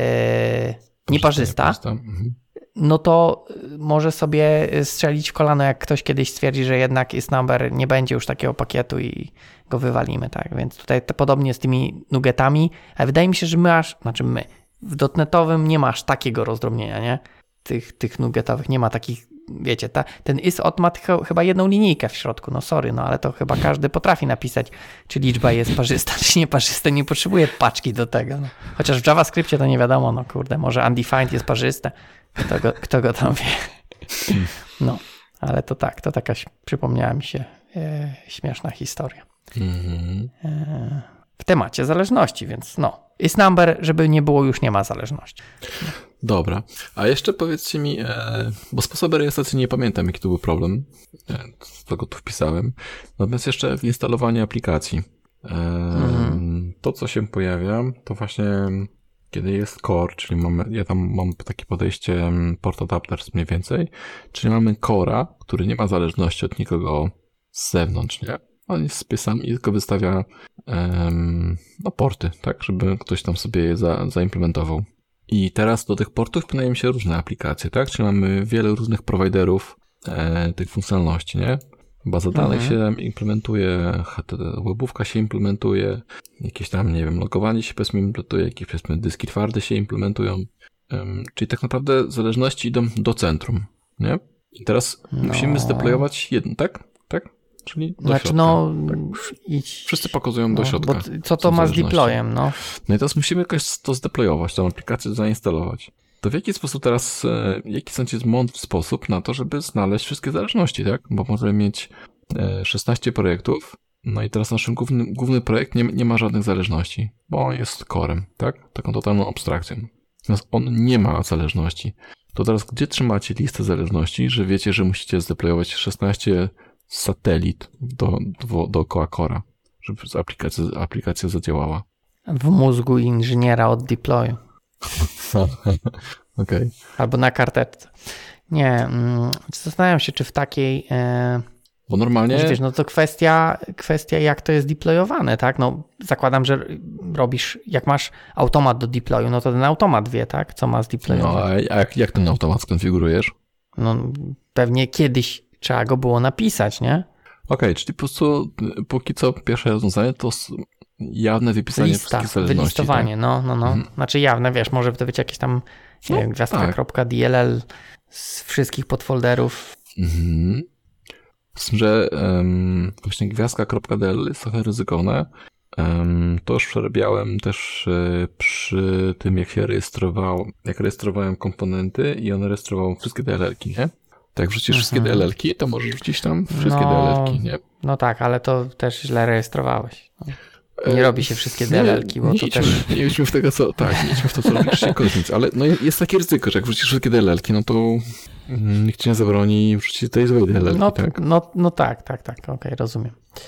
e, nieparzysta, Parzysta, mhm. no to może sobie strzelić w kolano, jak ktoś kiedyś stwierdzi, że jednak is number nie będzie już takiego pakietu i go wywalimy, tak? Więc tutaj to podobnie z tymi nuggetami, ale wydaje mi się, że my aż, znaczy my, w dotnetowym nie masz takiego rozdrobnienia, nie? Tych, tych nuggetowych nie ma takich, wiecie, ta, ten is odd ma tylko chyba jedną linijkę w środku, no sorry, no ale to chyba każdy potrafi napisać, czy liczba jest parzysta, czy nieparzysta, nie potrzebuje paczki do tego, no. Chociaż w JavaScriptie to nie wiadomo, no kurde, może undefined jest parzyste, kto go, kto go tam wie. No, ale to tak, to taka, przypomniała mi się e, śmieszna historia. Mhm. E, w temacie zależności, więc no, is number, żeby nie było, już nie ma zależności. Dobra, a jeszcze powiedzcie mi, e, bo sposoby rejestracji nie pamiętam, jaki to był problem, e, z tego tu wpisałem, natomiast jeszcze w instalowaniu aplikacji. E, Mhm. To, co się pojawia, to właśnie kiedy jest core, czyli mamy, ja tam mam takie podejście mm, port adapters mniej więcej, czyli mamy core'a, który nie ma zależności od nikogo z zewnątrz, nie? On jest spisem i tylko wystawia em, no, porty, tak, żeby ktoś tam sobie je za, zaimplementował. I teraz do tych portów wpinają się różne aplikacje, tak? Czyli mamy wiele różnych prowajderów e, tych funkcjonalności, nie? Baza danych Mhm. się implementuje, H T T P webówka się implementuje, jakieś tam, nie wiem, logowanie się powiedzmy implementuje, jakieś powiedzmy dyski twarde się implementują. Um, czyli tak naprawdę zależności idą do centrum, nie? I teraz No. musimy zdeployować jedno, tak? Tak? Czyli do Znaczy środka. no, Tak. idź. Wszyscy pokazują do no, środka. Bo t- co to są ma z zależności. deployem, no? No i teraz musimy jakoś to zdeployować, tą aplikację zainstalować. To w jaki sposób teraz, e, jaki sądzisz jest mądry sposób na to, żeby znaleźć wszystkie zależności, tak? Bo możemy mieć e, szesnaście projektów, no i teraz nasz główny, główny projekt nie, nie ma żadnych zależności, bo on jest corem, tak? Taką totalną abstrakcją. Natomiast on nie ma zależności. To teraz gdzie trzymacie listę zależności, że wiecie, że musicie zdeployować szesnaście satelit do, do, dookoła cora, żeby aplikacja, aplikacja zadziałała? W mózgu inżyniera od deployu. Okej. Okay. Albo na karteczce. Nie, mm, zastanawiam się, czy w takiej... E, Bo normalnie... Wiesz, no to kwestia, kwestia jak to jest deployowane, tak? No zakładam, że robisz, jak masz automat do deployu, no to ten automat wie, tak? Co ma zdeployować. No a jak, jak ten automat skonfigurujesz? No pewnie kiedyś trzeba go było napisać, nie? Okej, okay, czyli po prostu póki co pierwsze rozwiązanie to jawne wypisanie Lista, wszystkich zależności. wylistowanie, tak? no, no, no. Mhm. Znaczy jawne, wiesz, może to być jakieś tam, nie No, wiem, gwiazdka.dll z wszystkich podfolderów. Mhm. Z tym, że um, właśnie gwiazdka.dl jest trochę ryzykowne. Um, to już przerabiałem też e, przy tym, jak się rejestrował, jak rejestrowałem komponenty i one rejestrowały wszystkie D L L-ki, nie? Tak, jak wrzucisz wszystkie Mhm. D L L-ki, to możesz wrzucić tam wszystkie No, D L L-ki, nie? No tak, ale to też źle rejestrowałeś. No. Nie E, robi się wszystkie D L L-ki, bo nie to idźmy, też... Nie idźmy w tego, co, tak, nie idźmy w to, co robisz się koniec, ale no jest takie ryzyko, że jak wrzucisz wszystkie D L L-ki, no to mm, nikt ci nie zabroni wrzucić tej złej D L L-ki, No, tak? no, no tak, tak, tak, okej, okay, rozumiem.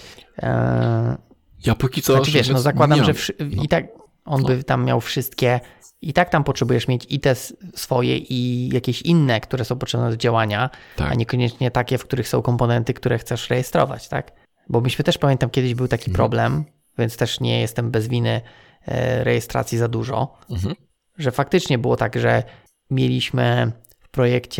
Eee, Ja póki co... znaczy wiesz, no zakładam, nie że mam. wszy- No. i tak on No. by tam miał wszystkie, i tak tam potrzebujesz mieć i te s- swoje i jakieś inne, które są potrzebne do działania, Tak. a niekoniecznie takie, w których są komponenty, które chcesz rejestrować, tak? Bo myśmy też, pamiętam, kiedyś był taki Mhm. problem, więc też nie jestem bez winy e, rejestracji za dużo, Mhm. że faktycznie było tak, że mieliśmy w projekcie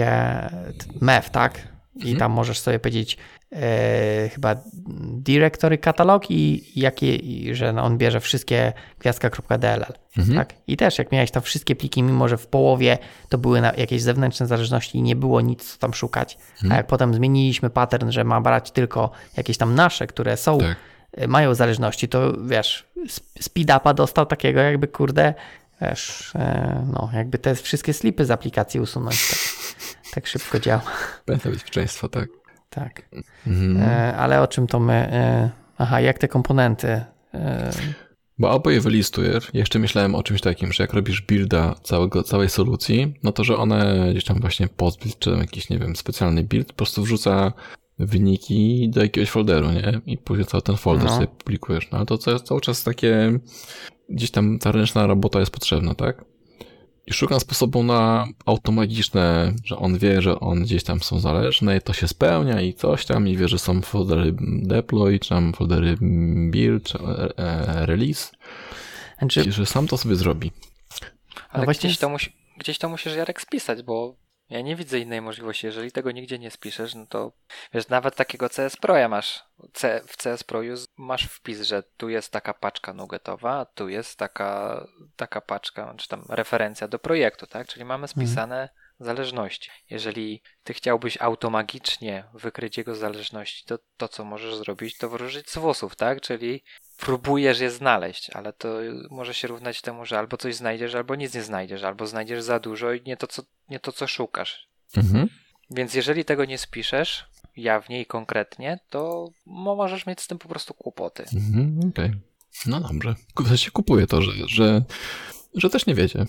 M E F, tak? I Mhm. tam możesz sobie powiedzieć e, chyba directory katalog i jakie, i, że no on bierze wszystkie gwiazdka.dll, Mhm. tak? I też jak miałeś tam wszystkie pliki, mimo że w połowie to były na jakieś zewnętrzne zależności i nie było nic co tam szukać, Mhm. a jak potem zmieniliśmy pattern, że ma brać tylko jakieś tam nasze, które są, Tak. e, mają zależności, to wiesz, sp- speed-upa dostał takiego jakby kurde, wiesz, e, no jakby te wszystkie slipy z aplikacji usunąć, tak, tak szybko działa. Pamięta bezpieczeństwo, tak. Tak. Mhm. E, ale o czym to my... E, aha, jak te komponenty... E, Bo albo je wylistujesz. Jeszcze myślałem o czymś takim, że jak robisz builda całego, całej solucji, no to, że one gdzieś tam właśnie postbuild, czy jakiś, nie wiem, specjalny build, po prostu wrzuca wyniki do jakiegoś folderu, nie? I później cały ten folder No. sobie publikujesz. No ale to cały, cały czas takie, gdzieś tam ta ręczna robota jest potrzebna, tak? I szukam sposobu na automagiczne, że on wie, że on gdzieś tam są zależne i to się spełnia i coś tam i wie, że są foldery deploy, czy tam foldery build, czy e, release znaczy, i że sam to sobie zrobi. Ale właśnie gdzieś, z- to musi, gdzieś to musisz, Jarek, spisać, bo ja nie widzę innej możliwości. Jeżeli tego nigdzie nie spiszesz, no to wiesz, nawet takiego C S Proja masz. C, w C S Proju masz wpis, że tu jest taka paczka nuggetowa, a tu jest taka, taka paczka, czy tam referencja do projektu, tak? Czyli mamy spisane zależności. Jeżeli ty chciałbyś automagicznie wykryć jego zależności, to to, co możesz zrobić, to wróżyć z włosów, tak? Czyli próbujesz je znaleźć, ale to może się równać temu, że albo coś znajdziesz, albo nic nie znajdziesz, albo znajdziesz za dużo i nie to, co, nie to, co szukasz. Mhm. Więc jeżeli tego nie spiszesz jawnie i konkretnie, to możesz mieć z tym po prostu kłopoty. Mhm, okej. Okay. No dobrze. W się kupuje to, że, że, że też nie wiecie.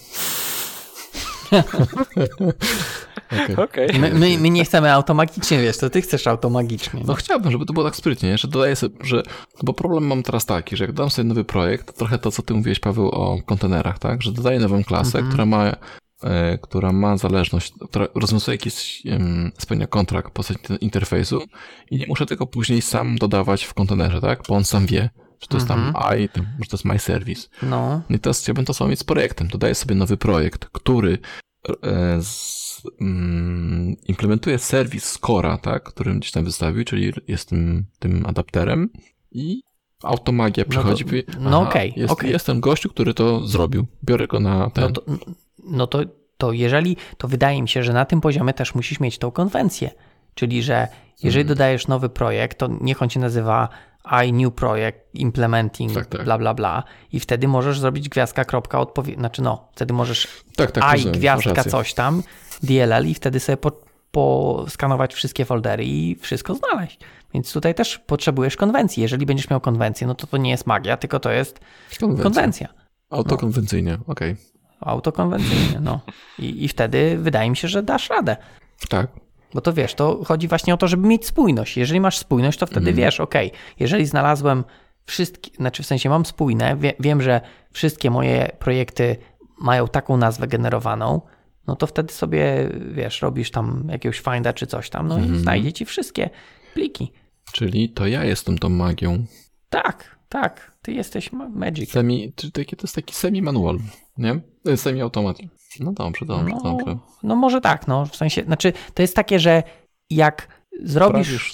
Okay. Okej. my, my, my nie chcemy automagicznie, wiesz, to ty chcesz automagicznie. No chciałbym, żeby to było tak sprytnie, nie? Że dodaję sobie, że, bo problem mam teraz taki, że jak dam sobie nowy projekt, to trochę to, co ty mówiłeś, Paweł, o kontenerach, tak? Że dodaję nową klasę, Mhm. która ma e, która ma zależność, która rozwiązuje jakiś, um, spełnia kontrakt w postaci interfejsu i nie muszę tego później sam dodawać w kontenerze, tak? Bo on sam wie, że to jest tam Mhm. I, tam, że to jest my service. No, I teraz chciałbym to samo mieć z projektem. Dodaję sobie nowy projekt, który e, z, mm, implementuje serwis z Cora, tak, którym gdzieś tam wystawił, czyli jest tym, tym adapterem i automagia przychodzi to- i mówi, no aha, okej, jest, okej. jest ten gościu, który to zrobił. Biorę go na ten. no to, no to, to jeżeli, to wydaje mi się, że na tym poziomie też musisz mieć tą konwencję. Czyli, że jeżeli Mhm. dodajesz nowy projekt, to niech on się nazywa I new project implementing Tak, tak. bla bla bla i wtedy możesz zrobić gwiazdka kropka odpowiedź, znaczy no, wtedy możesz tak, tak, I rozumiem, masz gwiazdka rację. coś tam, D L L i wtedy sobie po, poskanować wszystkie foldery i wszystko znaleźć. Więc tutaj też potrzebujesz konwencji. Jeżeli będziesz miał konwencję, no to to nie jest magia, tylko to jest Konwencja. konwencja. Autokonwencyjnie, okej. Autokonwencyjnie, no. I, I wtedy wydaje mi się, że dasz radę. Tak. Bo to wiesz, to chodzi właśnie o to, żeby mieć spójność. Jeżeli masz spójność, to wtedy Mhm. wiesz, okej, jeżeli znalazłem wszystkie, znaczy w sensie mam spójne, wie, wiem, że wszystkie moje projekty mają taką nazwę generowaną, no to wtedy sobie, wiesz, robisz tam jakiegoś finda czy coś tam, no Mhm. i znajdzie ci wszystkie pliki. Czyli to ja jestem tą magią. Tak, tak, ty jesteś ma- Magic. Semi, czy taki, to jest taki semi-manual, nie? Semi-automat. No dobrze, dobrze, No, dobrze. no może tak, no w sensie, znaczy to jest takie, że jak zrobisz... Sprawisz,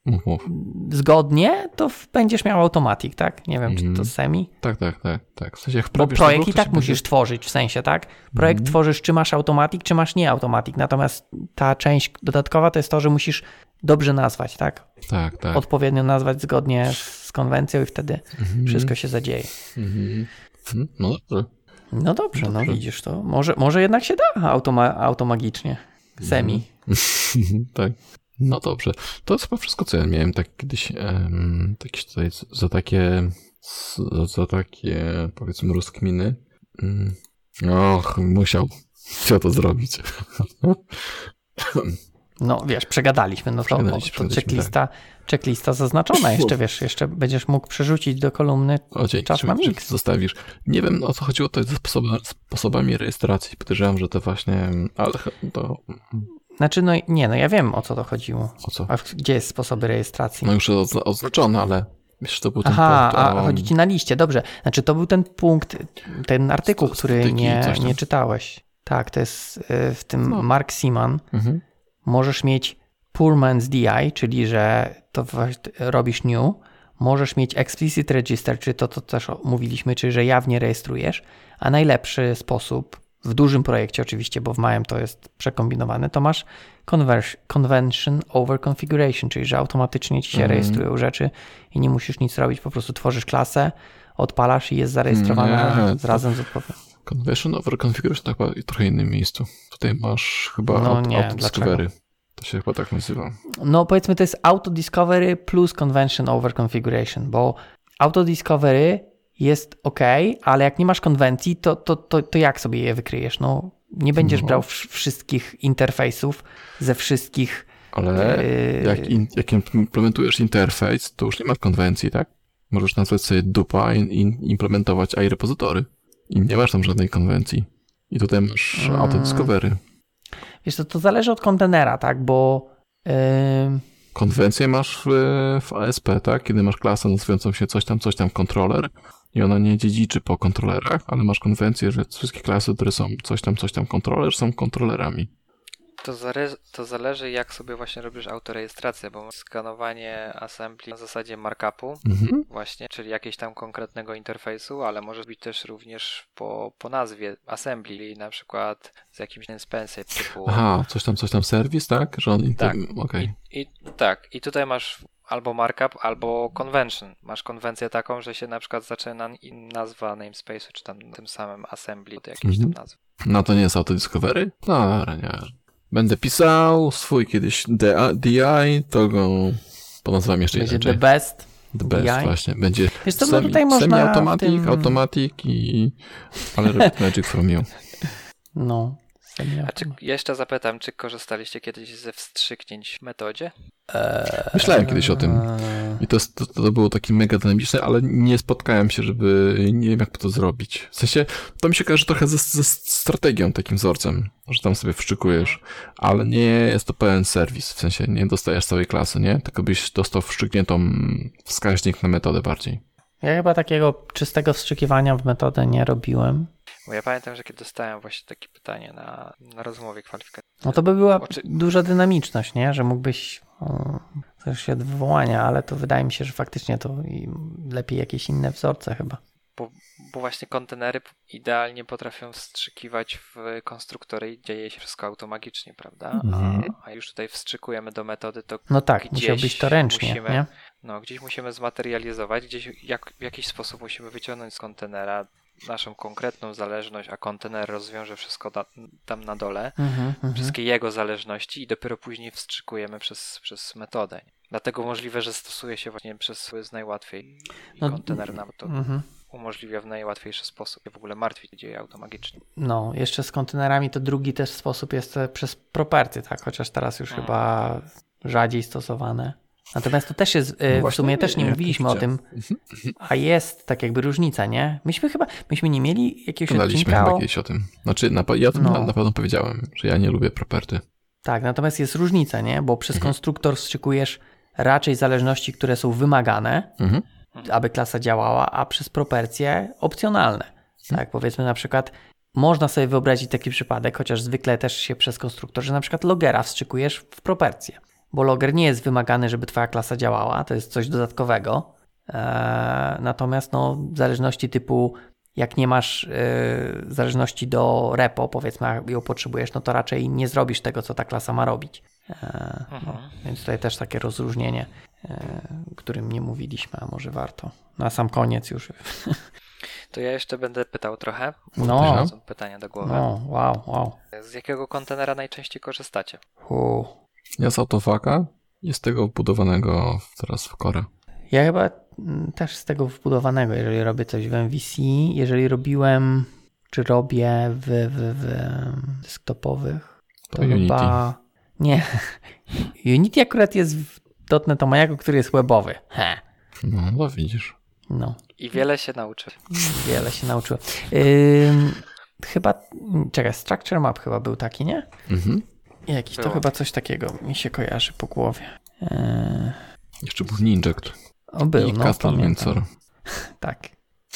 Mów, mów. zgodnie, to w, będziesz miał automatic, tak? Nie wiem, Mhm. czy to semi. Tak, tak, tak, tak. W sensie jak Bo robisz projekt ruch, i to tak się musisz będzie- tworzyć, w sensie, tak? Projekt Mhm. tworzysz, czy masz automatic, czy masz nie automatic. Natomiast ta część dodatkowa to jest to, że musisz dobrze nazwać, tak? Tak, tak. Odpowiednio nazwać zgodnie z konwencją i wtedy Mhm. wszystko się zadzieje. Mhm. Mhm. No dobrze. No dobrze, no Dobrze. widzisz to. Może, może jednak się da automa- automagicznie. Semi. Tak. No dobrze. To jest chyba wszystko, co ja miałem tak kiedyś em, tak się tutaj z- za takie za, za takie powiedzmy rozkminy. Mm. Och, musiał. Chciał to zrobić. No wiesz, przegadaliśmy, no to, Przegadaliśmy, to przegadaliśmy, checklista, checklista zaznaczona jeszcze, wiesz, jeszcze będziesz mógł przerzucić do kolumny O, dzięki, czas że, na że mix. zostawisz. Nie wiem, o co chodziło to ze sposoba, sposobami rejestracji. Podejrzewam, że to właśnie, ale ch- to Znaczy, no nie, no ja wiem, o co to chodziło. o co? A w- gdzie jest sposoby rejestracji? No już jest oznaczone, ale wiesz, to był ten Aha, punkt. a o- chodzi ci na liście, dobrze. Znaczy, to był ten punkt, ten artykuł, St- który statyki, nie, coś tam. nie czytałeś. Tak, to jest y, w tym No. Mark Seaman. Mhm. Możesz mieć Poor Man's D I, czyli że to właśnie robisz new. Możesz mieć Explicit Register, czyli to, to też mówiliśmy, czyli że jawnie rejestrujesz. A najlepszy sposób, w dużym projekcie oczywiście, bo w małym to jest przekombinowane, to masz convers- Convention Over Configuration, czyli że automatycznie ci się Mhm. rejestrują rzeczy i nie musisz nic robić, po prostu tworzysz klasę, odpalasz i jest zarejestrowana Nie, z razem z odpowiedzią. Conversion over configuration to chyba w trochę innym miejscu. Tutaj masz chyba No auto, nie, auto discovery. dlaczego? To się chyba tak nazywa. No powiedzmy to jest Auto Discovery plus Convention Over Configuration, bo Auto Discovery jest ok, ale jak nie masz konwencji, to, to, to, to jak sobie je wykryjesz? No nie będziesz No. brał wsz- wszystkich interfejsów ze wszystkich... Ale Yy, jak, in, jak implementujesz interfejs, to już nie ma konwencji, tak? Możesz nazwać sobie dupa i, i implementować iRepozytory. I nie masz tam żadnej konwencji. I tutaj masz Mm. auto discovery. Wiesz, to, to zależy od kontenera, tak, bo... Yy, Konwencję masz w, w A S P, tak? Kiedy masz klasę nazywającą się coś tam, coś tam controller i ona nie dziedziczy po kontrolerach, ale masz konwencję, że wszystkie klasy, które są coś tam, coś tam controller, są kontrolerami. To, zare- to zależy, jak sobie właśnie robisz autorejestrację, bo skanowanie assembly na zasadzie markupu, Mhm. właśnie, czyli jakiegoś tam konkretnego interfejsu, ale może być też również po, po nazwie assembly, czyli na przykład z jakimś inspensem typu... Aha, coś tam, coś tam serwis, tak? Że on inter... Tak. Okej. I, I tak, i tutaj masz albo markup, albo convention. Masz konwencję taką, że się na przykład zaczyna in- nazwa namespace'u, czy tam tym samym assembly od jakiejś Mhm. tam nazwy. No to nie jest auto discovery? No, dobra, nie. Będę pisał swój kiedyś D I, to go ponazwam jeszcze będzie inaczej. the best. The best, D I. właśnie. Będzie Wiesz co, no semi, tutaj można semi-automatic, w tym- automatic i... Ale repeat magic from you. No. A czy jeszcze zapytam, czy korzystaliście kiedyś ze wstrzyknięć w metodzie? Myślałem kiedyś o tym. Eee, I to, to, to było takie mega dynamiczne, ale nie spotkałem się, żeby... Nie wiem, jak to zrobić. W sensie, to mi się kojarzy trochę ze, ze strategią, takim wzorcem, że tam sobie wszczykujesz, ale nie jest to pełen serwis. W sensie, nie dostajesz całej klasy, nie? Tylko byś dostał wszczykniętą wskaźnik na metodę bardziej. Ja chyba takiego czystego wstrzykiwania w metodę nie robiłem. Bo ja pamiętam, że kiedy dostałem właśnie takie pytanie na, na rozmowie kwalifikacyjnej. No to by była Oczy- duża dynamiczność, nie? Że mógłbyś o, też się od wywołania, ale to wydaje mi się, że faktycznie to i lepiej jakieś inne wzorce chyba. Bo, bo właśnie kontenery idealnie potrafią wstrzykiwać w konstruktory i dzieje się wszystko automagicznie, prawda? Mhm. A, a już tutaj wstrzykujemy do metody, to No tak, gdzieś musiałbyś to ręcznie, musimy, nie? No, gdzieś musimy zmaterializować, gdzieś jak, w jakiś sposób musimy wyciągnąć z kontenera naszą konkretną zależność, a kontener rozwiąże wszystko da, tam na dole, Mhm, mhm. wszystkie jego zależności i dopiero później wstrzykujemy przez, przez metodę. Dlatego możliwe, że stosuje się właśnie przez z najłatwiej i No, kontener nam to Mhm. umożliwia w najłatwiejszy sposób. W ogóle martwić dzieje automagicznie. No, jeszcze z kontenerami to drugi też sposób jest e, przez property, tak? Chociaż teraz już Mm. chyba rzadziej stosowane. Natomiast to też jest, e, No w właśnie, sumie też nie nie, mówiliśmy o oczywiście. tym, a jest tak jakby różnica, nie? Myśmy chyba, myśmy nie mieli jakiegoś Gadaliśmy odcinka chyba o... kiedyś o tym. Znaczy, na, ja to No. na, na pewno powiedziałem, że ja nie lubię property. Tak, natomiast jest różnica, nie? Bo przez Mhm. konstruktor wstrzykujesz raczej zależności, które są wymagane, Mhm. aby klasa działała, a przez propercje opcjonalne. Tak, powiedzmy na przykład, można sobie wyobrazić taki przypadek, chociaż zwykle też się przez konstruktor, że na przykład logera wstrzykujesz w propercje. bo logger nie jest wymagany, żeby twoja klasa działała, to jest coś dodatkowego. Eee, natomiast no, zależności typu jak nie masz yy, zależności do repo, powiedzmy, jak ją potrzebujesz, no to raczej nie zrobisz tego, co ta klasa ma robić. Eee, no, więc tutaj też takie rozróżnienie, o którym nie mówiliśmy, a może warto. Na sam koniec już. To ja jeszcze będę pytał trochę. No. Są pytania do głowy. No, wow, wow. Z jakiego kontenera najczęściej korzystacie? Hu. Ja z Autofaka i z tego budowanego teraz w Core. Ja chyba też z tego wbudowanego, jeżeli robię coś w M V C, jeżeli robiłem, czy robię w, w, w desktopowych, to, To chyba... Nie. Unity akurat jest w dot net Omaniaku, który jest webowy. He. No, no widzisz. No. I wiele się nauczy. Wiele się nauczyłem. Ym, chyba, czekaj, Structure Map chyba był taki, nie? Mhm. Jakiś, to Było. chyba coś takiego mi się kojarzy po głowie. Yy, Jeszcze był Ninject o, był, i no, Castle pamiętam. Windsor. Tak.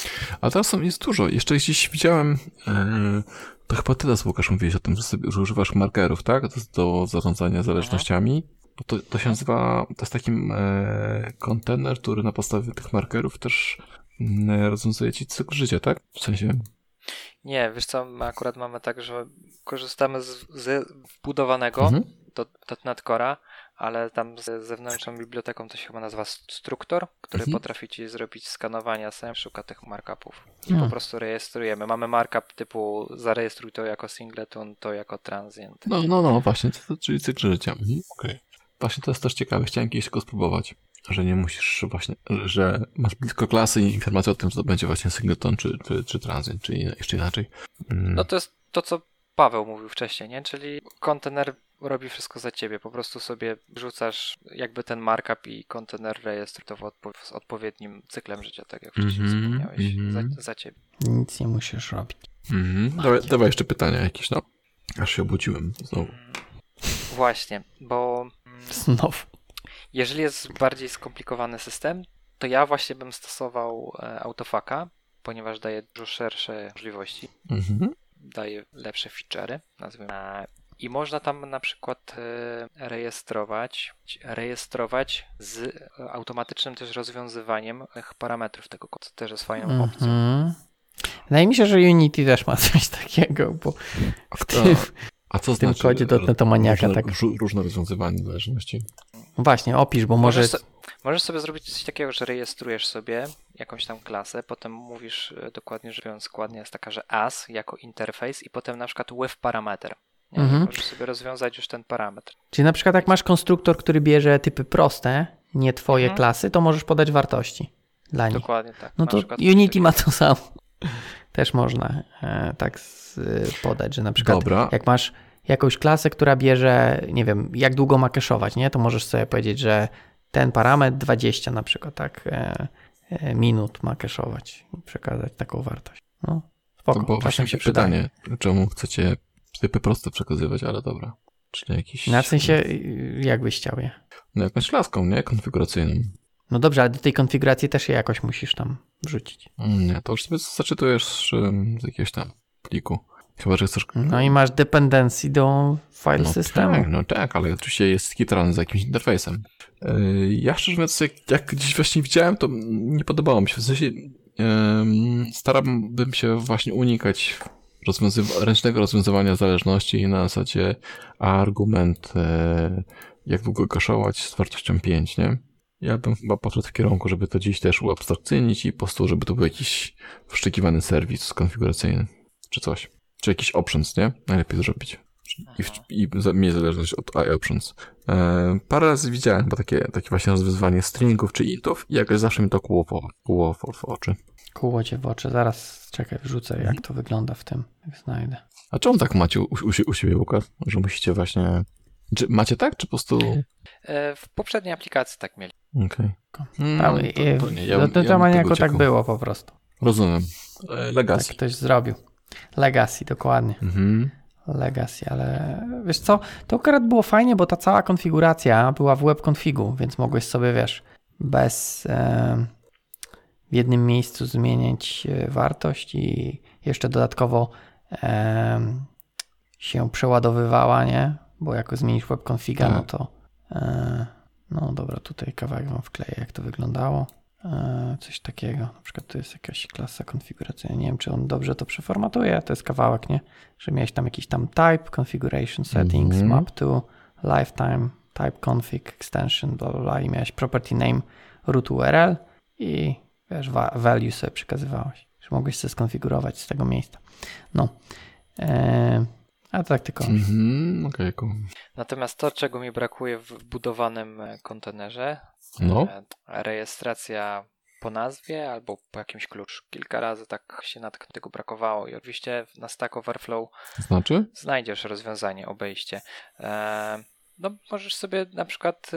A teraz są, jest dużo. Jeszcze gdzieś widziałem, e, to chyba ty teraz, Łukasz, mówiłeś o tym, że, sobie, że używasz markerów, tak? Do, do zarządzania zależnościami. No to, to się nazywa, to jest taki e, kontener, który na podstawie tych markerów też e, rozwiązuje ci cykl życia, tak? W sensie... Nie, wiesz co, my akurat mamy tak, że korzystamy z, z wbudowanego Mhm. do dot net Core'a, ale tam z zewnętrzną biblioteką to się chyba nazywa Structor, który Mhm. potrafi ci zrobić skanowania, sam szuka tych markupów i Hmm. po prostu rejestrujemy. Mamy markup typu zarejestruj to jako singleton, to jako transient. No, no, no, właśnie, to, czyli cykl życia. Mhm. Okej. Właśnie to jest też ciekawe, chciałem kiedyś go spróbować, że nie musisz właśnie, że masz blisko klasy i informację o tym, że to będzie właśnie singleton czy, czy, czy transient, czy jeszcze inaczej. Mm. No to jest to, co Paweł mówił wcześniej, nie? Czyli kontener robi wszystko za ciebie. Po prostu sobie rzucasz jakby ten markup i kontener rejestruje to w odpo- z odpowiednim cyklem życia, tak jak wcześniej Mhm, wspomniałeś, mhm. za, za ciebie. Nic nie musisz robić. Mhm. Dawaj, dawaj jeszcze pytania jakieś, no. Aż się obudziłem znowu. Właśnie, bo Znowu. jeżeli jest bardziej skomplikowany system, to ja właśnie bym stosował e, Autofaka, ponieważ daje dużo szersze możliwości, Mhm. daje lepsze feature'y, nazwijmy. E, I można tam na przykład e, rejestrować, rejestrować z automatycznym też rozwiązywaniem tych parametrów tego kodu, co też jest fajną opcją. Mhm. Wydaje mi się, że Unity też ma coś takiego, bo w tym, A co w tym znaczy kodzie dot net Omaniaka różne, tak... ró- różne rozwiązywanie zależności? Właśnie, opisz, bo może... Możesz, so, możesz sobie zrobić coś takiego, że rejestrujesz sobie jakąś tam klasę, potem mówisz e, dokładnie, że biorąc składnia jest taka, że as jako interfejs i potem na przykład with parameter. Nie? Mhm. Możesz sobie rozwiązać już ten parametr. Czyli na przykład jak masz konstruktor, który bierze typy proste, nie twoje Mhm. klasy, to możesz podać wartości dla nich. Dokładnie tak. No Na to przykład Unity ma to samo. Też można e, tak z, podać, że na przykład Dobra. jak masz jakąś klasę, która bierze, nie wiem, jak długo ma cache'ować, nie? To możesz sobie powiedzieć, że ten parametr dwadzieścia na przykład, tak, e, e, minut ma cache'ować i przekazać taką wartość. No, spoko. To było czasem właśnie się pytanie, czemu chcecie typy proste przekazywać, ale dobra. Czyli jakiś... Na sensie, y, jak byś chciał je? No jakąś klaską, nie? Konfiguracyjną. No dobrze, ale do tej konfiguracji też je jakoś musisz tam wrzucić. Nie, to już sobie zaczytujesz ym, z jakiegoś tam pliku. Chyba, że chcesz... No i masz dependency do file no systemu. Tak, no tak, ale oczywiście jest skitrany z jakimś interfejsem. Yy, ja szczerze mówiąc, jak, jak gdzieś właśnie widziałem, to nie podobało mi się. W sensie yy, starałbym się właśnie unikać rozwiązywa- ręcznego rozwiązywania zależności na zasadzie argument, yy, jak długo kaszować z wartością pięć, nie? Ja bym chyba poszedł w kierunku, żeby to dziś też uabstrakcyjnić i po prostu, żeby to był jakiś wszczekiwany serwis konfiguracyjny, czy coś. Czy jakiś options, nie? Najlepiej zrobić. I, w, i za, mieć zależność od I options. E, parę razy widziałem chyba takie, takie właśnie rozwiązywanie stringów czy intów i jakoś zawsze mi to kłuło w, kłuło w, w oczy. Kóło cię w oczy. Zaraz, czekaj, wrzucę, jak to wygląda w tym, jak znajdę. A czemu tak macie u, u, u siebie, Łukasz? Że musicie właśnie... Czy macie tak, czy po prostu... E, w poprzedniej aplikacji tak mieli. Okej. Okay. Tam, No, to, to nie, ja, do bym- tego ja bym tego jako tak uciekał. było po prostu. Rozumiem. E, Tak Legacy. ktoś zrobił. Legacy, dokładnie. Mhm. Legacy, ale wiesz co, to akurat było fajnie, bo ta cała konfiguracja była w webconfigu, więc mogłeś sobie, wiesz, bez e, w jednym miejscu zmieniać e, wartość i jeszcze dodatkowo e, się przeładowywała, nie? Bo jak zmienisz webconfiga, Tak. no to No dobra, tutaj kawałek wam wkleję, jak to wyglądało. Coś takiego, na przykład to jest jakaś klasa konfiguracyjna, nie wiem, czy on dobrze to przeformatuje, to jest kawałek, nie? Że miałeś tam jakiś tam type, configuration settings, mm-hmm. map to, lifetime, type config, extension, bla, bla, bla i miałeś property name, root U R L i wiesz, value sobie przekazywałeś, że mogłeś sobie skonfigurować z tego miejsca. No, eee, a to tak tylko. Mm-hmm. Okay, cool. Natomiast to, czego mi brakuje w budowanym kontenerze, no. rejestracja po nazwie albo po jakimś kluczu. Kilka razy tak się natknąłem, tego brakowało i oczywiście na Stack Overflow znaczy? znajdziesz rozwiązanie, obejście. No możesz sobie na przykład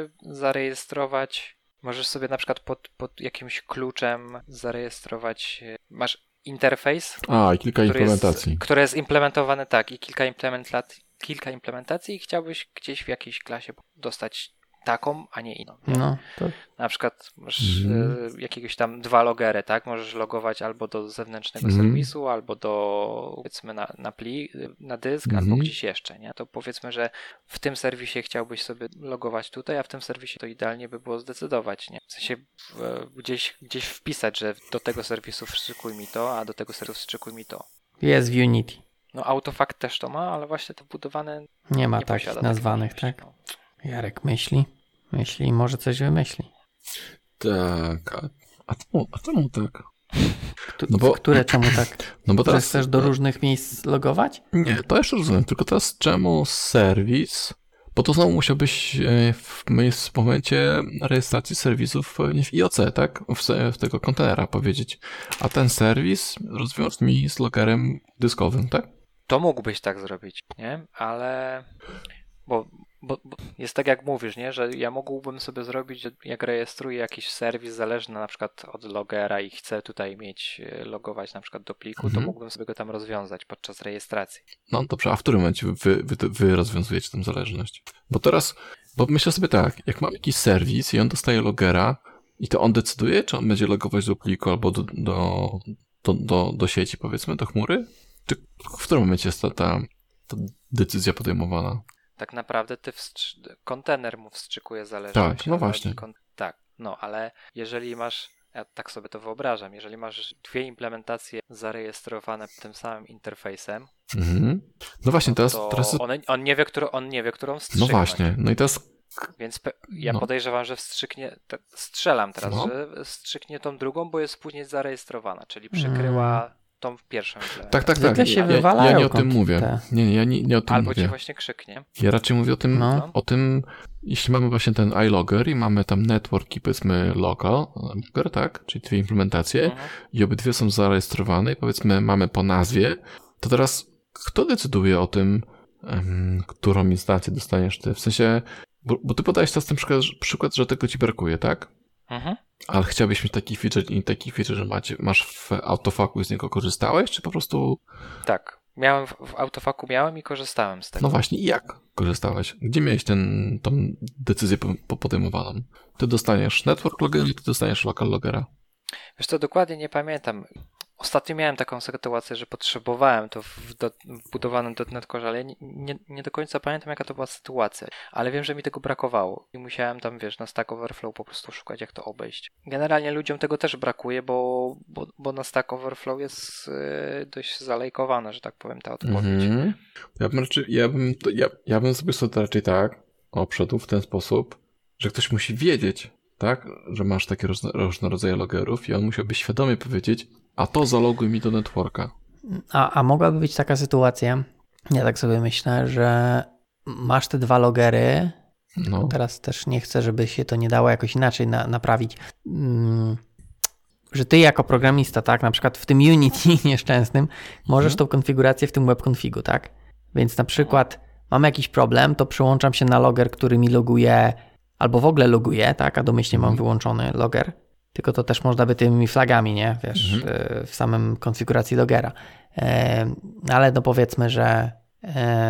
zarejestrować, możesz sobie na przykład pod, pod jakimś kluczem zarejestrować, masz interfejs, A, i kilka który implementacji. Jest, które jest implementowane, tak, i kilka implementacji, kilka implementacji i chciałbyś gdzieś w jakiejś klasie dostać taką, a nie inną. Nie? No, to... Na przykład masz mm. y, jakiegoś tam dwa logery, tak? Możesz logować albo do zewnętrznego mm. serwisu, albo do, powiedzmy, na, na pli, na dysk, mm. albo gdzieś jeszcze, nie? To powiedzmy, że w tym serwisie chciałbyś sobie logować tutaj, a w tym serwisie to idealnie by było zdecydować, nie? W sensie w, gdzieś, gdzieś wpisać, że do tego serwisu wstrzykuj mi to, a do tego serwisu wstrzykuj mi to. Jest w Unity. No Autofact też to ma, ale właśnie to budowane nie ma nie takich nazwanych, tak? No. Jarek myśli, myśli, może coś wymyśli. Tak, a, a, czemu, a czemu tak? No bo, które czemu tak? No bo teraz że chcesz do różnych miejsc logować? Nie, to jeszcze rozumiem, tylko teraz czemu serwis? Bo to znowu musiałbyś w, w momencie rejestracji serwisów w I O C, tak? W, w tego kontenera powiedzieć. A ten serwis rozwiąż mi z logerem dyskowym, tak? To mógłbyś tak zrobić, nie? Ale... Bo, bo, bo jest tak jak mówisz, nie? Że ja mógłbym sobie zrobić, jak rejestruję jakiś serwis zależny na przykład od logera i chcę tutaj mieć, logować na przykład do pliku, mhm. to mógłbym sobie go tam rozwiązać podczas rejestracji. No dobrze, a w którym momencie wy, wy, wy rozwiązujecie tę zależność? Bo teraz, bo myślę sobie tak, jak mam jakiś serwis i on dostaje logera i to on decyduje, czy on będzie logować do pliku albo do, do, do, do, do sieci, powiedzmy, do chmury? Czy w którym momencie jest ta, ta, ta decyzja podejmowana? Tak naprawdę ty wstrzy- kontener mu wstrzykuje zależność. Tak, no właśnie. Kon- tak, no ale jeżeli masz, ja tak sobie to wyobrażam, jeżeli masz dwie implementacje zarejestrowane tym samym interfejsem, mhm. no właśnie, teraz... to teraz... On, on, nie wie, którą, on nie wie, którą wstrzyknąć. No właśnie, no i teraz... Więc pe- ja no. podejrzewam, że wstrzyknie, te, strzelam teraz, no. że wstrzyknie tą drugą, bo jest później zarejestrowana, czyli przykryła... Hmm. tą pierwszą implementację. Tak, tak, tak. Się ja, ja, ja nie o tym mówię. Te. Nie, nie, ja nie, nie o tym Albo mówię. ci właśnie krzyknie. Ja raczej mówię o tym, no. o tym, jeśli mamy właśnie ten iLogger i mamy tam network i powiedzmy local, logger, tak, czyli dwie implementacje mhm. i obydwie są zarejestrowane i powiedzmy mamy po nazwie, to teraz kto decyduje o tym, um, którą instancję dostaniesz ty? W sensie, bo, bo ty podajesz teraz ten przykład, przykład, że tego ci brakuje, tak? Mhm. Ale chciałbyś mieć taki feature i taki feature, że macie, masz w Autofaku i z niego korzystałeś, czy po prostu... Tak, miałem w, w Autofaku miałem i korzystałem z tego. No właśnie, i jak korzystałeś? Gdzie miałeś ten, tą decyzję podejmowaną? Ty dostaniesz network logger, ty dostaniesz local logera. Wiesz co, dokładnie nie pamiętam. Ostatnio miałem taką sytuację, że potrzebowałem to w, do, w budowanym dot net Core, ale nie, nie, nie do końca pamiętam, jaka to była sytuacja. Ale wiem, że mi tego brakowało i musiałem tam, wiesz, na Stack Overflow po prostu szukać, jak to obejść. Generalnie ludziom tego też brakuje, bo, bo, bo na Stack Overflow jest yy, dość zalejkowana, że tak powiem, ta odpowiedź. Mm-hmm. Ja bym raczej, ja bym, ja, ja bym sobie to raczej tak obszedł w ten sposób, że ktoś musi wiedzieć, tak, że masz takie różne, różne rodzaje logerów i on musiałby świadomie powiedzieć, a to zaloguj mi do networka. A, a mogłaby być taka sytuacja, ja tak sobie myślę, że masz te dwa logery, no. Teraz też nie chcę, żeby się to nie dało jakoś inaczej na, naprawić, hmm, że ty jako programista, tak, na przykład w tym Unity nieszczęsnym, możesz hmm. tą konfigurację w tym webconfigu, tak? Więc na przykład mam jakiś problem, to przyłączam się na loger, który mi loguje, albo w ogóle loguje, tak, a domyślnie hmm. mam wyłączony loger. Tylko to też można by tymi flagami, nie? Wiesz, mhm. w samym konfiguracji logera. Ale no powiedzmy, że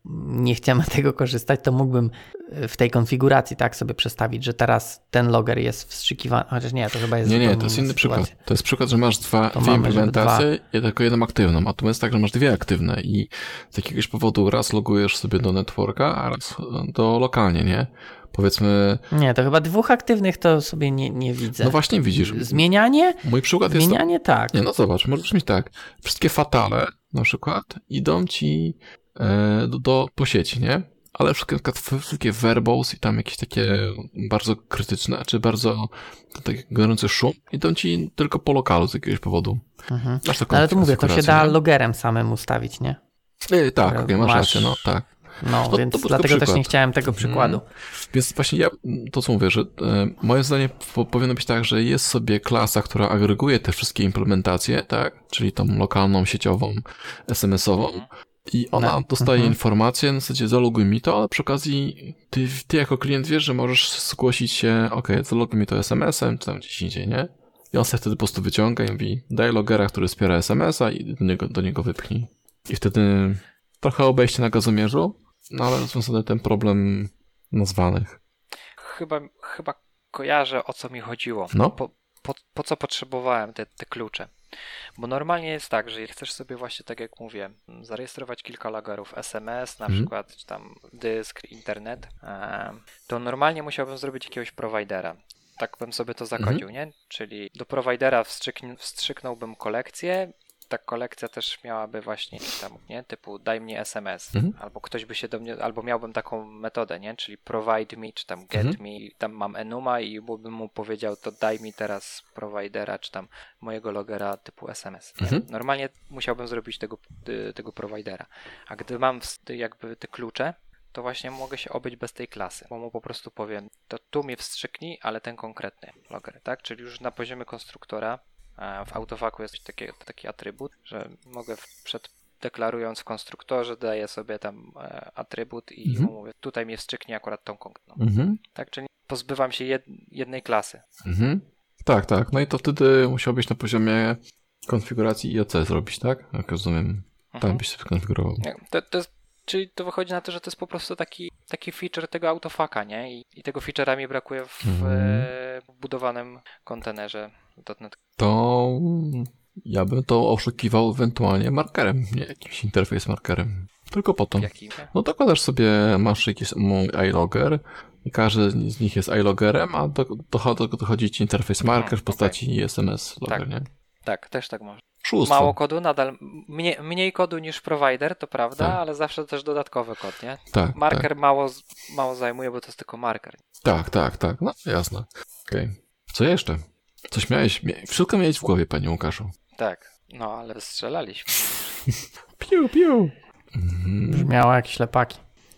nie chcemy tego korzystać, to mógłbym w tej konfiguracji tak sobie przestawić, że teraz ten logger jest wstrzykiwany, chociaż nie, to chyba jest Nie, nie, zupełnie to jest inna inny sytuacja. przykład. To jest przykład, że masz dwa, To dwie mamy, żeby implementacje i tylko jedną aktywną, a tu jest tak, że masz dwie aktywne i z jakiegoś powodu raz logujesz sobie do networka, a raz do lokalnie, nie? Powiedzmy... Nie, to chyba dwóch aktywnych to sobie nie, nie widzę. No właśnie widzisz. Zmienianie? Mój przykład jest... Zmienianie tak. Nie, no zobacz, możesz mieć tak. Wszystkie fatale na przykład idą ci e, do, do po sieci, nie? Ale wszystkie, wszystkie verbals i tam jakieś takie bardzo krytyczne, czy bardzo taki generujący szum idą ci tylko po lokalu z jakiegoś powodu. Mhm. Masz taką Ale to mówię, to się da nie? logerem samym ustawić, nie? E, tak, okej, okay, masz, masz rację, no tak. No, No, więc to był dlatego tylko też nie przykład. chciałem tego przykładu. Mhm. Więc właśnie ja, to co mówię, że e, moje zdanie po, powinno być tak, że jest sobie klasa, która agreguje te wszystkie implementacje, tak? Czyli tą lokalną, sieciową, es em esową i ona No. dostaje Mhm. informację, na zasadzie zaloguj mi to, ale przy okazji ty, ty jako klient wiesz, że możesz zgłosić się, ok, zaloguj mi to es em esem, czy tam gdzieś indziej, nie? I on sobie wtedy po prostu wyciąga i mówi, daj logera, który wspiera es em esa i do niego, do niego wypchnij. I wtedy trochę obejście na gazomierzu, no ale rozwiązany ten problem nazwanych. Chyba, chyba kojarzę, o co mi chodziło. No. Po, po, po co potrzebowałem te, te klucze. Bo normalnie jest tak, że chcesz sobie właśnie, tak jak mówię, zarejestrować kilka logerów es em es, na Mhm. przykład, czy tam dysk, internet, em, to normalnie musiałbym zrobić jakiegoś prowajdera. Tak bym sobie to zakodził, nie? Czyli do prowajdera wstrzykn- wstrzyknąłbym kolekcję. Ta kolekcja też miałaby właśnie jakiś tam, nie? Typu daj mnie es em es. Mhm. Albo ktoś by się do mnie, albo miałbym taką metodę, nie? Czyli provide me, czy tam get Mhm. me, tam mam enuma i bym mu powiedział, to daj mi teraz prowajdera, czy tam mojego logera typu es em es. Nie? Mhm. Normalnie musiałbym zrobić tego, y, tego prowajdera. A gdy mam w- jakby te klucze, to właśnie mogę się obyć bez tej klasy, bo mu po prostu powiem, to tu mnie wstrzyknij, ale ten konkretny loger, tak? Czyli już na poziomie konstruktora e, w autofaku jest taki, taki atrybut, że mogę w- przed deklarując w konstruktorze, daję sobie tam e, atrybut i Mhm. mu mówię, tutaj mnie wstrzyknie akurat tą konkretną. Mhm. Tak, czyli pozbywam się jed, jednej klasy. Mhm. Tak, tak. No i to wtedy musiał być na poziomie konfiguracji I O C zrobić, tak? Jak rozumiem. Tam Mhm. byś sobie konfigurował. Nie, To, to jest, czyli to wychodzi na to, że to jest po prostu taki, taki feature tego autofaka, nie? I, i tego feature'a mi brakuje w, Mhm. e, w budowanym kontenerze dot net. To ja bym to oszukiwał ewentualnie markerem, nie jakimś interfejs markerem. Tylko po to. Jaki? No dokładasz sobie, masz jakiś mój iLogger i każdy z nich jest iLoggerem, a do, do, do, dochodzi ci interfejs marker w postaci es em es logger, Tak. nie? Tak, też tak można. Szóstwo. Mało kodu, nadal mniej, mniej kodu niż provider, to prawda, Tak. ale zawsze też dodatkowy kod, nie? Tak, Marker mało, mało zajmuje, bo to jest tylko marker. tak, tak, tak, no jasne. Okej. Co jeszcze? Coś miałeś, mia- wszystko miałeś w głowie, panie Łukaszu. Tak, no ale wystrzelaliśmy. Piu, piu. Mhm. Brzmiało jak ślepaki.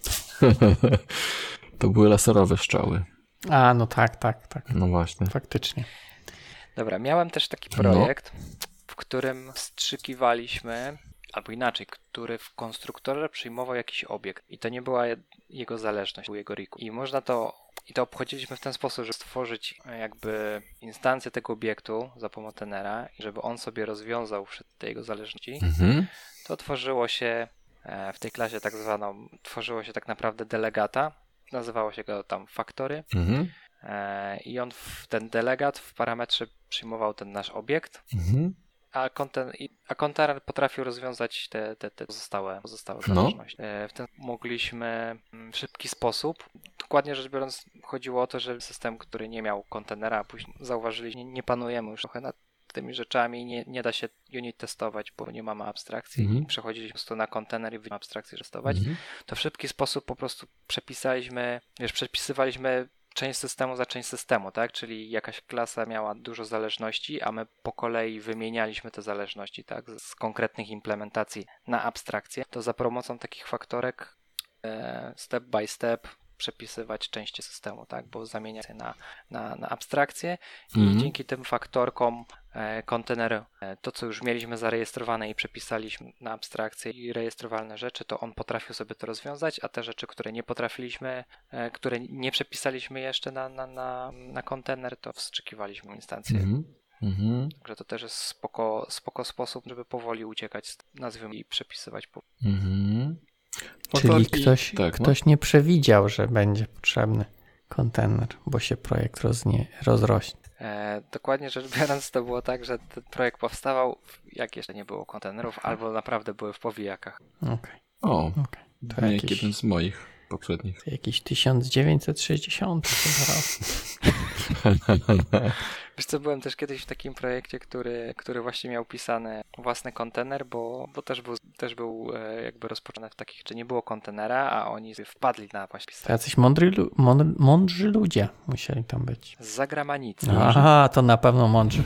To były laserowe strzały. A, no tak, tak, tak. No właśnie. Faktycznie. Dobra, miałem też taki No. projekt, w którym wstrzykiwaliśmy, albo inaczej, który w konstruktorze przyjmował jakiś obiekt i to nie była je- jego zależność, był jego riku. I można to, i to obchodziliśmy w ten sposób, że stworzyć e, jakby instancję tego obiektu za pomocą tenera i żeby on sobie rozwiązał wszystkie te jego zależności, Mhm. to tworzyło się e, w tej klasie tak zwaną, tworzyło się tak naprawdę delegata, nazywało się go tam factory. Mhm. E, I on, w, ten delegat w parametrze przyjmował ten nasz obiekt, Mhm. a, konten, i- a kontener potrafił rozwiązać te, te, te pozostałe, pozostałe No. zależności. E, w ten mogliśmy mm, w szybki sposób, dokładnie rzecz biorąc, chodziło o to, że system, który nie miał kontenera, a później zauważyliśmy, nie, nie panujemy już trochę nad tymi rzeczami, nie, nie da się unit testować, bo nie mamy abstrakcji Mhm. i przechodziliśmy po prostu na kontener i będziemy abstrakcję testować. Mhm. To w szybki sposób po prostu przepisaliśmy, wiesz, przepisywaliśmy część systemu za część systemu, tak? Czyli jakaś klasa miała dużo zależności, a my po kolei wymienialiśmy te zależności, tak? Z konkretnych implementacji na abstrakcję. To za pomocą takich faktorek e, step by step przepisywać części systemu, tak? Bo zamieniać je na, na, na abstrakcję i Mhm. dzięki tym faktorkom e, kontener, e, to co już mieliśmy zarejestrowane i przepisaliśmy na abstrakcję i rejestrowalne rzeczy, to on potrafił sobie to rozwiązać, a te rzeczy, które nie potrafiliśmy, e, które nie przepisaliśmy jeszcze na, na, na, na kontener, to wstrzykiwaliśmy instancję. Mhm. Mhm. Także to też jest spoko, spoko sposób, żeby powoli uciekać z nazwy i przepisywać. Po... Mhm. Czyli i- ktoś, tak, no. ktoś nie przewidział, że będzie potrzebny kontener, bo się projekt roznie, rozrośnie. E, dokładnie rzecz biorąc, to było tak, że ten projekt powstawał, jak jeszcze nie było kontenerów, albo naprawdę były w powijakach. Okej, O, okej. To nie jakiś, jeden z moich poprzednich. jakiś tysiąc dziewięćset sześćdziesiąty chyba rok. Wiesz co, byłem też kiedyś w takim projekcie, który, który właśnie miał pisany własny kontener, bo, bo też był, też był e, jakby rozpoczynany w takich, że nie było kontenera, a oni wpadli na właśnie To pisanie. jacyś mądrzy, lu- mądrzy, mądrzy ludzie musieli tam być. Z zagranicy. Aha, to na pewno mądrzy.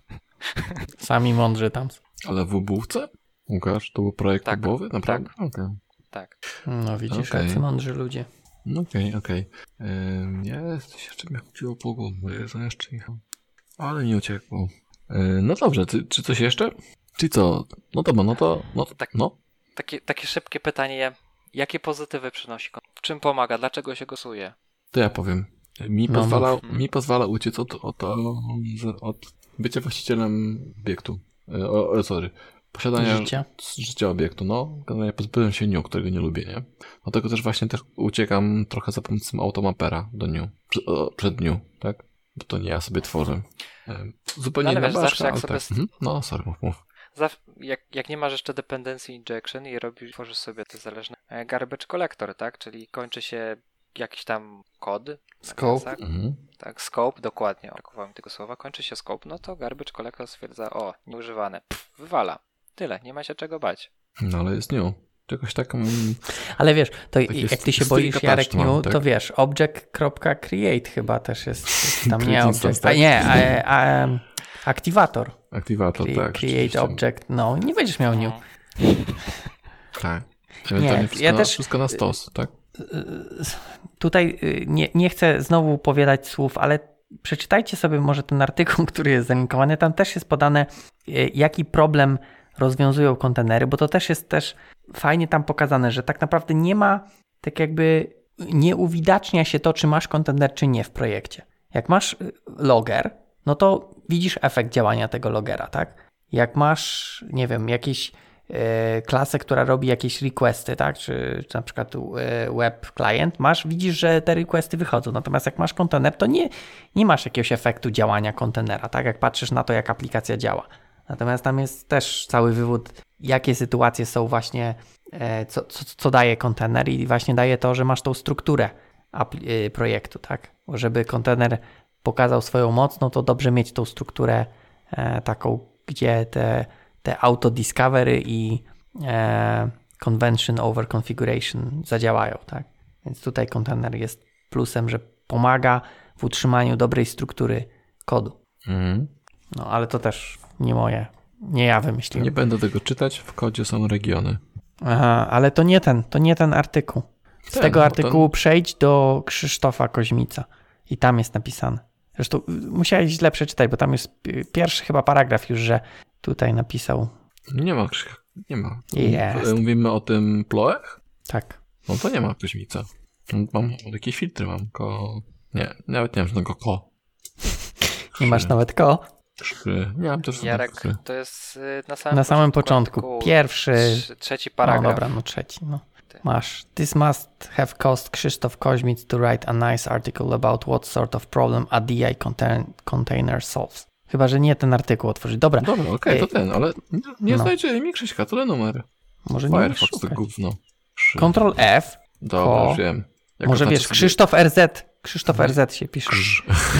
Sami mądrzy tam są. Ale w Ubówce? Łukasz, to był projekt Tak, obowy? Naprawdę? Okej. Tak. No widzisz, Okej. jacy mądrzy ludzie. No Okej, okej. Ym, Nie, coś jeszcze mnie chodziło po głowie, że jeszcze jechał. Ale nie uciekło. Yy, No dobrze, ty, czy coś jeszcze? Czy co? No dobra, no to, no, Tak. no. Takie, takie szybkie pytanie, jakie pozytywy przynosi kontener? W czym pomaga? Dlaczego się głosuje? To ja powiem. Mi, No, pozwala, mów. mi pozwala uciec od, od, od, od bycia właścicielem obiektu. E, O, o, sorry. Posiadania Życia. życia obiektu. No, generalnie pozbyłem się New, którego nie lubię, nie? Dlatego też właśnie też uciekam trochę za pomocą automapera do New. Przed, o, przed New, tak? Bo to nie ja sobie tworzę. E, Zupełnie No ale inna wiesz, baszka, zawsze jak ale sobie tak. st- Mhm. No, sorry, mów, mów. Zaw- jak, jak nie masz jeszcze dependency injection i robisz, tworzysz sobie te zależne e, garbage collector, tak? Czyli kończy się jakiś tam kod. na Scope. klasach. Mhm. Tak, scope, dokładnie, okupowałem tego słowa. Kończy się scope, no to garbage collector stwierdza, o, nieużywane. Pff, wywala. Tyle, nie ma się czego bać. No, ale jest New. Czegoś taką... Ale wiesz, to Taki jak jest ty się styl boisz Jarek attached mam, New, tak? to wiesz, object.create chyba też jest, tam nie Create object, instance, a tak? nie, a, a, um, aktywator. Aktywator, Cre- tak. create rzeczywiście. object, no nie będziesz miał new. Tak. Ewentualnie wszystko, ja na, też- wszystko na stos, tak? Tutaj y, nie, nie chcę znowu powiadać słów, ale przeczytajcie sobie może ten artykuł, który jest zalinkowany. Tam też jest podane, y, jaki problem rozwiązują kontenery, bo to też jest też fajnie tam pokazane, że tak naprawdę nie ma, tak jakby nie uwidacznia się to, czy masz kontener, czy nie w projekcie. Jak masz y, logger, no to widzisz efekt działania tego logera, tak? Jak masz, nie wiem, jakieś e, klasę, która robi jakieś requesty, tak? Czy, czy na przykład e, web client masz, widzisz, że te requesty wychodzą. Natomiast jak masz kontener, to nie, nie masz jakiegoś efektu działania kontenera, tak? Jak patrzysz na to, jak aplikacja działa. Natomiast tam jest też cały wywód, jakie sytuacje są właśnie, e, co, co, co daje kontener i właśnie daje to, że masz tą strukturę apl- e, projektu, tak? Bo żeby kontener pokazał swoją moc, no to dobrze mieć tą strukturę e, taką, gdzie te, te auto-discovery i e, convention over configuration zadziałają, tak? Więc tutaj kontener jest plusem, że pomaga w utrzymaniu dobrej struktury kodu. Mhm. No, ale to też nie moje, nie ja wymyśliłem. Nie będę tego czytać, w kodzie są regiony. Aha, ale to nie ten, to nie ten artykuł. Z Ten, tego bo artykułu przejdź do Krzysztofa Koźmica i tam jest napisane. Zresztą y, musiałeś źle przeczytać, bo tam jest pi- pierwszy chyba paragraf już, że tutaj napisał. Nie ma, Krzyś- nie ma. Jest. Mówimy o tym ploech? Tak. No to nie ma Koźmica. Mam jakieś filtry, mam ko... Nie, nawet nie mam żadnego ko. Nie masz nawet ko. Krzy. Nie mam też Jarek, żadnego krzy. to jest y, na samym Na samym początku początku. artykułu, Pierwszy. trz- trzeci paragraf. No dobra, no trzeci. No. Masz. This must have caused Krzysztof Koźmic to write a nice article about what sort of problem a D I contain, container solves. Chyba, że nie ten artykuł otworzyć. Dobra, Dobra, okej, to Ej. ten, ale nie, nie No. znajdzie mi Krzyśka, tyle numer. może nie Firefox to szukać. gówno. Krzy. Control F. Dobra, ko. już wiem. Jak Może oznaczy wiesz, sobie- Krzysztof R Z. Krzysztof R Z się pisze. Krz.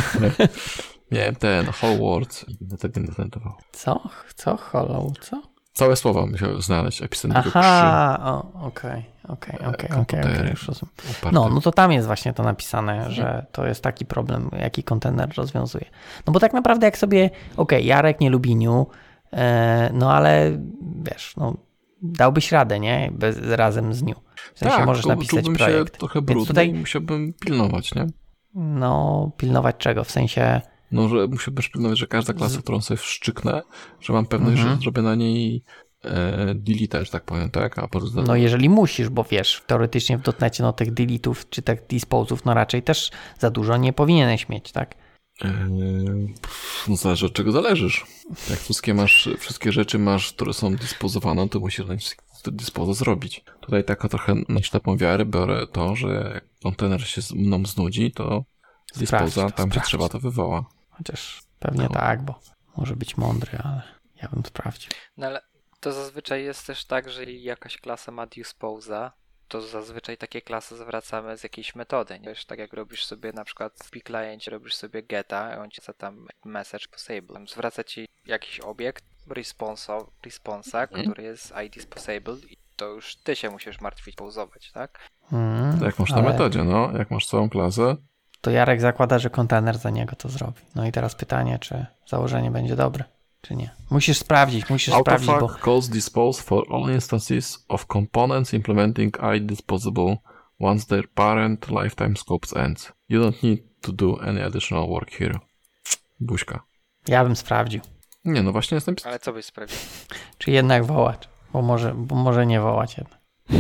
Miałem ten, whole words i wtedy nie znajdował. Co? Co? Hollow? Co? Całe słowa musiał znaleźć, opisem tego krzy. Aha, o, okej, okej, okej, okej, komputery. okej, już rozumiem. Oparte. No, no to tam jest właśnie to napisane, że to jest taki problem, jaki kontener rozwiązuje. No bo tak naprawdę jak sobie, okej, Jarek nie lubi New, e, no ale wiesz, no dałbyś radę, nie? Bez, razem z New. W sensie tak, możesz tylko napisać czułbym projekt. się trochę Więc brudny tutaj- i musiałbym pilnować, nie? No, pilnować czego? W sensie, No, że musiałbym pilnować, że każda klasa, którą sobie wszczyknę, że mam pewność, Mhm. że zrobię na niej e, delete, że tak powiem, tak? A po prostu no jeżeli musisz, bo wiesz, teoretycznie w dotnecie no tych delete'ów czy tych dispose'ów, no raczej też za dużo nie powinieneś mieć, tak? e, pff, no zależy od czego zależysz. Jak wszystkie masz, wszystkie rzeczy masz, które są dyspozowane, to musisz na nich Disposa zrobić. Tutaj taka trochę na ślepą wiarę biorę to, że jak kontener się z mną znudzi, to z Disposa Sprawdź to, tam, gdzie sprawdź. trzeba, to wywoła. Chociaż pewnie No. tak, bo może być mądry, ale ja bym sprawdził. No ale to zazwyczaj jest też tak, że jeżeli jakaś klasa ma disposa, to zazwyczaj takie klasy zwracamy z jakiejś metody. Nie? Wiesz, tak jak robisz sobie na przykład w P-cliencie, robisz sobie geta, on ci chce tam message disable. Zwraca ci jakiś obiekt responsa, responsa Mhm. który jest I D disposable i to już ty się musisz martwić, pauzować, tak? Mm, Jak masz na ale metodzie, no, jak masz całą klasę, To Jarek zakłada, że kontener za niego to zrobi. No i teraz pytanie, czy założenie będzie dobre, czy nie. Musisz sprawdzić, musisz sprawdzić, bo... Autofuck calls dispose for all instances of components implementing I disposable once their parent lifetime scopes ends. You don't need to do any additional work here. Buźka. Ja bym sprawdził. Nie, no właśnie jest napisane. Ale co byś sprawił? Czy jednak wołać, bo może, bo może nie wołać jednak.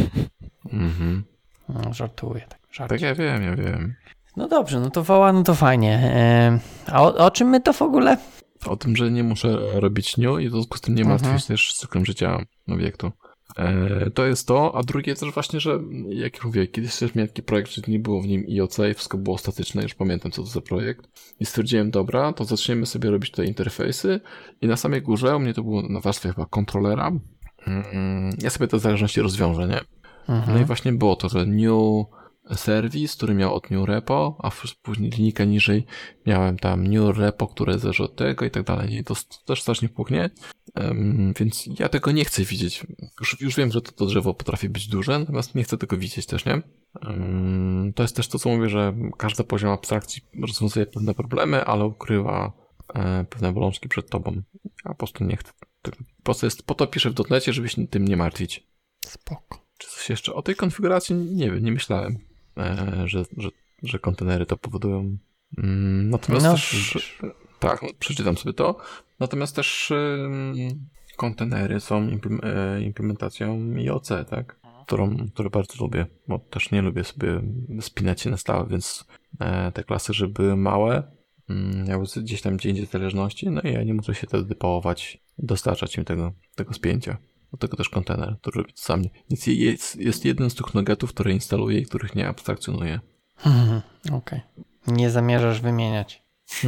Mhm. No, żartuję. Tak, Tak, żarcie. ja wiem, ja wiem. No dobrze, no to woła, no to fajnie. Ehm, a o, o czym my to w ogóle? O tym, że nie muszę robić new i w związku z tym nie martwię Mhm. się też cyklem życia obiektu. E, to jest to, a drugie też właśnie, że jak mówię, kiedyś też miałem taki projekt, że nie było w nim I O C i wszystko było statyczne, już pamiętam co to za projekt i stwierdziłem, dobra, to zaczniemy sobie robić tutaj interfejsy i na samej górze, u mnie to było na warstwie chyba kontrolera, mm, ja sobie te zależności rozwiążę, nie? Mhm. No i właśnie było to, że new service, który miał od new repo, a później linijkę niżej miałem tam new repo, które zależy od tego i tak dalej. I to też strasznie puknie. Um, więc ja tego nie chcę widzieć. Już, już wiem, że to, to drzewo potrafi być duże, natomiast nie chcę tego widzieć też, nie? Um, to jest też to, co mówię, że każdy poziom abstrakcji rozwiązuje pewne problemy, ale ukrywa e, pewne bolączki przed tobą. Ja po prostu nie chcę. tego. Po prostu jest, po to piszę w dotnecie, żeby się tym nie martwić. Spoko. Czy coś jeszcze? O tej konfiguracji nie wiem, nie myślałem, e, że, że, że kontenery to powodują. Mm, natomiast No, też, widzisz. tak, no, przeczytam sobie to. Natomiast też ym, kontenery są implem- e, implementacją I O C, tak? Którą, które bardzo lubię, bo też nie lubię sobie spinać się na stałe, więc e, te klasy, żeby były małe, mm, miały gdzieś tam gdzie indziej zależności, no i ja nie muszę się wtedy pałować, dostarczać im tego, tego spięcia. Do tego też kontener, który robi to sam. Więc jest, jest jeden z tych nuggetów, które instaluję i których nie abstrakcjonuję. Mhm, okej. Nie zamierzasz wymieniać.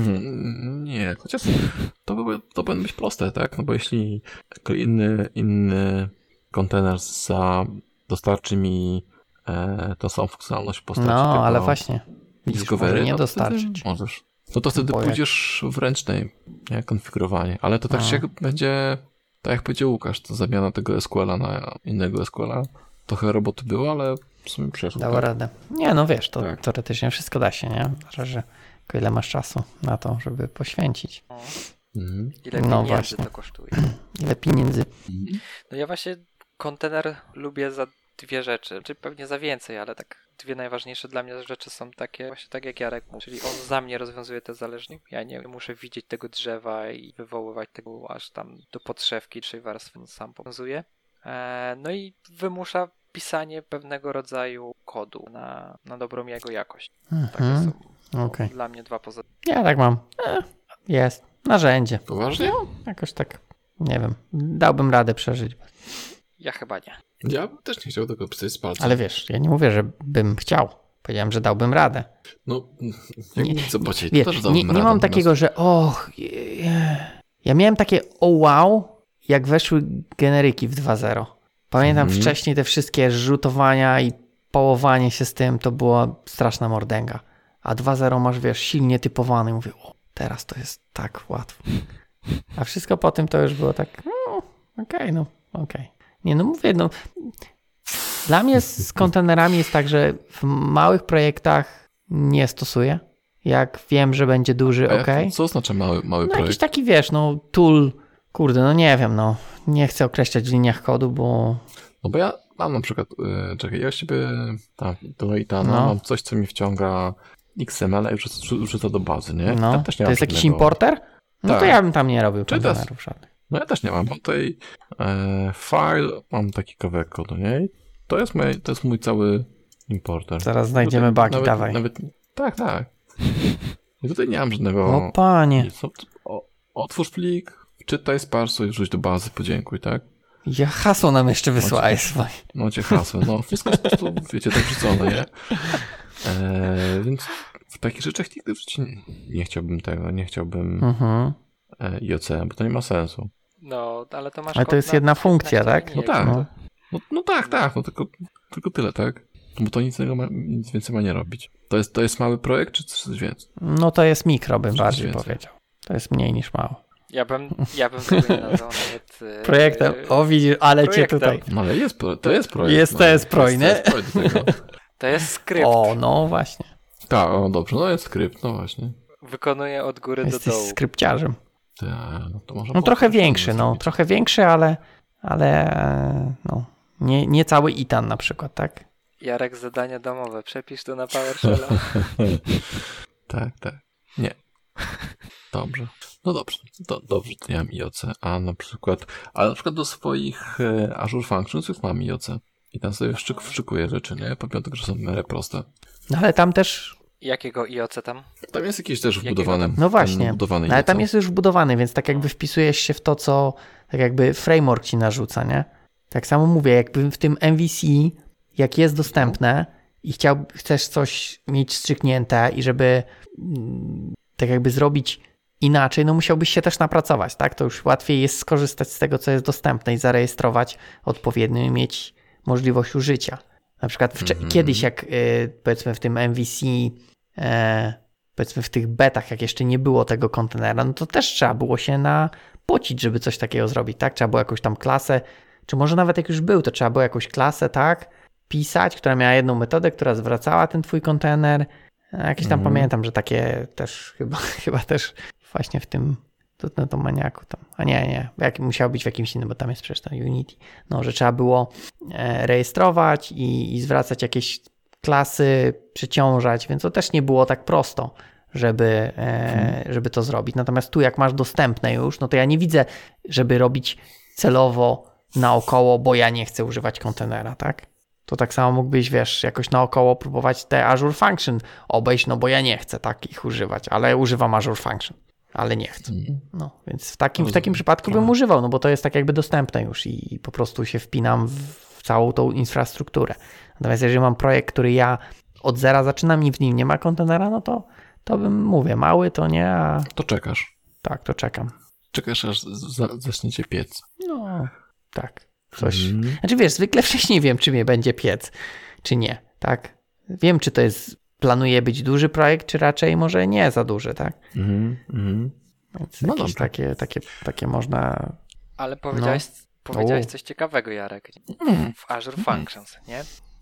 Hmm, nie, chociaż to, by, to powinno być proste, tak? No bo jeśli inny, inny kontener za, dostarczy mi e, tą samą funkcjonalność w postaci No, tego ale właśnie. Widzisz, Discovery, może nie no to wtedy dostarczyć. możesz. No to wtedy Bo jak- pójdziesz w ręcznej, nie? Konfigurowanie. Ale to tak A. się będzie, tak jak powiedział Łukasz, to zamiana tego S Q L-a na innego S Q L-a. Trochę roboty było, ale w sumie przeszło. Dała tak? radę. Nie, no wiesz, to Tak. teoretycznie wszystko da się, nie? Zależy, tylko ile masz czasu na to, żeby poświęcić. O, Mhm. ile No pieniędzy właśnie. to kosztuje? Ile pieniędzy. No ja właśnie kontener lubię za dwie rzeczy, czy pewnie za więcej, ale tak dwie najważniejsze dla mnie rzeczy są takie, właśnie tak jak Jarek mówił, czyli on za mnie rozwiązuje te zależności. Ja nie muszę widzieć tego drzewa i wywoływać tego aż tam do podszewki, czy warstwy on sam pokazuje. Eee, no i wymusza pisanie pewnego rodzaju kodu na, na dobrą jego jakość. Takie Mhm. są Okej. dla mnie dwa pozytywne. Ja tak mam. E, jest. Narzędzie. Poważnie? Jakoś tak, nie wiem. Dałbym radę przeżyć. Ja chyba nie. Ja bym też nie chciał tego pisać z palcem. Ale wiesz, ja nie mówię, że bym chciał. Powiedziałem, że dałbym radę. No, jak Nie- nie, zobaczcie, Wie, to też nie, dałbym nie radę, mam natomiast- takiego, że och, je- ja miałem takie o wow, jak weszły generyki w dwa zero. Pamiętam Mhm. wcześniej te wszystkie rzutowania i połowanie się z tym, to była straszna mordęga. A dwa zero masz, wiesz, silnie typowany. Mówię, o, teraz to jest tak łatwo. A wszystko po tym to już było tak, no, okej, no, okej. Nie, no mówię, no, dla mnie z kontenerami jest tak, że w małych projektach nie stosuję. Jak wiem, że będzie duży, A jak- okej. Co oznacza mały, mały No projekt? jakiś taki, wiesz, no tool, kurde, no nie wiem, no. Nie chcę określać w liniach kodu, bo No bo ja mam na przykład, yy, czekaj, ja siebie tam do Eitana No. mam coś, co mi wciąga X M L i wrzuca, wrzuca do bazy, nie? no, Tam też nie to mam jest jakiś żadnego- importer? No to Tak. ja bym tam nie robił Czy to jest- kontenerów żadnych. No ja też nie mam, bo tutaj e, file, mam taki kawałek kodu, nie? I to jest, moje, to jest mój cały importer. Zaraz znajdziemy Tutaj bagi, nawet, dawaj. Nawet, tak, tak. I tutaj nie mam żadnego... O panie, nic. No, o, otwórz plik, wczytaj, sparsuj, wrzuć do bazy, podziękuj, tak? Ja hasło nam jeszcze wysłałeś swoje. No cię hasło, no wszystko jest po prostu, wiecie, tak rzucone, nie? E, więc w takich rzeczach nigdy w życiu nie, nie chciałbym tego, nie chciałbym Mhm. e, I O C, bo to nie ma sensu. No, ale to masz Ale to kod jest na jedna funkcja, piętnaście tak? No linijek, tak. to- No, no tak, tak, no tylko, tylko tyle, tak? Bo to nic, innego ma, nic więcej ma nie robić. To jest, to jest mały projekt, czy coś więcej? No to jest mikro, bym Coś bardziej więcej. powiedział. To jest mniej niż mało. Ja bym, ja bym tego nie nazwał nawet... e, Projektem. O widzisz, ale projektem. cię tutaj... No ale jest, pro, to jest projekt. Jest no, to jest projekt, to jest projekt do tego. To jest skrypt. O, no właśnie. Tak, o dobrze, no jest skrypt, no właśnie. Wykonuje od góry do Jesteś dołu. skrypciarzem. Ta, no, to można No trochę było- większy, no. zrobić. Trochę większy, ale... Ale... e, no... Nie, nie cały Itan na przykład, tak? Jarek, zadania domowe. Przepisz to na PowerShella. Tak, tak. Nie. Dobrze. No dobrze, do, dobrze, to nie mam I O C, a na przykład, ale na przykład do swoich e, Azure Functions już mam I O C. I tam sobie wszczyk, wszczykuję rzeczy, nie? Pomimo tego, że są w miarę proste. No ale tam też... Jakiego I O C tam? Tam jest jakieś też Jakiego wbudowany. No właśnie, Wbudowany no, ale I O C. tam jest już wbudowany, więc tak jakby wpisujesz się w to, co tak jakby framework ci narzuca, nie? Tak samo mówię, jakby w tym M V C, jak jest dostępne i chciał, chcesz coś mieć strzyknięte i żeby mm, tak jakby zrobić inaczej, no musiałbyś się też napracować, tak? To już łatwiej jest skorzystać z tego, co jest dostępne i zarejestrować odpowiednio i mieć możliwość użycia. Na przykład wcze- Mhm. kiedyś jak y, powiedzmy w tym M V C e, powiedzmy w tych betach, jak jeszcze nie było tego kontenera, no to też trzeba było się napocić, żeby coś takiego zrobić, tak? Trzeba było jakąś tam klasę, czy może nawet jak już był, to trzeba było jakąś klasę, tak? Pisać, która miała jedną metodę, która zwracała ten twój kontener. Jakieś tam Mhm. pamiętam, że takie też chyba, chyba też właśnie w tym to, no to maniaku tam. A nie, nie, jak, musiało być w jakimś innym, bo tam jest przecież ten Unity. No, że trzeba było e, rejestrować i, i zwracać jakieś klasy, przyciążać, więc to też nie było tak prosto, żeby, e, żeby to zrobić. Natomiast tu jak masz dostępne już, no to ja nie widzę, żeby robić celowo naokoło, bo ja nie chcę używać kontenera, tak? To tak samo mógłbyś, wiesz, jakoś naokoło próbować te Azure Function obejść, no bo ja nie chcę takich używać, ale używam Azure Function, ale nie chcę. Mhm. No, więc w takim, w Rozumiem. takim przypadku bym Trochę. używał, no bo to jest tak jakby dostępne już i, i po prostu się wpinam w, w całą tą infrastrukturę. Natomiast jeżeli mam projekt, który ja od zera zaczynam i w nim nie ma kontenera, no to, to bym, mówię, mały to nie, a To czekasz. tak, to czekam. Czekasz, aż za, zaczniecie piec. No, tak, coś. Mhm. Znaczy wiesz, zwykle wcześniej wiem, czy mnie będzie piec, czy nie, tak? Wiem, czy to jest, planuję być duży projekt, czy raczej może nie za duży, tak? Mhm. Mhm. Więc No jakieś dobra. takie, takie, takie można... Ale powiedziałeś, powiedziałeś O. coś ciekawego, Jarek. Mhm. W Azure Functions, nie?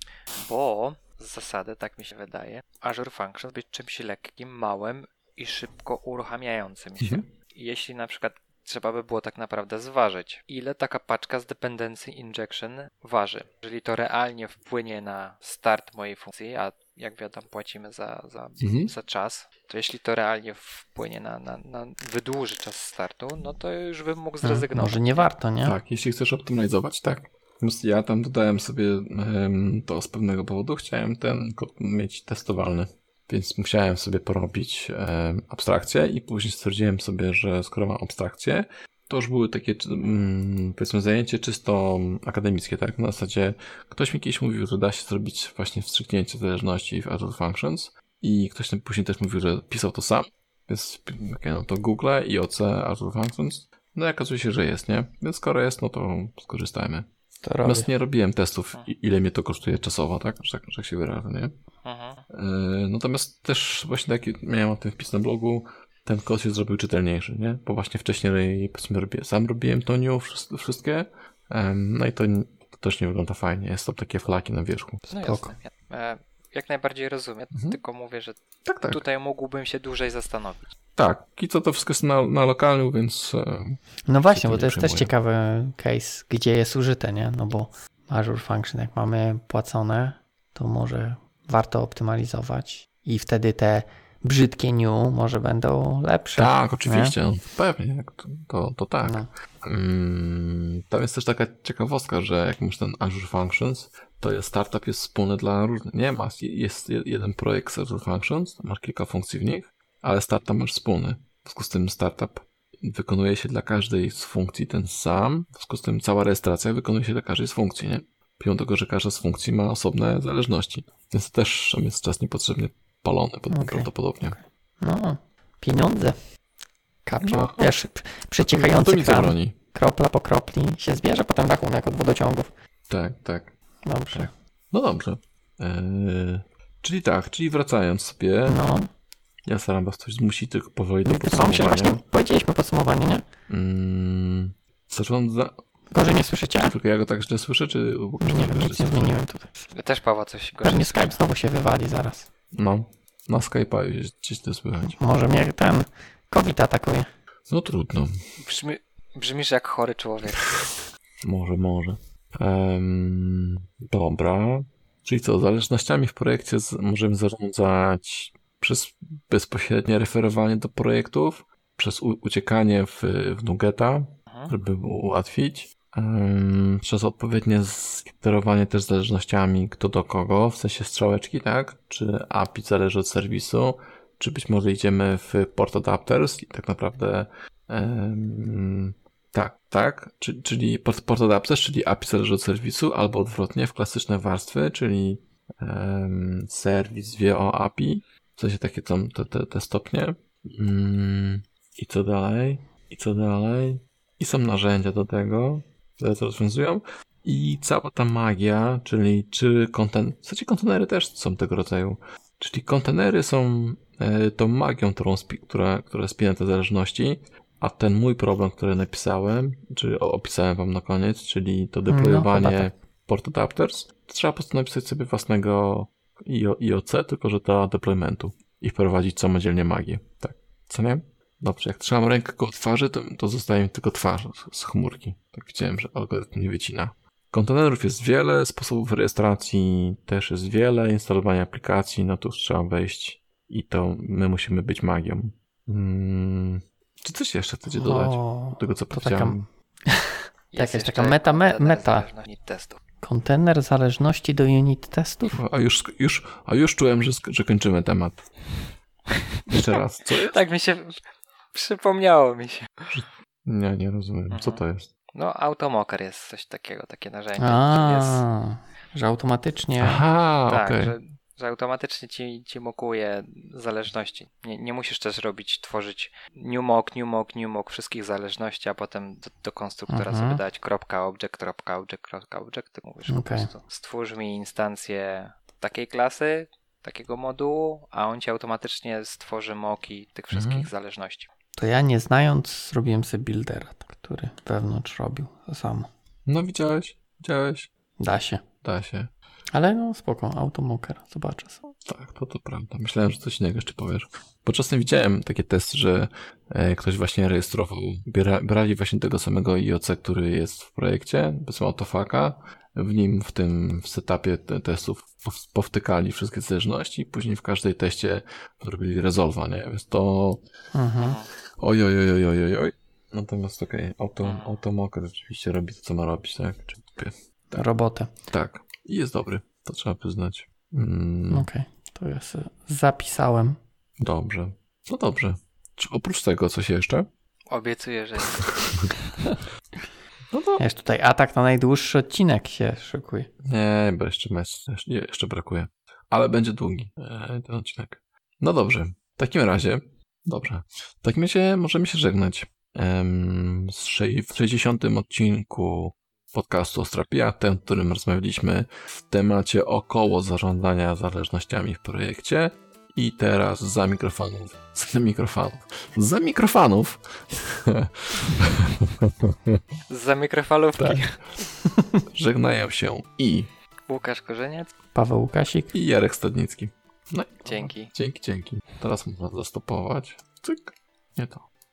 Bo z zasady, tak mi się wydaje, Azure Functions być czymś lekkim, małym i szybko uruchamiającym się. Mhm. I jeśli na przykład trzeba by było tak naprawdę zważyć, ile taka paczka z dependency injection waży. Jeżeli to realnie wpłynie na start mojej funkcji, a jak wiadomo płacimy za, za, Mhm. za czas, to jeśli to realnie wpłynie na, na, na wydłuży czas startu, no to już bym mógł zrezygnować. Może nie warto, nie? Tak, jeśli chcesz optymalizować, tak. Natomiast ja tam dodałem sobie em, to z pewnego powodu. Chciałem ten kod mieć testowalny, więc musiałem sobie porobić em, abstrakcję i później stwierdziłem sobie, że skoro mam abstrakcję, to już były takie, mm, powiedzmy, zajęcie czysto akademickie, tak? Na zasadzie ktoś mi kiedyś mówił, że da się zrobić właśnie wstrzyknięcie zależności w Azure Functions i ktoś tam później też mówił, że pisał to sam, więc okay, no to Google, I O C, Azure Functions. No i okazuje się, że jest, nie? Więc skoro jest, no to skorzystajmy. To robię. Natomiast nie robiłem testów, i- ile mnie to kosztuje czasowo, tak? Że, że się wyrażę, nie? Mhm. Yy, natomiast też właśnie taki, miałem o tym wpis na blogu, ten kod się zrobił czytelniejszy, nie? Bo właśnie wcześniej, powiedzmy, robię, sam robiłem to new, wszys- wszystkie, Ym, no i to, to też nie wygląda fajnie, jest to takie flaki na wierzchu. No Spoko. jasne. E, jak najbardziej rozumiem, Mhm. tylko mówię, że Tak, tak. tutaj mógłbym się dłużej zastanowić. Tak, i co to wszystko jest na, na lokalnym, więc e, No właśnie, tym bo nie to jest też przejmuję. ciekawy case, gdzie jest użyte, nie? No bo Azure Function, jak mamy płacone, to może warto optymalizować i wtedy te brzydkie new może będą lepsze. tak, oczywiście, no, pewnie, jak to, to, to tak. No. Mm, tam jest też taka ciekawostka, że jak masz ten Azure Functions, to jest startup jest wspólny dla różnych. Nie masz, jest je- jeden projekt z Azure Functions, masz kilka funkcji w nich, ale startup masz wspólny. W związku z tym startup wykonuje się dla każdej z funkcji ten sam, w związku z tym cała rejestracja wykonuje się dla każdej z funkcji, nie? Pomimo tego, że każda z funkcji ma osobne zależności. Więc też tam jest czas niepotrzebnie palony okay. prawdopodobnie. No, pieniądze. Kapcie, no, wiesz, przeciekający no kran, kropla po kropli się zbierze, potem rachunek od wodociągów. Tak, tak. Dobrze. Tak. No dobrze. Eee, czyli tak, czyli wracając sobie, no. ja staram was coś zmusić, tylko powoli do podsumowania. Się właśnie powiedzieliśmy podsumowanie, nie? Mm, zarządza... Gorzej nie słyszycie? Tylko ja go tak źle słyszę, czy... Nie, nie wiem, nic nie zmieniłem tutaj. Ja też, Paweł, coś gorzej. Pewnie Skype znowu się wywali zaraz. No, na Skype'a gdzieś to słychać. Może mnie ten COVID atakuje. No trudno. Brzmi, brzmisz jak chory człowiek. Może, może. Um, dobra. Czyli co, zależnościami w projekcie z, możemy zarządzać przez bezpośrednie referowanie do projektów, przez u, uciekanie w, w Nuggeta, mhm. żeby ułatwić, um, przez odpowiednie sterowanie też zależnościami kto do kogo, w sensie strzałeczki, tak? Czy A P I zależy od serwisu, czy być może idziemy w port adapters i tak naprawdę um, tak, tak, czyli, czyli port, port adapters, czyli A P I zależy od serwisu, albo odwrotnie w klasyczne warstwy, czyli um, serwis wie o A P I, w sensie takie tam te, te, te stopnie. Um, I co dalej? I co dalej? I są narzędzia do tego, które to rozwiązują. I cała ta magia, czyli czy konten... W zasadzie kontenery też są tego rodzaju. Czyli kontenery są e, tą magią, którą spi... która, która spina te zależności, a ten mój problem, który napisałem, czy opisałem wam na koniec, czyli to deployowanie no, tak. port adapters, to trzeba po prostu napisać sobie własnego I O C, tylko że do deploymentu i wprowadzić samodzielnie magię. Tak, co nie? Dobrze, jak trzymam rękę koło twarzy, to, to zostaje mi tylko twarz z chmurki. Tak widziałem, że algorytm nie wycina. Kontenerów jest wiele, sposobów rejestracji też jest wiele, instalowania aplikacji, no tu trzeba wejść i to my musimy być magią. Hmm. Czy coś jeszcze chcecie dodać o, do tego, co powiedziałem? Taka, jakaś taka meta, me, meta. Kontener zależności do unit testów? A już, już, a już czułem, że, że kończymy temat. Jeszcze raz, co jest? Tak mi się przypomniało mi się. Nie, nie rozumiem. Co to jest? No, Automocker jest coś takiego, takie narzędzie. A, jest... że automatycznie... Aha, tak, okej. Okay. Że, że automatycznie ci, ci mokuje zależności. Nie, nie musisz też robić, tworzyć new mock, new mock, new mock wszystkich zależności, a potem do, do konstruktora mhm. sobie dać kropka object, kropka object, kropka object. Ty mówisz okay. po prostu stwórz mi instancję takiej klasy, takiego modułu, a on ci automatycznie stworzy moki tych wszystkich mhm. zależności. To ja nie znając zrobiłem sobie buildera, który wewnątrz robił to samo. No widziałeś, widziałeś. Da się. Da się. Ale no spoko, Automocker, zobaczę. Tak, to to prawda. Myślałem, że coś innego jeszcze powiesz. Bo czasem widziałem takie testy, że e, ktoś właśnie rejestrował, biera, brali właśnie tego samego I O C, który jest w projekcie, bez autofaka, w nim, w tym w setupie te, testów powtykali wszystkie zależności i później w każdej teście zrobili resolva, nie? Więc to mhm. oj, oj, oj, oj, oj, oj. Natomiast okej, okay, Auto, Automocker rzeczywiście robi to, co ma robić, tak? Czyli, tak. Robotę. Tak. I jest dobry, to trzeba przyznać. Mm. Okej, okay. To ja sobie zapisałem. Dobrze. No dobrze. Czy oprócz tego coś jeszcze? Obiecuję, że nie. No to... Jeszcze tutaj atak na najdłuższy odcinek się szykuje. Nie, bo jeszcze, jeszcze, jeszcze brakuje. Ale będzie długi ten odcinek. No dobrze. W takim razie, dobrze. W takim razie możemy się żegnać. W sześćdziesiątym odcinku podcastu Ostra Pijatem, w którym rozmawialiśmy w temacie około zarządzania zależnościami w projekcie. I teraz za mikrofonów, za mikrofonów, za mikrofonów. Za mikrofalówki. Tak. Żegnają się i Łukasz Korzeniec, Paweł Łukasik i Jarek Stadnicki. No, dzięki. Dzięki, dzięki. Teraz można zastopować. Cyk. Nie to.